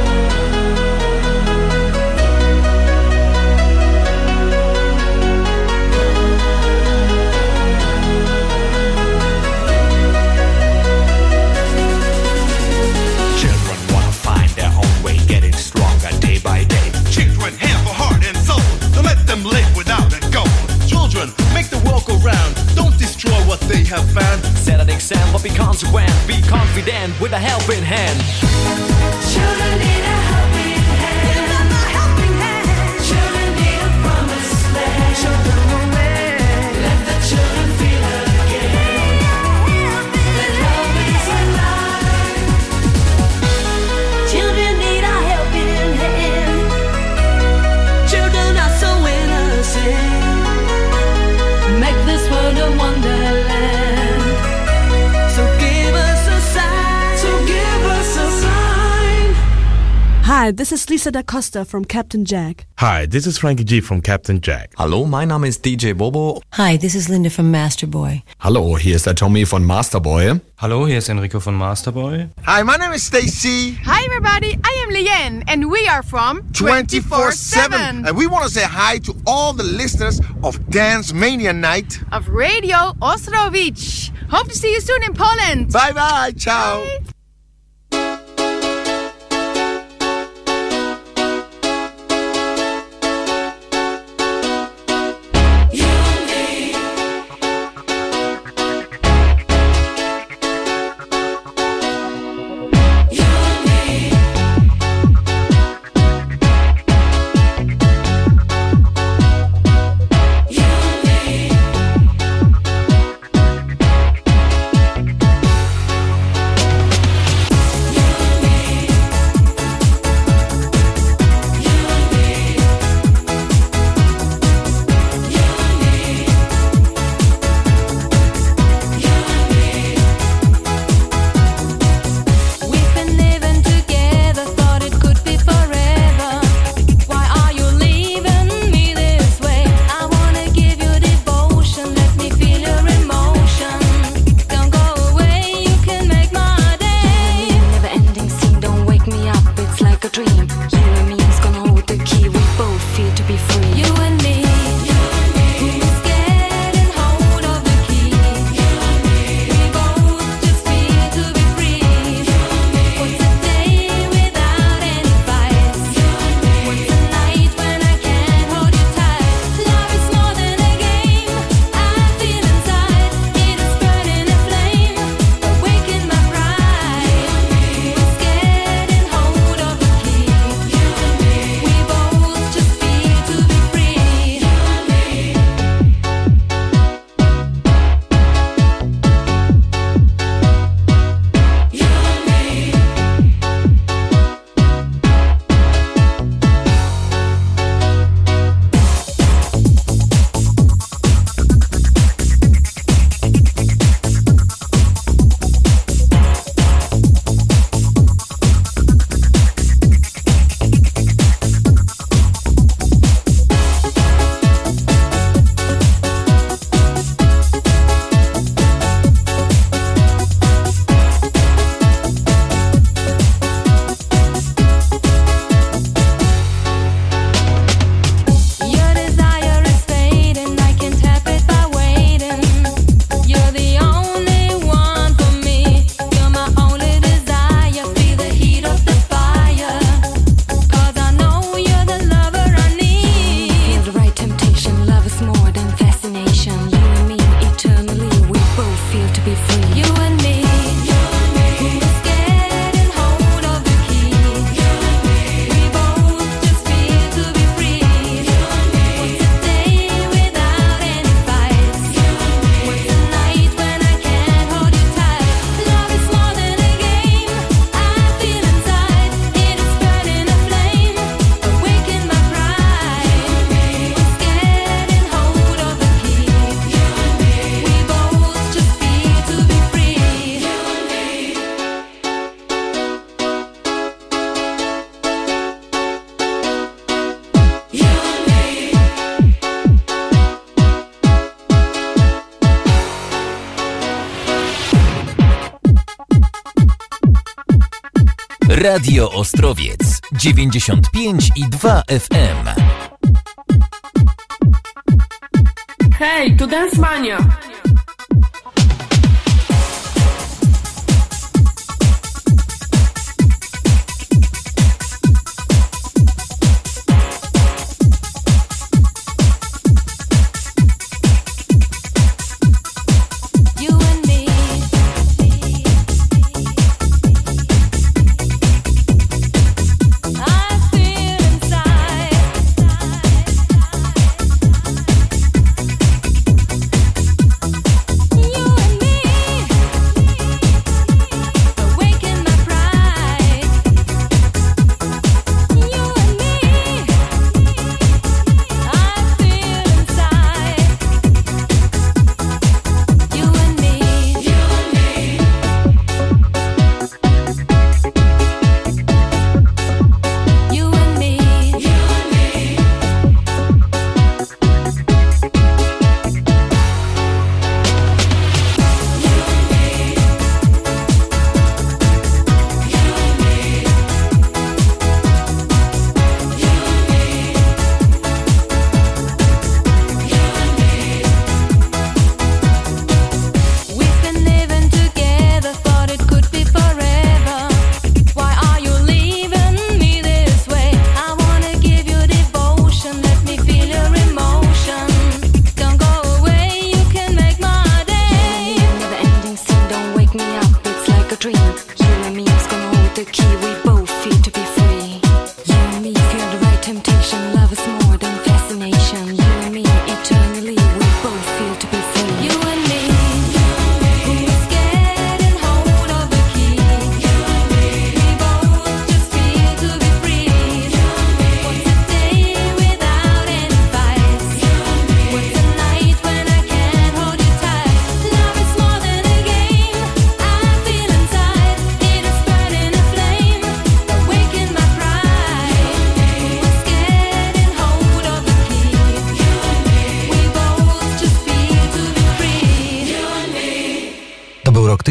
consequence. Be confident with a helping hand. Children need a helping hand. Give them a helping hand. Children need a promised land. Children will win. Let the children feel again that love is alive. Children need a helping hand. Children are so innocent. Make this world a wonderland. So give us a sign. So give us a sign. Hi, this is Lisa Da Costa from Captain Jack. Hi, this is Frankie G from Captain Jack. Hallo, mein Name ist D J Bobo. Hi, this is Linda from Masterboy. Hallo, hier ist der Tommy von Masterboy. Hallo, hier ist Enrico von Masterboy. Hi, my name is Stacy. Hi everybody, I am Liane and we are from twenty-four seven. And we want to say hi to all the listeners of Dance Mania Night of Radio Ostrowicz. Hope to see you soon in Poland. Bye bye, ciao. Bye. Radio Ostrowiec dziewięćdziesiąt pięć i dwa F M. Hej, tu Dance Mania. You and me.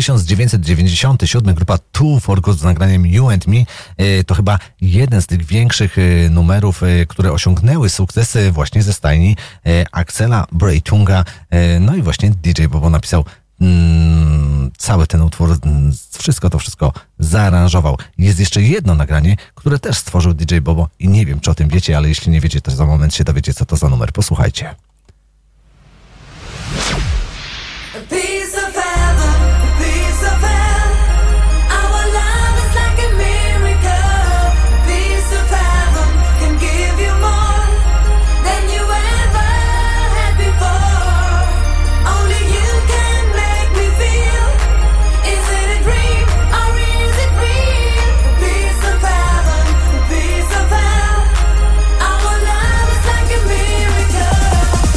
tysiąc dziewięćset dziewięćdziesiąty siódmy grupa Two for Good z nagraniem You and Me. E, to chyba jeden z tych większych e, numerów, e, które osiągnęły sukcesy właśnie ze stajni e, Axela Breytunga. E, no i właśnie D J Bobo napisał mm, cały ten utwór, mm, wszystko to wszystko zaaranżował. Jest jeszcze jedno nagranie, które też stworzył D J Bobo i nie wiem, czy o tym wiecie, ale jeśli nie wiecie, to za moment się dowiecie, co to za numer. Posłuchajcie. Piece of heaven, piece of hell. Our love is like a miracle. Piece of heaven can give you more than you ever had before. Only you can make me feel. Is it a dream or is it real? Piece of heaven, piece of hell. Our love is like a miracle.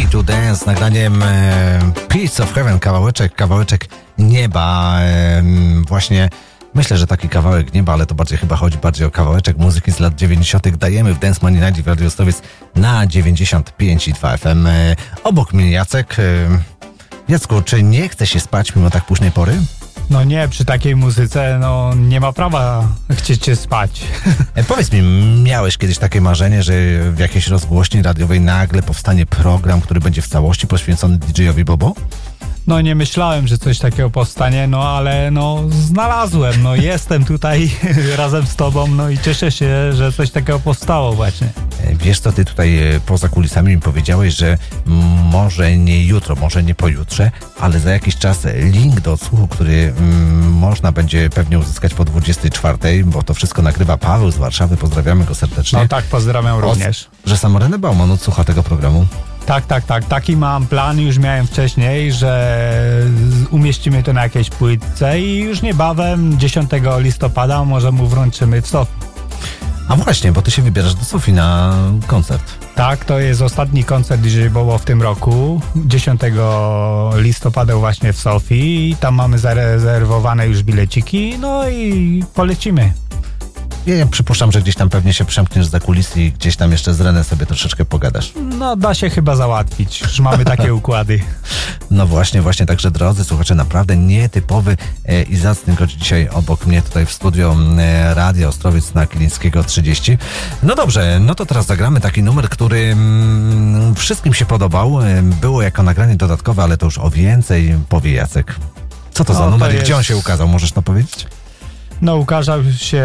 to Dance z nagraniem e, Piece of Heaven, kawałeczek, kawałeczek nieba. E, właśnie myślę, że taki kawałek nieba, ale to bardziej chyba chodzi bardziej o kawałeczek muzyki z lat dziewięćdziesiątych. Dajemy w Dance Money Night w Radio Ostrowiec na dziewięćdziesiąt pięć i dwa F M. E, obok mnie Jacek. E, Jacku, czy nie chce się spać mimo tak późnej pory? No nie, przy takiej muzyce no nie ma prawa chcieć się spać. E, powiedz mi, miałeś kiedyś takie marzenie, że w jakiejś rozgłośni radiowej nagle powstanie program, który będzie w całości poświęcony D J-owi Bobo? No nie myślałem, że coś takiego powstanie, no ale no znalazłem, no jestem tutaj razem z tobą, no i cieszę się, że coś takiego powstało właśnie. Wiesz co, ty tutaj poza kulisami mi powiedziałeś, że może nie jutro, może nie pojutrze, ale za jakiś czas link do odsłuchu, który mm, można będzie pewnie uzyskać po dwudziestej czwartej, bo to wszystko nagrywa Paweł z Warszawy, pozdrawiamy go serdecznie. No tak, pozdrawiam również. O, że sam René Bauman odsłucha tego programu. Tak, tak, tak. Taki mam plan, już miałem wcześniej, że umieścimy to na jakiejś płytce i już niebawem dziesiątego listopada może mu wręczymy w Sofii. A właśnie, bo ty się wybierasz do Sofii na koncert. Tak, to jest ostatni koncert D J Bobo w tym roku, dziesiątego listopada właśnie w Sofii i tam mamy zarezerwowane już bileciki, no i polecimy. Ja, ja przypuszczam, że gdzieś tam pewnie się przemkniesz za kulisy i gdzieś tam jeszcze z René sobie troszeczkę pogadasz. No da się chyba załatwić, już mamy takie układy. No właśnie, właśnie, także drodzy słuchacze, naprawdę nietypowy e, i zacny gość dzisiaj obok mnie tutaj w studio e, Radia Ostrowiec na Kilińskiego trzydzieści. No dobrze, no to teraz zagramy taki numer, który mm, wszystkim się podobał. E, było jako nagranie dodatkowe, ale to już o więcej powie Jacek. Co to No, za to numer i jest- gdzie on się ukazał? Możesz to powiedzieć? No ukazał się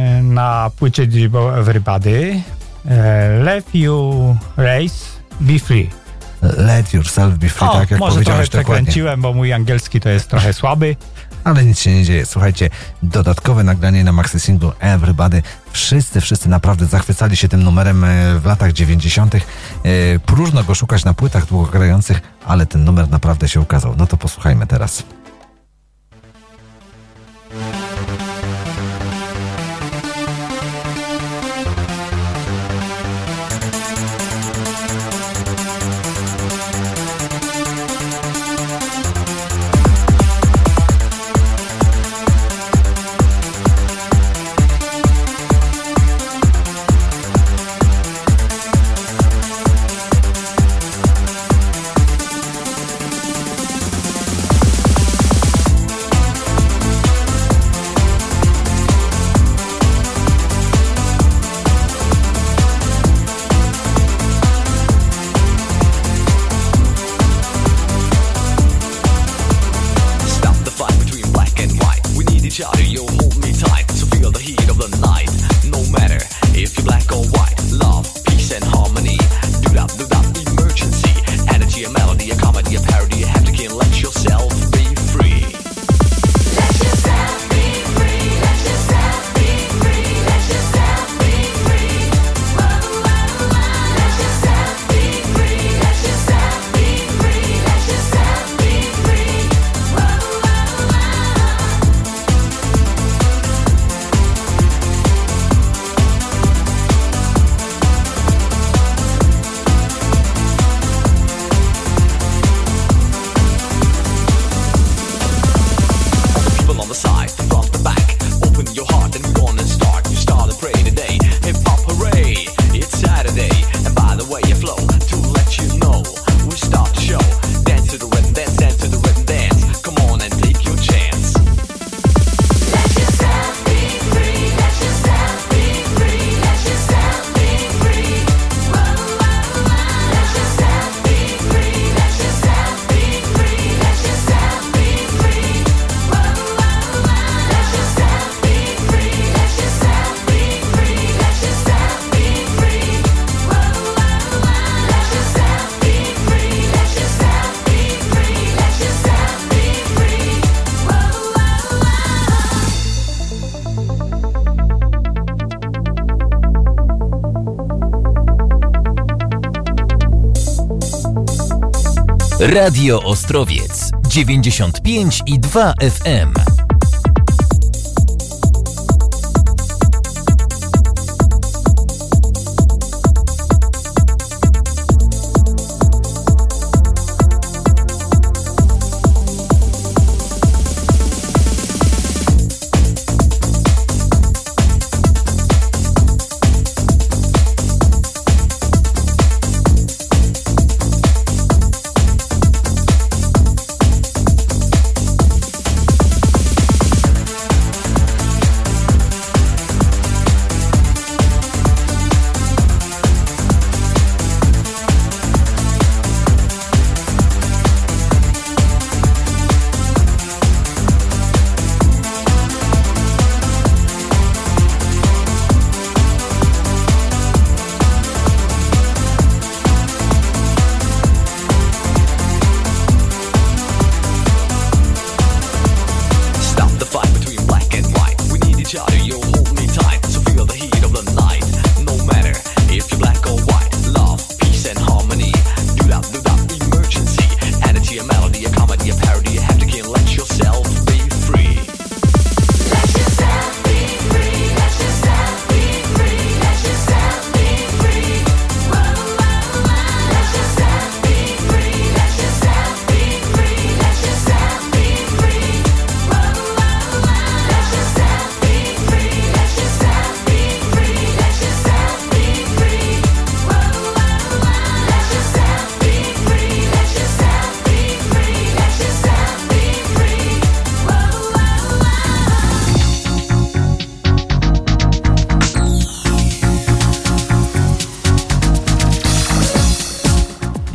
na płycie D J Bobo Everybody. E, Let you race, be free. Let yourself be free, O, tak jak może trochę powiedziałeś dokładnie. przekręciłem, bo mój angielski to jest trochę słaby. Ale nic się nie dzieje. Słuchajcie, dodatkowe nagranie na maxi singlu Everybody. Wszyscy, wszyscy naprawdę zachwycali się tym numerem e, w latach dziewięćdziesiątych. E, Próżno go szukać na płytach długogrających, ale ten numer naprawdę się ukazał. No to posłuchajmy teraz. Stop the fight between black and white. We need each other, you hold me tight. So feel the heat of the night. No matter if you're black or white. Love, peace and harmony. Do that, do that, emergency. Energy, a melody, a comedy, a parody. You have to can't let yourself be free. Let yourself be free. Let yourself be free. Let yourself be free. Whoa, whoa, whoa. Let yourself be free. Let yourself be free. Let yourself be free. Whoa, whoa, whoa. People on the side, the front, the back. Open your heart and we're gonna start. You start to pray today. Hip hop hooray! It's Saturday, and by the way you flow. To let you know, we start the show. Dance to the rhythm, dance, dance to the rhythm, dance. Come on and take your chance. Let yourself be free. Let yourself be free. Let yourself be free. Whoa, whoa, whoa. Let yourself be free. Let yourself be free. Let yourself be free. Whoa, whoa, whoa. Let yourself be free. Let yourself be free. Let yourself be free. Whoa, whoa, whoa. Let yourself be free. Let yourself be free. Let yourself be free. Whoa, whoa, whoa. Radio Ostrowiec dziewięćdziesiąt pięć i dwa F M.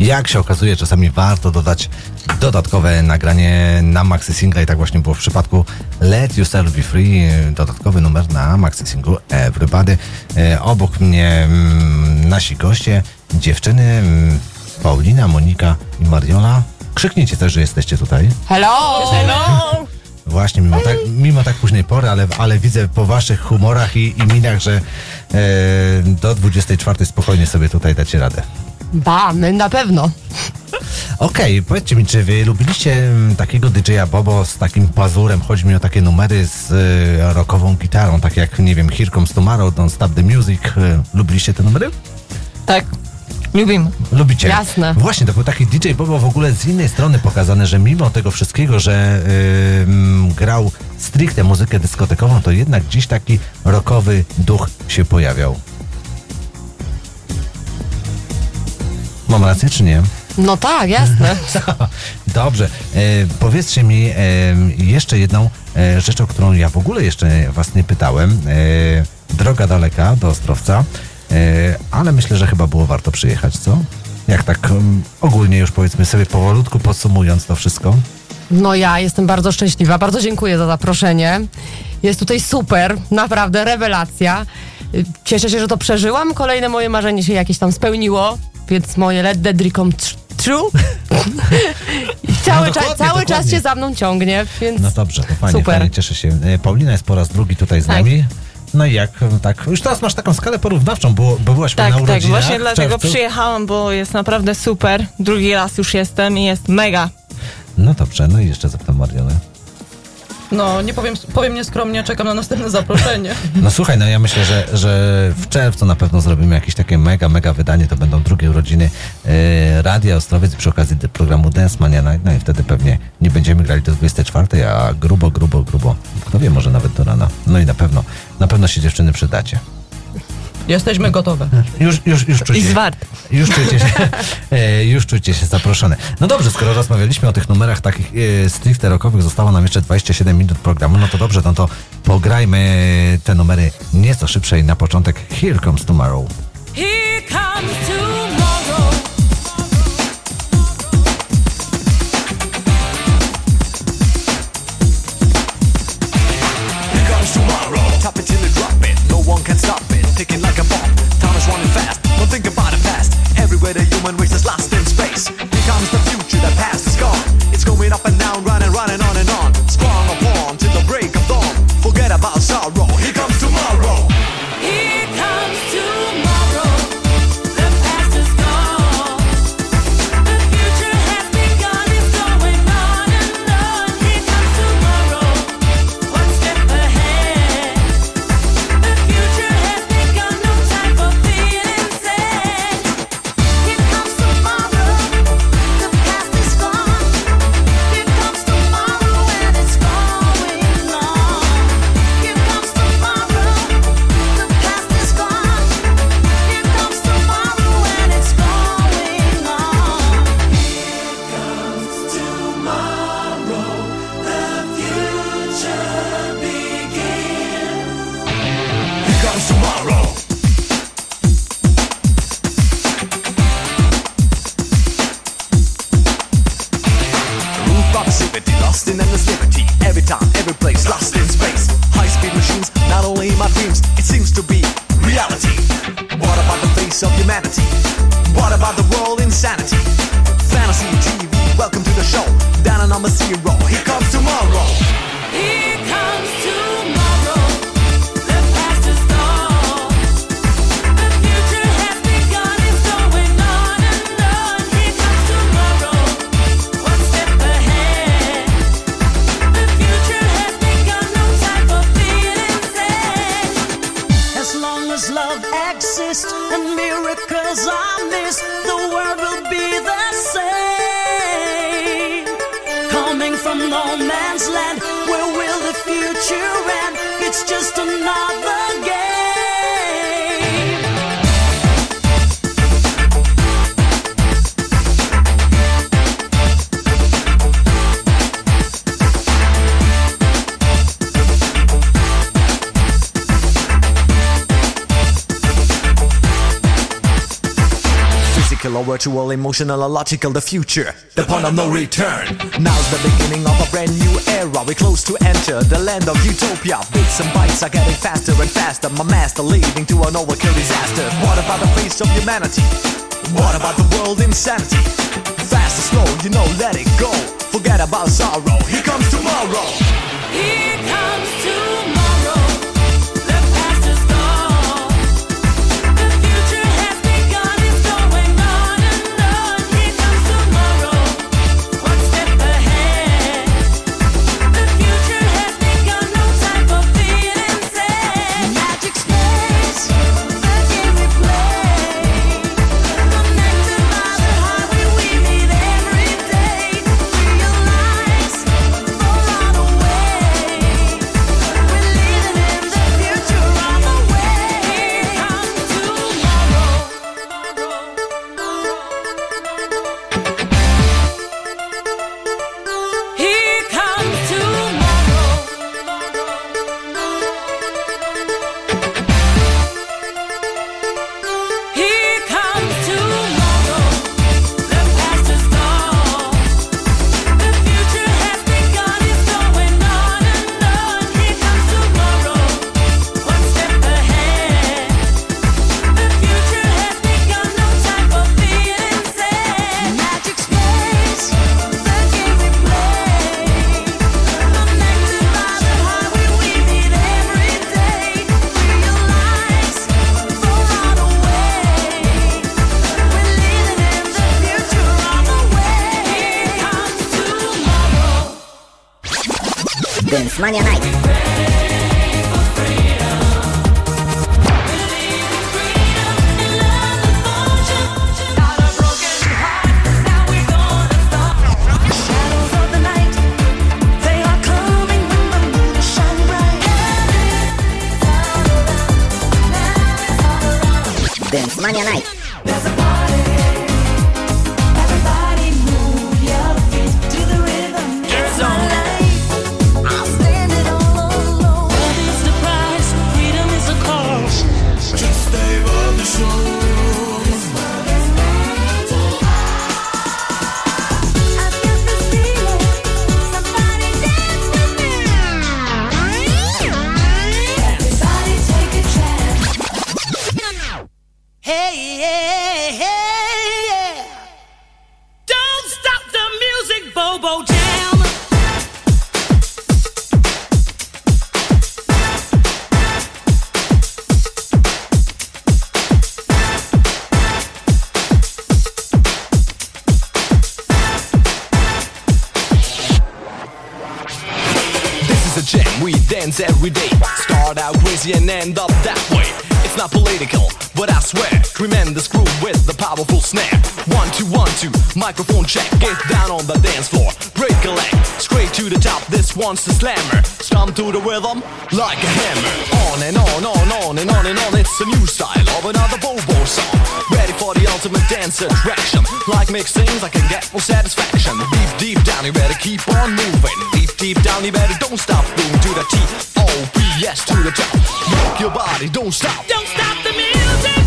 Jak się okazuje, czasami warto dodać dodatkowe nagranie na maxi singla i tak właśnie było w przypadku Let Yourself Be Free, dodatkowy numer na maxi singlu Everybody. E, obok mnie mm, nasi goście, dziewczyny, mm, Paulina, Monika i Mariola. Krzyknijcie też, że jesteście tutaj. Hello! Hello! Właśnie, mimo tak, mimo tak późnej pory, ale, ale widzę po waszych humorach i, i minach, że e, do dwudziestej czwartej spokojnie sobie tutaj dacie radę. Ba, my na pewno. Okej, okay, powiedzcie mi, czy wy lubiliście mm, takiego didżeja Bobo z takim pazurem? Chodzi mi o takie numery z y, rockową gitarą, tak jak, nie wiem, Here Comes Tomorrow, Don't Stop the Music. Y, lubiliście te numery? Tak, lubimy. Lubicie? Jasne. Właśnie, to był taki D J Bobo w ogóle z innej strony pokazany, że mimo tego wszystkiego, że y, mm, grał stricte muzykę dyskotekową, to jednak gdzieś taki rockowy duch się pojawiał. Mam rację, czy nie? No tak, jasne. Dobrze. E, powiedzcie mi e, jeszcze jedną e, rzecz, o którą ja w ogóle jeszcze was nie pytałem. E, droga daleka do Ostrowca, e, ale myślę, że chyba było warto przyjechać, co? Jak tak um, ogólnie już powiedzmy sobie powolutku podsumując to wszystko. No ja jestem bardzo szczęśliwa, bardzo dziękuję za zaproszenie. Jest tutaj super, naprawdę rewelacja. Cieszę się, że to przeżyłam. Kolejne moje marzenie się jakieś tam spełniło, więc moje Let That Dream Come True. I cały, No czas, dokładnie, cały dokładnie. czas się za mną ciągnie, więc No dobrze, to fajnie, super. fajnie, cieszę się. E, Paulina jest po raz drugi tutaj z Tak. nami. No i jak, tak, już teraz masz taką skalę porównawczą, bo, bo byłaś Tak, na tak, urodzinach. właśnie w dlatego czerwcu. przyjechałam, bo jest naprawdę super. Drugi raz już jestem i jest mega. No dobrze, no i jeszcze zapytam Mariolę. No, nie powiem, powiem nieskromnie, czekam na następne zaproszenie. No słuchaj, no ja myślę, że, że w czerwcu na pewno zrobimy jakieś takie mega, mega wydanie, to będą drugie urodziny e, Radia Ostrowiec przy okazji de- programu Dance Mania, no i wtedy pewnie nie będziemy grali do dwudziestej czwartej, a grubo, grubo, grubo, kto wie, może nawet do rana. No i na pewno, na pewno się dziewczyny przydacie. Jesteśmy gotowe. Już, już, już czujcie, I zwart. już czujcie się, e, już czujcie się zaproszone. No dobrze, skoro rozmawialiśmy o tych numerach takich e, stricte rockowych, zostało nam jeszcze dwadzieścia siedem minut programu, no to dobrze, no to pograjmy te numery nieco szybsze i na początek Here Comes Tomorrow. Here comes tomorrow. Here comes tomorrow. Tap it till it drop it. No one can stop it. Ticking like a bomb. Time is running fast. Don't think about the past. Everywhere the human race is lost in space. Here comes the future. The past is gone. It's going up and down, running, running on and on. Strong upon till the break of dawn. Forget about sorrow. Here comes tomorrow. Here comes tomorrow. The past is gone. The future has begun. It's going on and on. Here comes tomorrow. One step ahead. The future has begun. No time for feeling sad. Here comes tomorrow. The past is gone. Here comes tomorrow and it's going on. Here comes tomorrow. The past is gone. Here comes tomorrow and it's going on. Here comes tomorrow. The future begins. Here comes tomorrow. Rooftop passivity, lost in endless liberty. Every time, every place, lost in space. High-speed machines, not only in my dreams, it seems to be reality. What about the face of humanity? What about the world insanity? Fantasy T V, welcome to the show. Down on number zero, here comes tomorrow. Here comes tomorrow. The past is gone. The future has begun. It's going on and on. Here comes tomorrow. One step ahead. The future has begun. No time for feeling sad. As long as love exists and miracles are missed, the world will be the same. Coming from no man's land, where will the future end? It's just another game. Physical or virtual, emotional or logical, the future, the point of no return. Now's the beginning of a brand new era. We're close to enter the land of utopia. Bits and bytes are getting faster and faster. My master leading to an overkill disaster. What about the face of humanity? What about the world insanity? Fast or slow, you know, let it go. Forget about sorrow. Here comes tomorrow. Here comes tomorrow. The past is gone. The future has begun. It's going on and on. Here comes tomorrow. One step ahead. The future has begun. No time for feeling sad. Magic space. The game we play. Connected by the highway we meet every day. Realize far on away. We're living in the future on the way. Here comes tomorrow. Here comes tomorrow. Here comes tomorrow. The past is gone. The future has begun. It's going on and on. Here comes tomorrow. One step ahead. The future has begun. No time for feeling sad. Magic space. The game we play. Connected by the highway we meet every day. Realize far on away. We're living in the future on the way. Here comes tomorrow. Dance Mania Night. Shadows of the night, they are coming when the moon is shining bright. Dance Mania Night. There's a party. Everybody move your feet to the rhythm. It's my life. I'll stand it all alone. What is the price? Freedom is a cost. Just stay on the show. I've got this feeling. Somebody dance with me. Everybody take a chance. Hey, hey, hey, yeah. Don't stop the music, Bobo Jam. This is a jam, we dance every day. Start out crazy and end up that way. It's not political, but I swear, tremendous groove with the powerful snare. One, two, one, two, microphone check. Get down on the dance floor, break a leg, straight to the top. This one's the slammer. Stomp to the rhythm like a hammer. On and on, on, on and on and on. It's a new style of another Bobo song. Ready for the ultimate dance attraction. Like mixed things, I can get more satisfaction. Deep, deep down, you better keep on moving. Deep, deep down, you better don't stop moving to the T O P S to the top. Rock your body, don't stop. Don't stop the music.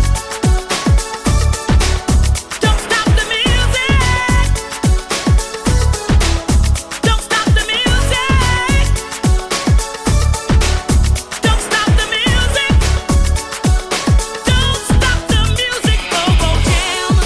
Don't stop the music. Don't stop the music. Don't stop the music. Don't stop the music. Bobo Jam.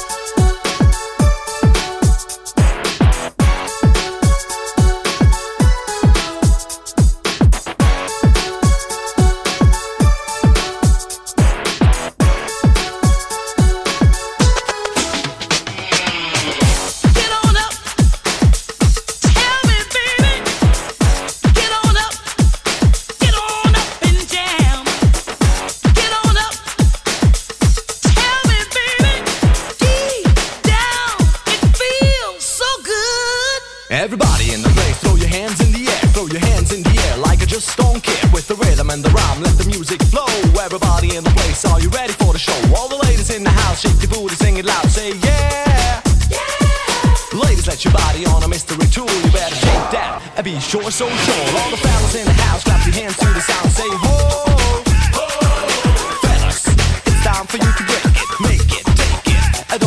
Get on up. Tell me, baby. Get on up. Get on up and jam. Get on up. Tell me, baby. Deep down, it feels so good. Everybody in the place, throw your hands in the air. Throw your hands in the air like I just don't care. With the rhythm and the rhyme, let the music flow. Everybody in the place, are you ready for the show? All the ladies in the house, shake your booty, sing it loud, say yeah. Ladies, let your body on a mystery tour. You better take that and be sure, so sure. All the fellas in the house, clap your hands to the sound, say ho. Fellas, it's time for you to break it, make it, take it.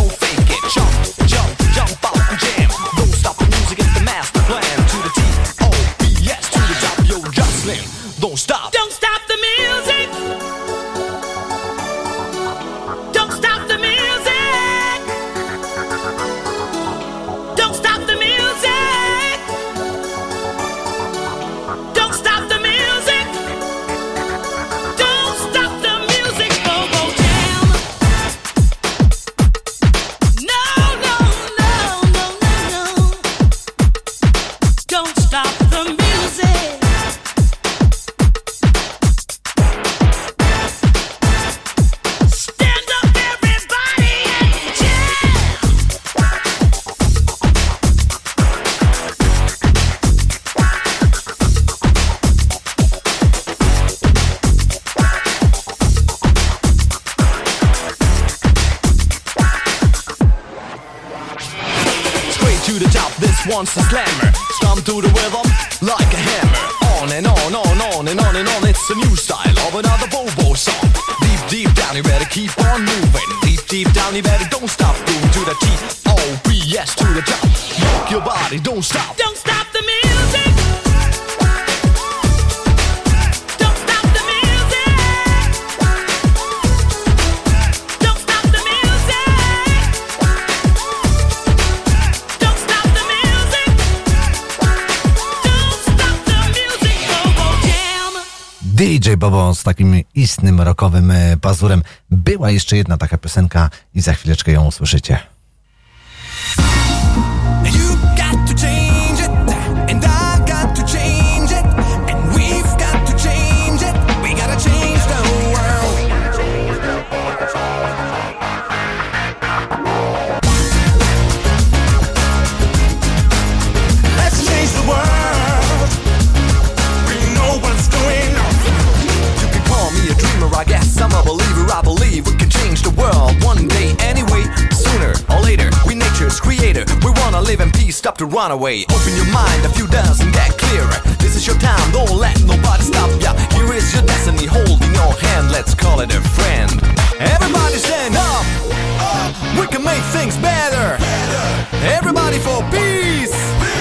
Slim. Don't stop. Don't stop the music. Don't stop the music. Don't stop the music. Don't stop the music. Don't stop the music. Go go jam. No no no no no no. Don't stop the music. To the top, this one's a slammer. Stomp to the rhythm like a hammer. On and on, on, on and on and on. It's a new style of another Bobo song. Deep, deep down, you better keep on moving. Deep, deep down, you better don't stop. Doing to the T O B S to the top. Rock your body, don't stop. Don't stop the music. Don't stop the music. Don't stop the music. Don't stop the music. Don't stop the music. Bobo jam. D J Bobo z takim istnym rockowym e, pazurem. Była jeszcze jedna taka piosenka i za chwileczkę ją usłyszycie. You got to change it, and I got to change it, and we've got to change it. We gotta change the world. Let's change the world. We know what's going on. You can call me a dreamer, I guess I'm a believer. I believe we can change the world one day anyway. Sooner or later, we nature's creator. We wanna live in peace, stop the runaway. Open your mind, a few doesn't get clearer. This is your time, don't let nobody stop ya. Here is your destiny, holding your hand. Let's call it a friend. Everybody stand up. We can make things better. Everybody for peace.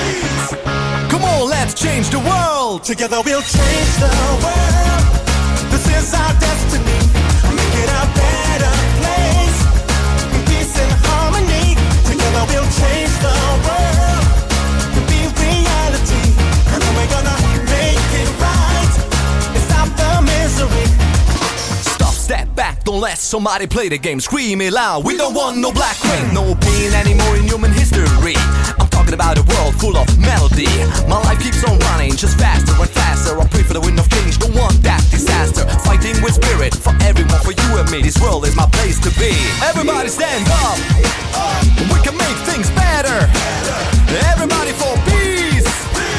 Come on, let's change the world. Together we'll change the world. This is our destiny. Make it a better place. Peace and harmony. Together we'll change the world. Be reality. And then we're gonna make it right. And stop the misery. Stop, step back, don't let somebody play the game. Scream it loud, we don't want no black rain. No pain anymore in human history. I'm talking about a world full of melody. My life keeps on running, just faster and faster. I pray for the wind of change, don't want that disaster. Fighting with spirit, for everyone, for you and me. This world is my place to be. Everybody stand up. We can make things better. Everybody for peace.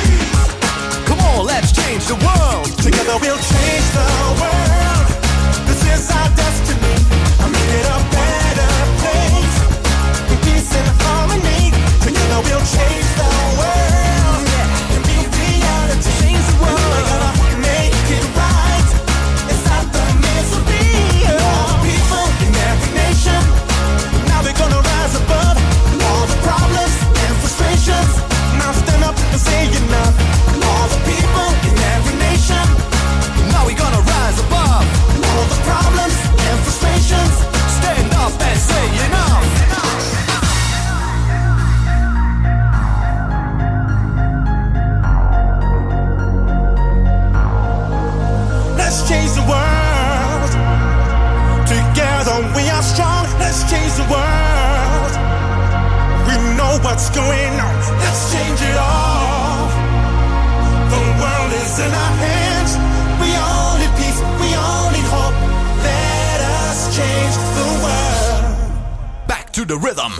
Come on, let's change the world. Together we'll change the world. This is our destiny. I'll make it a better place. Peace and harmony. Together we'll change the world. And be reality. Change the world. We're gonna make it right. And stop the misery. All people in every nation. Now we're gonna rise above all the problems and frustrations. Now stand up and say enough. All the people in every nation. Now we're gonna rise above all the problems and frustrations. Stand up and say enough. Let's change the world. Together we are strong. Let's change the world. We know what's going on. Let's change it all. The world is in our hands. We all need peace. We all need hope. Let us change the world. Back to the rhythm.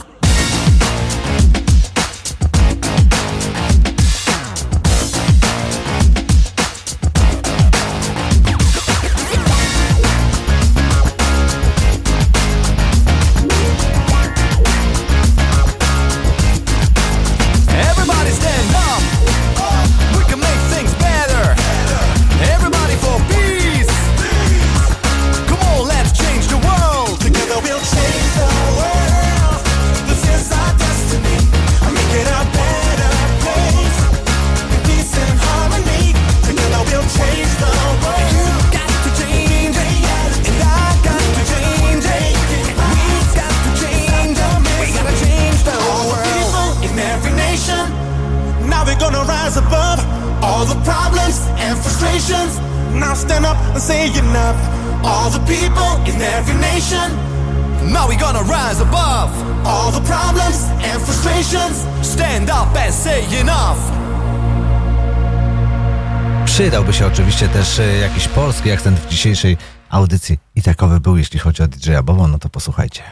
Everybody stand up. We can make things better. Everybody for peace. Come on, let's change the world. Together we'll change the world. Now stand up and say enough. All the people in every nation. Now we gonna rise above all the problems and frustrations. Stand up and say enough. Przydałby się oczywiście też e, jakiś polski akcent w dzisiejszej audycji i takowy był, jeśli chodzi o D J-a Bobo, no to posłuchajcie.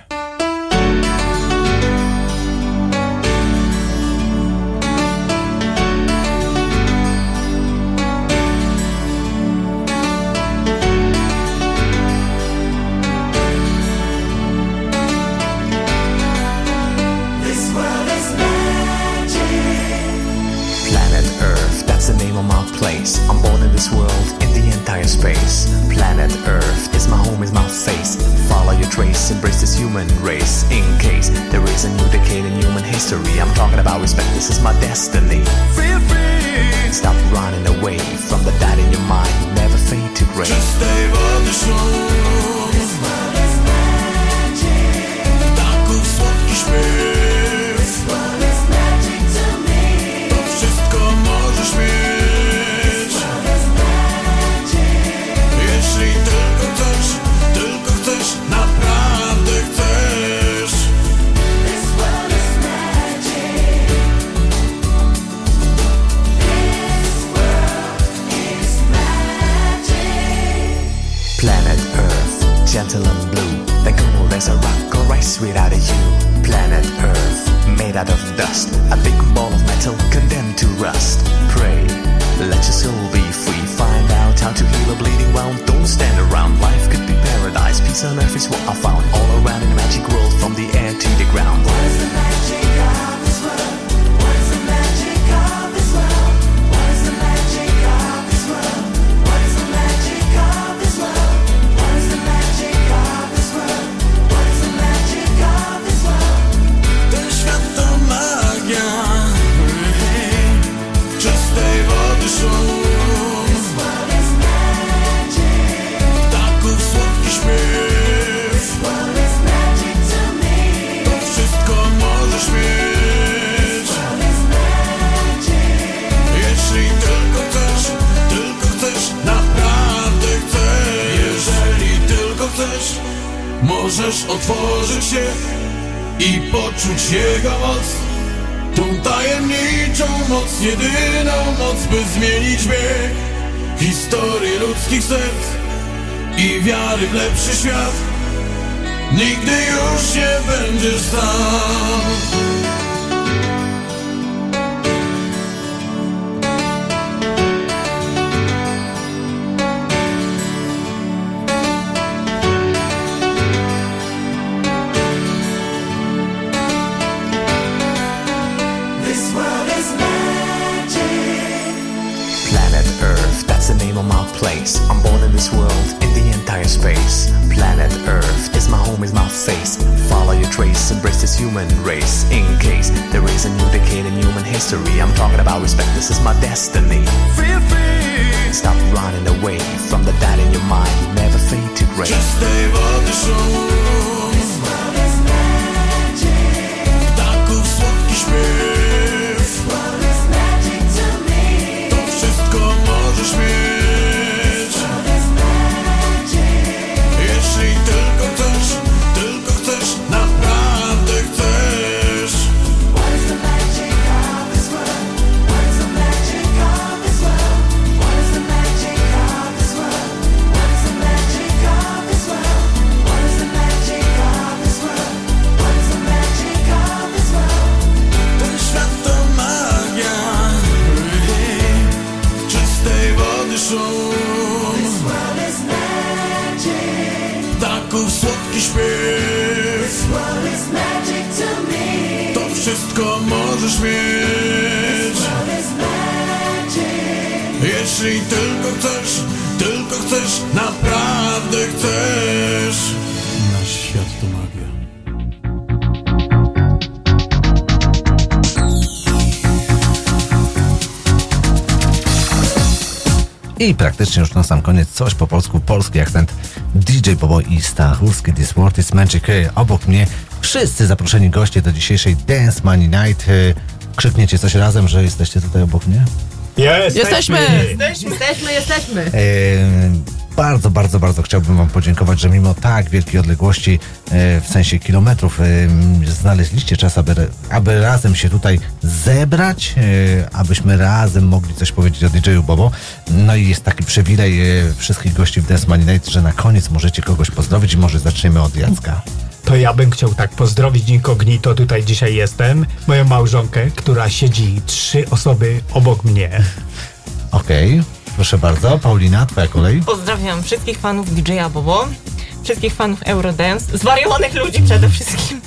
I'm born in this world, in the entire space. Planet Earth is my home, is my face. Follow your trace, embrace this human race. In case there is a new decade in human history, I'm talking about respect, this is my destiny. Feel free. Stop running away from the doubt in your mind. Never fade to gray. Just stay on the show. This world is magic. Ptaków słodki śpiew. This world is magic to me. To wszystko możesz mieć. Jeśli tylko chcesz, tylko chcesz, naprawdę chcesz. This world is magic. This world is magic. Planet Earth, gentle and blue, then cold as a rock or ice without a hue. Planet Earth, made out of dust, a big ball of metal condemned to rust. Pray, let your soul be free. Find out how to heal a bleeding wound. Don't stand around. Life could be paradise. Peace on earth is what I found. All around in the magic world, from the air to the ground. What is the magic of this world? What is the magic of this world? What is the magic of this world? What is the magic of this world? What is the magic of this world? What is the magic of this world? Ten świat to magia. Czystej wody szum. Możesz otworzyć się i poczuć Jego moc. Tą tajemniczą moc, jedyną moc, by zmienić bieg historii ludzkich serc i wiary w lepszy świat. Nigdy już nie będziesz sam. I'm born in this world, in the entire space. Planet Earth is my home, is my face. Follow your trace, embrace this human race. In case there is a new decade in human history, I'm talking about respect, this is my destiny. Feel free. Stop running away from the doubt in your mind. Never fade to gray. Just stay on the show. This world is magic. Ptaków słodki śpiew. This world is magic to me. To wszystko możesz mieć. Jeśli tylko chcesz, tylko chcesz, naprawdę chcesz. What is the magic of this world? What is the magic of this world? What is the magic of this world? What is the magic of this world? What is the magic of this world? What is the magic of this world? Ten świat to magia. Czystej wody szum. This world is magic. Ptaków słodki śpiew. This world is magic to me. To wszystko możesz mieć. This world is magic. Jeśli tylko chcesz, tylko chcesz, naprawdę chcesz. Nasz świat to magia. I praktycznie już na sam koniec coś po polsku, polski akcent D J Bobo i Stachurski. This World is Magic. Obok mnie wszyscy zaproszeni goście do dzisiejszej Dance Money Night. Krzykniecie coś razem, że jesteście tutaj obok mnie? Jesteśmy! Jesteśmy, jesteśmy, jesteśmy. E, bardzo, bardzo, bardzo chciałbym wam podziękować, że mimo tak wielkiej odległości, e, w sensie kilometrów, e, znaleźliście czas, aby, aby razem się tutaj zebrać, e, abyśmy razem mogli coś powiedzieć o didżeju Bobo. No i jest taki przywilej e, wszystkich gości w Dance Money Night, że na koniec możecie kogoś pozdrowić i może zaczniemy od Jacka. To ja bym chciał tak pozdrowić incognito, tutaj dzisiaj jestem, moją małżonkę, która siedzi trzy osoby obok mnie. Okej, okay, proszę bardzo. Paulina, twoja kolej. Pozdrawiam wszystkich fanów didżeja Bobo, wszystkich fanów Eurodance, zwariowanych ludzi przede wszystkim.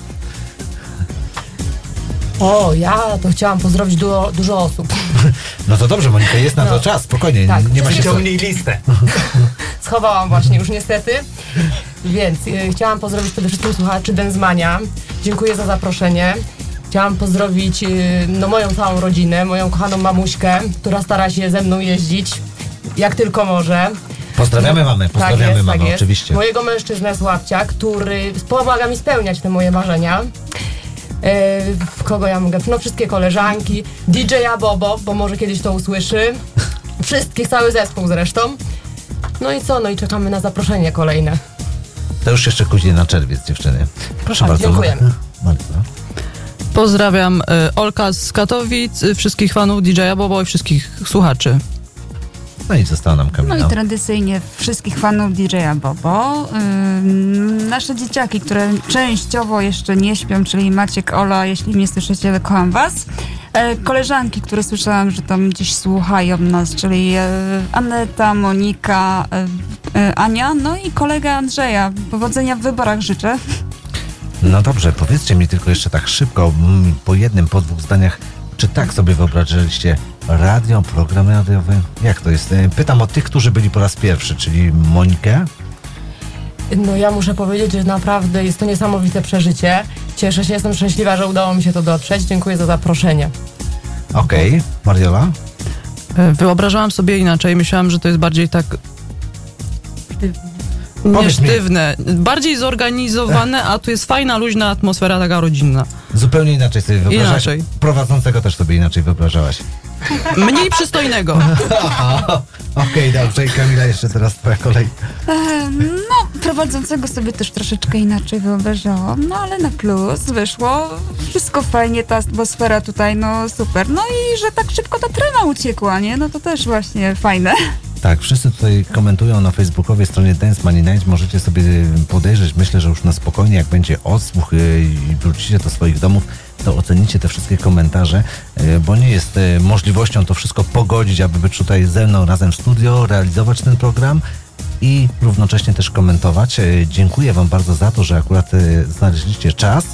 O, ja to chciałam pozdrowić dużo, dużo osób. No to dobrze, Monika, jest na No. to czas, spokojnie, Tak, nie ma się co... Ciągnij listę. Schowałam właśnie już niestety. Więc y, chciałam pozdrowić przede wszystkim słuchaczy Denzmania. Dziękuję za zaproszenie. Chciałam pozdrowić y, no, moją całą rodzinę, moją kochaną mamuśkę, która stara się ze mną jeździć jak tylko może. Pozdrawiamy mamę, pozdrawiamy tak jest, mamę, tak jest. oczywiście. Mojego mężczyznę Sławcia, który pomaga mi spełniać te moje marzenia. Yy, kogo ja mogę? No wszystkie koleżanki, didżeja Bobo, bo może kiedyś to usłyszy. Wszystkich, cały zespół zresztą. No i co? No i czekamy na zaproszenie kolejne. To już jeszcze później na czerwiec, dziewczyny. Proszę A, bardzo. dziękujemy. Bardzo. Pozdrawiam y, Olka z Katowic, y, wszystkich fanów didżeja Bobo i wszystkich słuchaczy. No i została nam Kamila. No i tradycyjnie wszystkich fanów didżeja Bobo. Ym, nasze dzieciaki, które częściowo jeszcze nie śpią, czyli Maciek, Ola, jeśli mnie słyszycie, kocham was. E, koleżanki, które słyszałam, że tam gdzieś słuchają nas, czyli e, Aneta, Monika, e, e, Ania, no i kolega Andrzeja. Powodzenia w wyborach życzę. No dobrze, powiedzcie mi tylko jeszcze tak szybko, mm, po jednym, po dwóch zdaniach, czy tak sobie wyobrażaliście radio, program radiowy? Jak to jest? E, Pytam o tych, którzy byli po raz pierwszy, czyli Monikę. No ja muszę powiedzieć, że naprawdę jest to niesamowite przeżycie. Cieszę się, jestem szczęśliwa, że udało mi się to dotrzeć. Dziękuję za zaproszenie. Okej, okay. Mariola? Y, Wyobrażałam sobie inaczej, myślałam, że to jest bardziej tak... Nie Powiedz mi. sztywne, bardziej zorganizowane, a tu jest fajna, luźna atmosfera, taka rodzinna. Zupełnie inaczej sobie wyobrażałaś. Inaczej. Prowadzącego też sobie inaczej wyobrażałaś. Mniej przystojnego. Aha, okej, okay, dobrze. I Kamila, jeszcze teraz twoja kolej. E, no, prowadzącego sobie też troszeczkę inaczej wyobrażałam, no ale na plus wyszło. Wszystko fajnie, ta atmosfera tutaj, no super. No i że tak szybko ta trema uciekła, nie? No to też właśnie fajne. Tak, wszyscy tutaj komentują na facebookowej stronie Dance Money Night. Możecie sobie podejrzeć, myślę, że już na spokojnie, jak będzie odsłuch y, i wrócicie do swoich domów, to ocenicie te wszystkie komentarze, y, bo nie jest y, możliwością to wszystko pogodzić, aby być tutaj ze mną razem w studio, realizować ten program i równocześnie też komentować. Y, Dziękuję wam bardzo za to, że akurat y, znaleźliście czas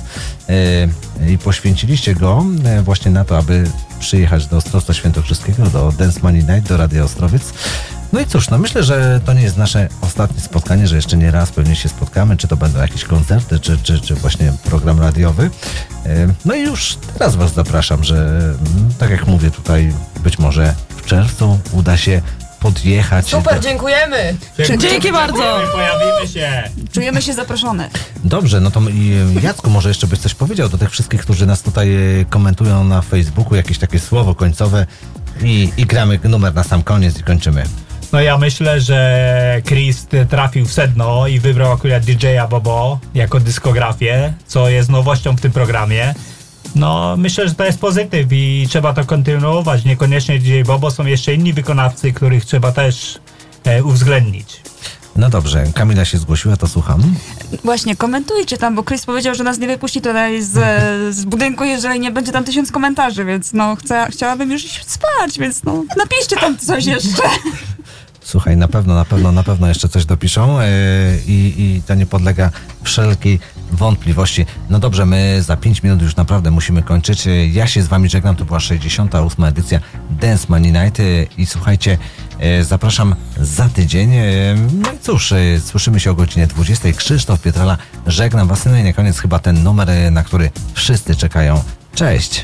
y, i poświęciliście go y, właśnie na to, aby przyjechać do Ostrowca Świętokrzyskiego, do Dance Money Night, do Radia Ostrowiec. No i cóż, no myślę, że to nie jest nasze ostatnie spotkanie, że jeszcze nie raz pewnie się spotkamy, czy to będą jakieś koncerty, czy, czy, czy właśnie program radiowy. No i już teraz was zapraszam, że tak jak mówię tutaj, być może w czerwcu uda się podjechać. Super, dziękujemy! Dzięki, Dzięki bardzo! Pojawimy się! Czujemy się zaproszone. Dobrze, no to i Jacku może jeszcze byś coś powiedział do tych wszystkich, którzy nas tutaj komentują na Facebooku, jakieś takie słowo końcowe i, i gramy numer na sam koniec i kończymy. No ja myślę, że Chris trafił w sedno i wybrał akurat didżeja Bobo jako dyskografię, co jest nowością w tym programie. No myślę, że to jest pozytyw i trzeba to kontynuować. Niekoniecznie didżej Bobo, są jeszcze inni wykonawcy, których trzeba też e, uwzględnić. No dobrze, Kamila się zgłosiła, to słucham. Właśnie, komentujcie tam, bo Chris powiedział, że nas nie wypuści tutaj z, z budynku, jeżeli nie będzie tam tysiąc komentarzy, więc no chcę, chciałabym już iść spać, więc no napiszcie tam coś jeszcze. Słuchaj, na pewno, na pewno, na pewno jeszcze coś dopiszą yy, i, i to nie podlega wszelkiej wątpliwości. No dobrze, my za pięć minut już naprawdę musimy kończyć. Ja się z wami żegnam, to była sześćdziesiąta ósma edycja Dance Money Night yy, i słuchajcie, yy, zapraszam za tydzień. Yy, no i cóż, yy, słyszymy się o godzinie dwudziestej. Krzysztof Pietrala, żegnam was. No i na koniec chyba ten numer, yy, na który wszyscy czekają. Cześć!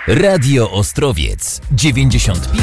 Radio Ostrowiec dziewięćdziesiąt pięć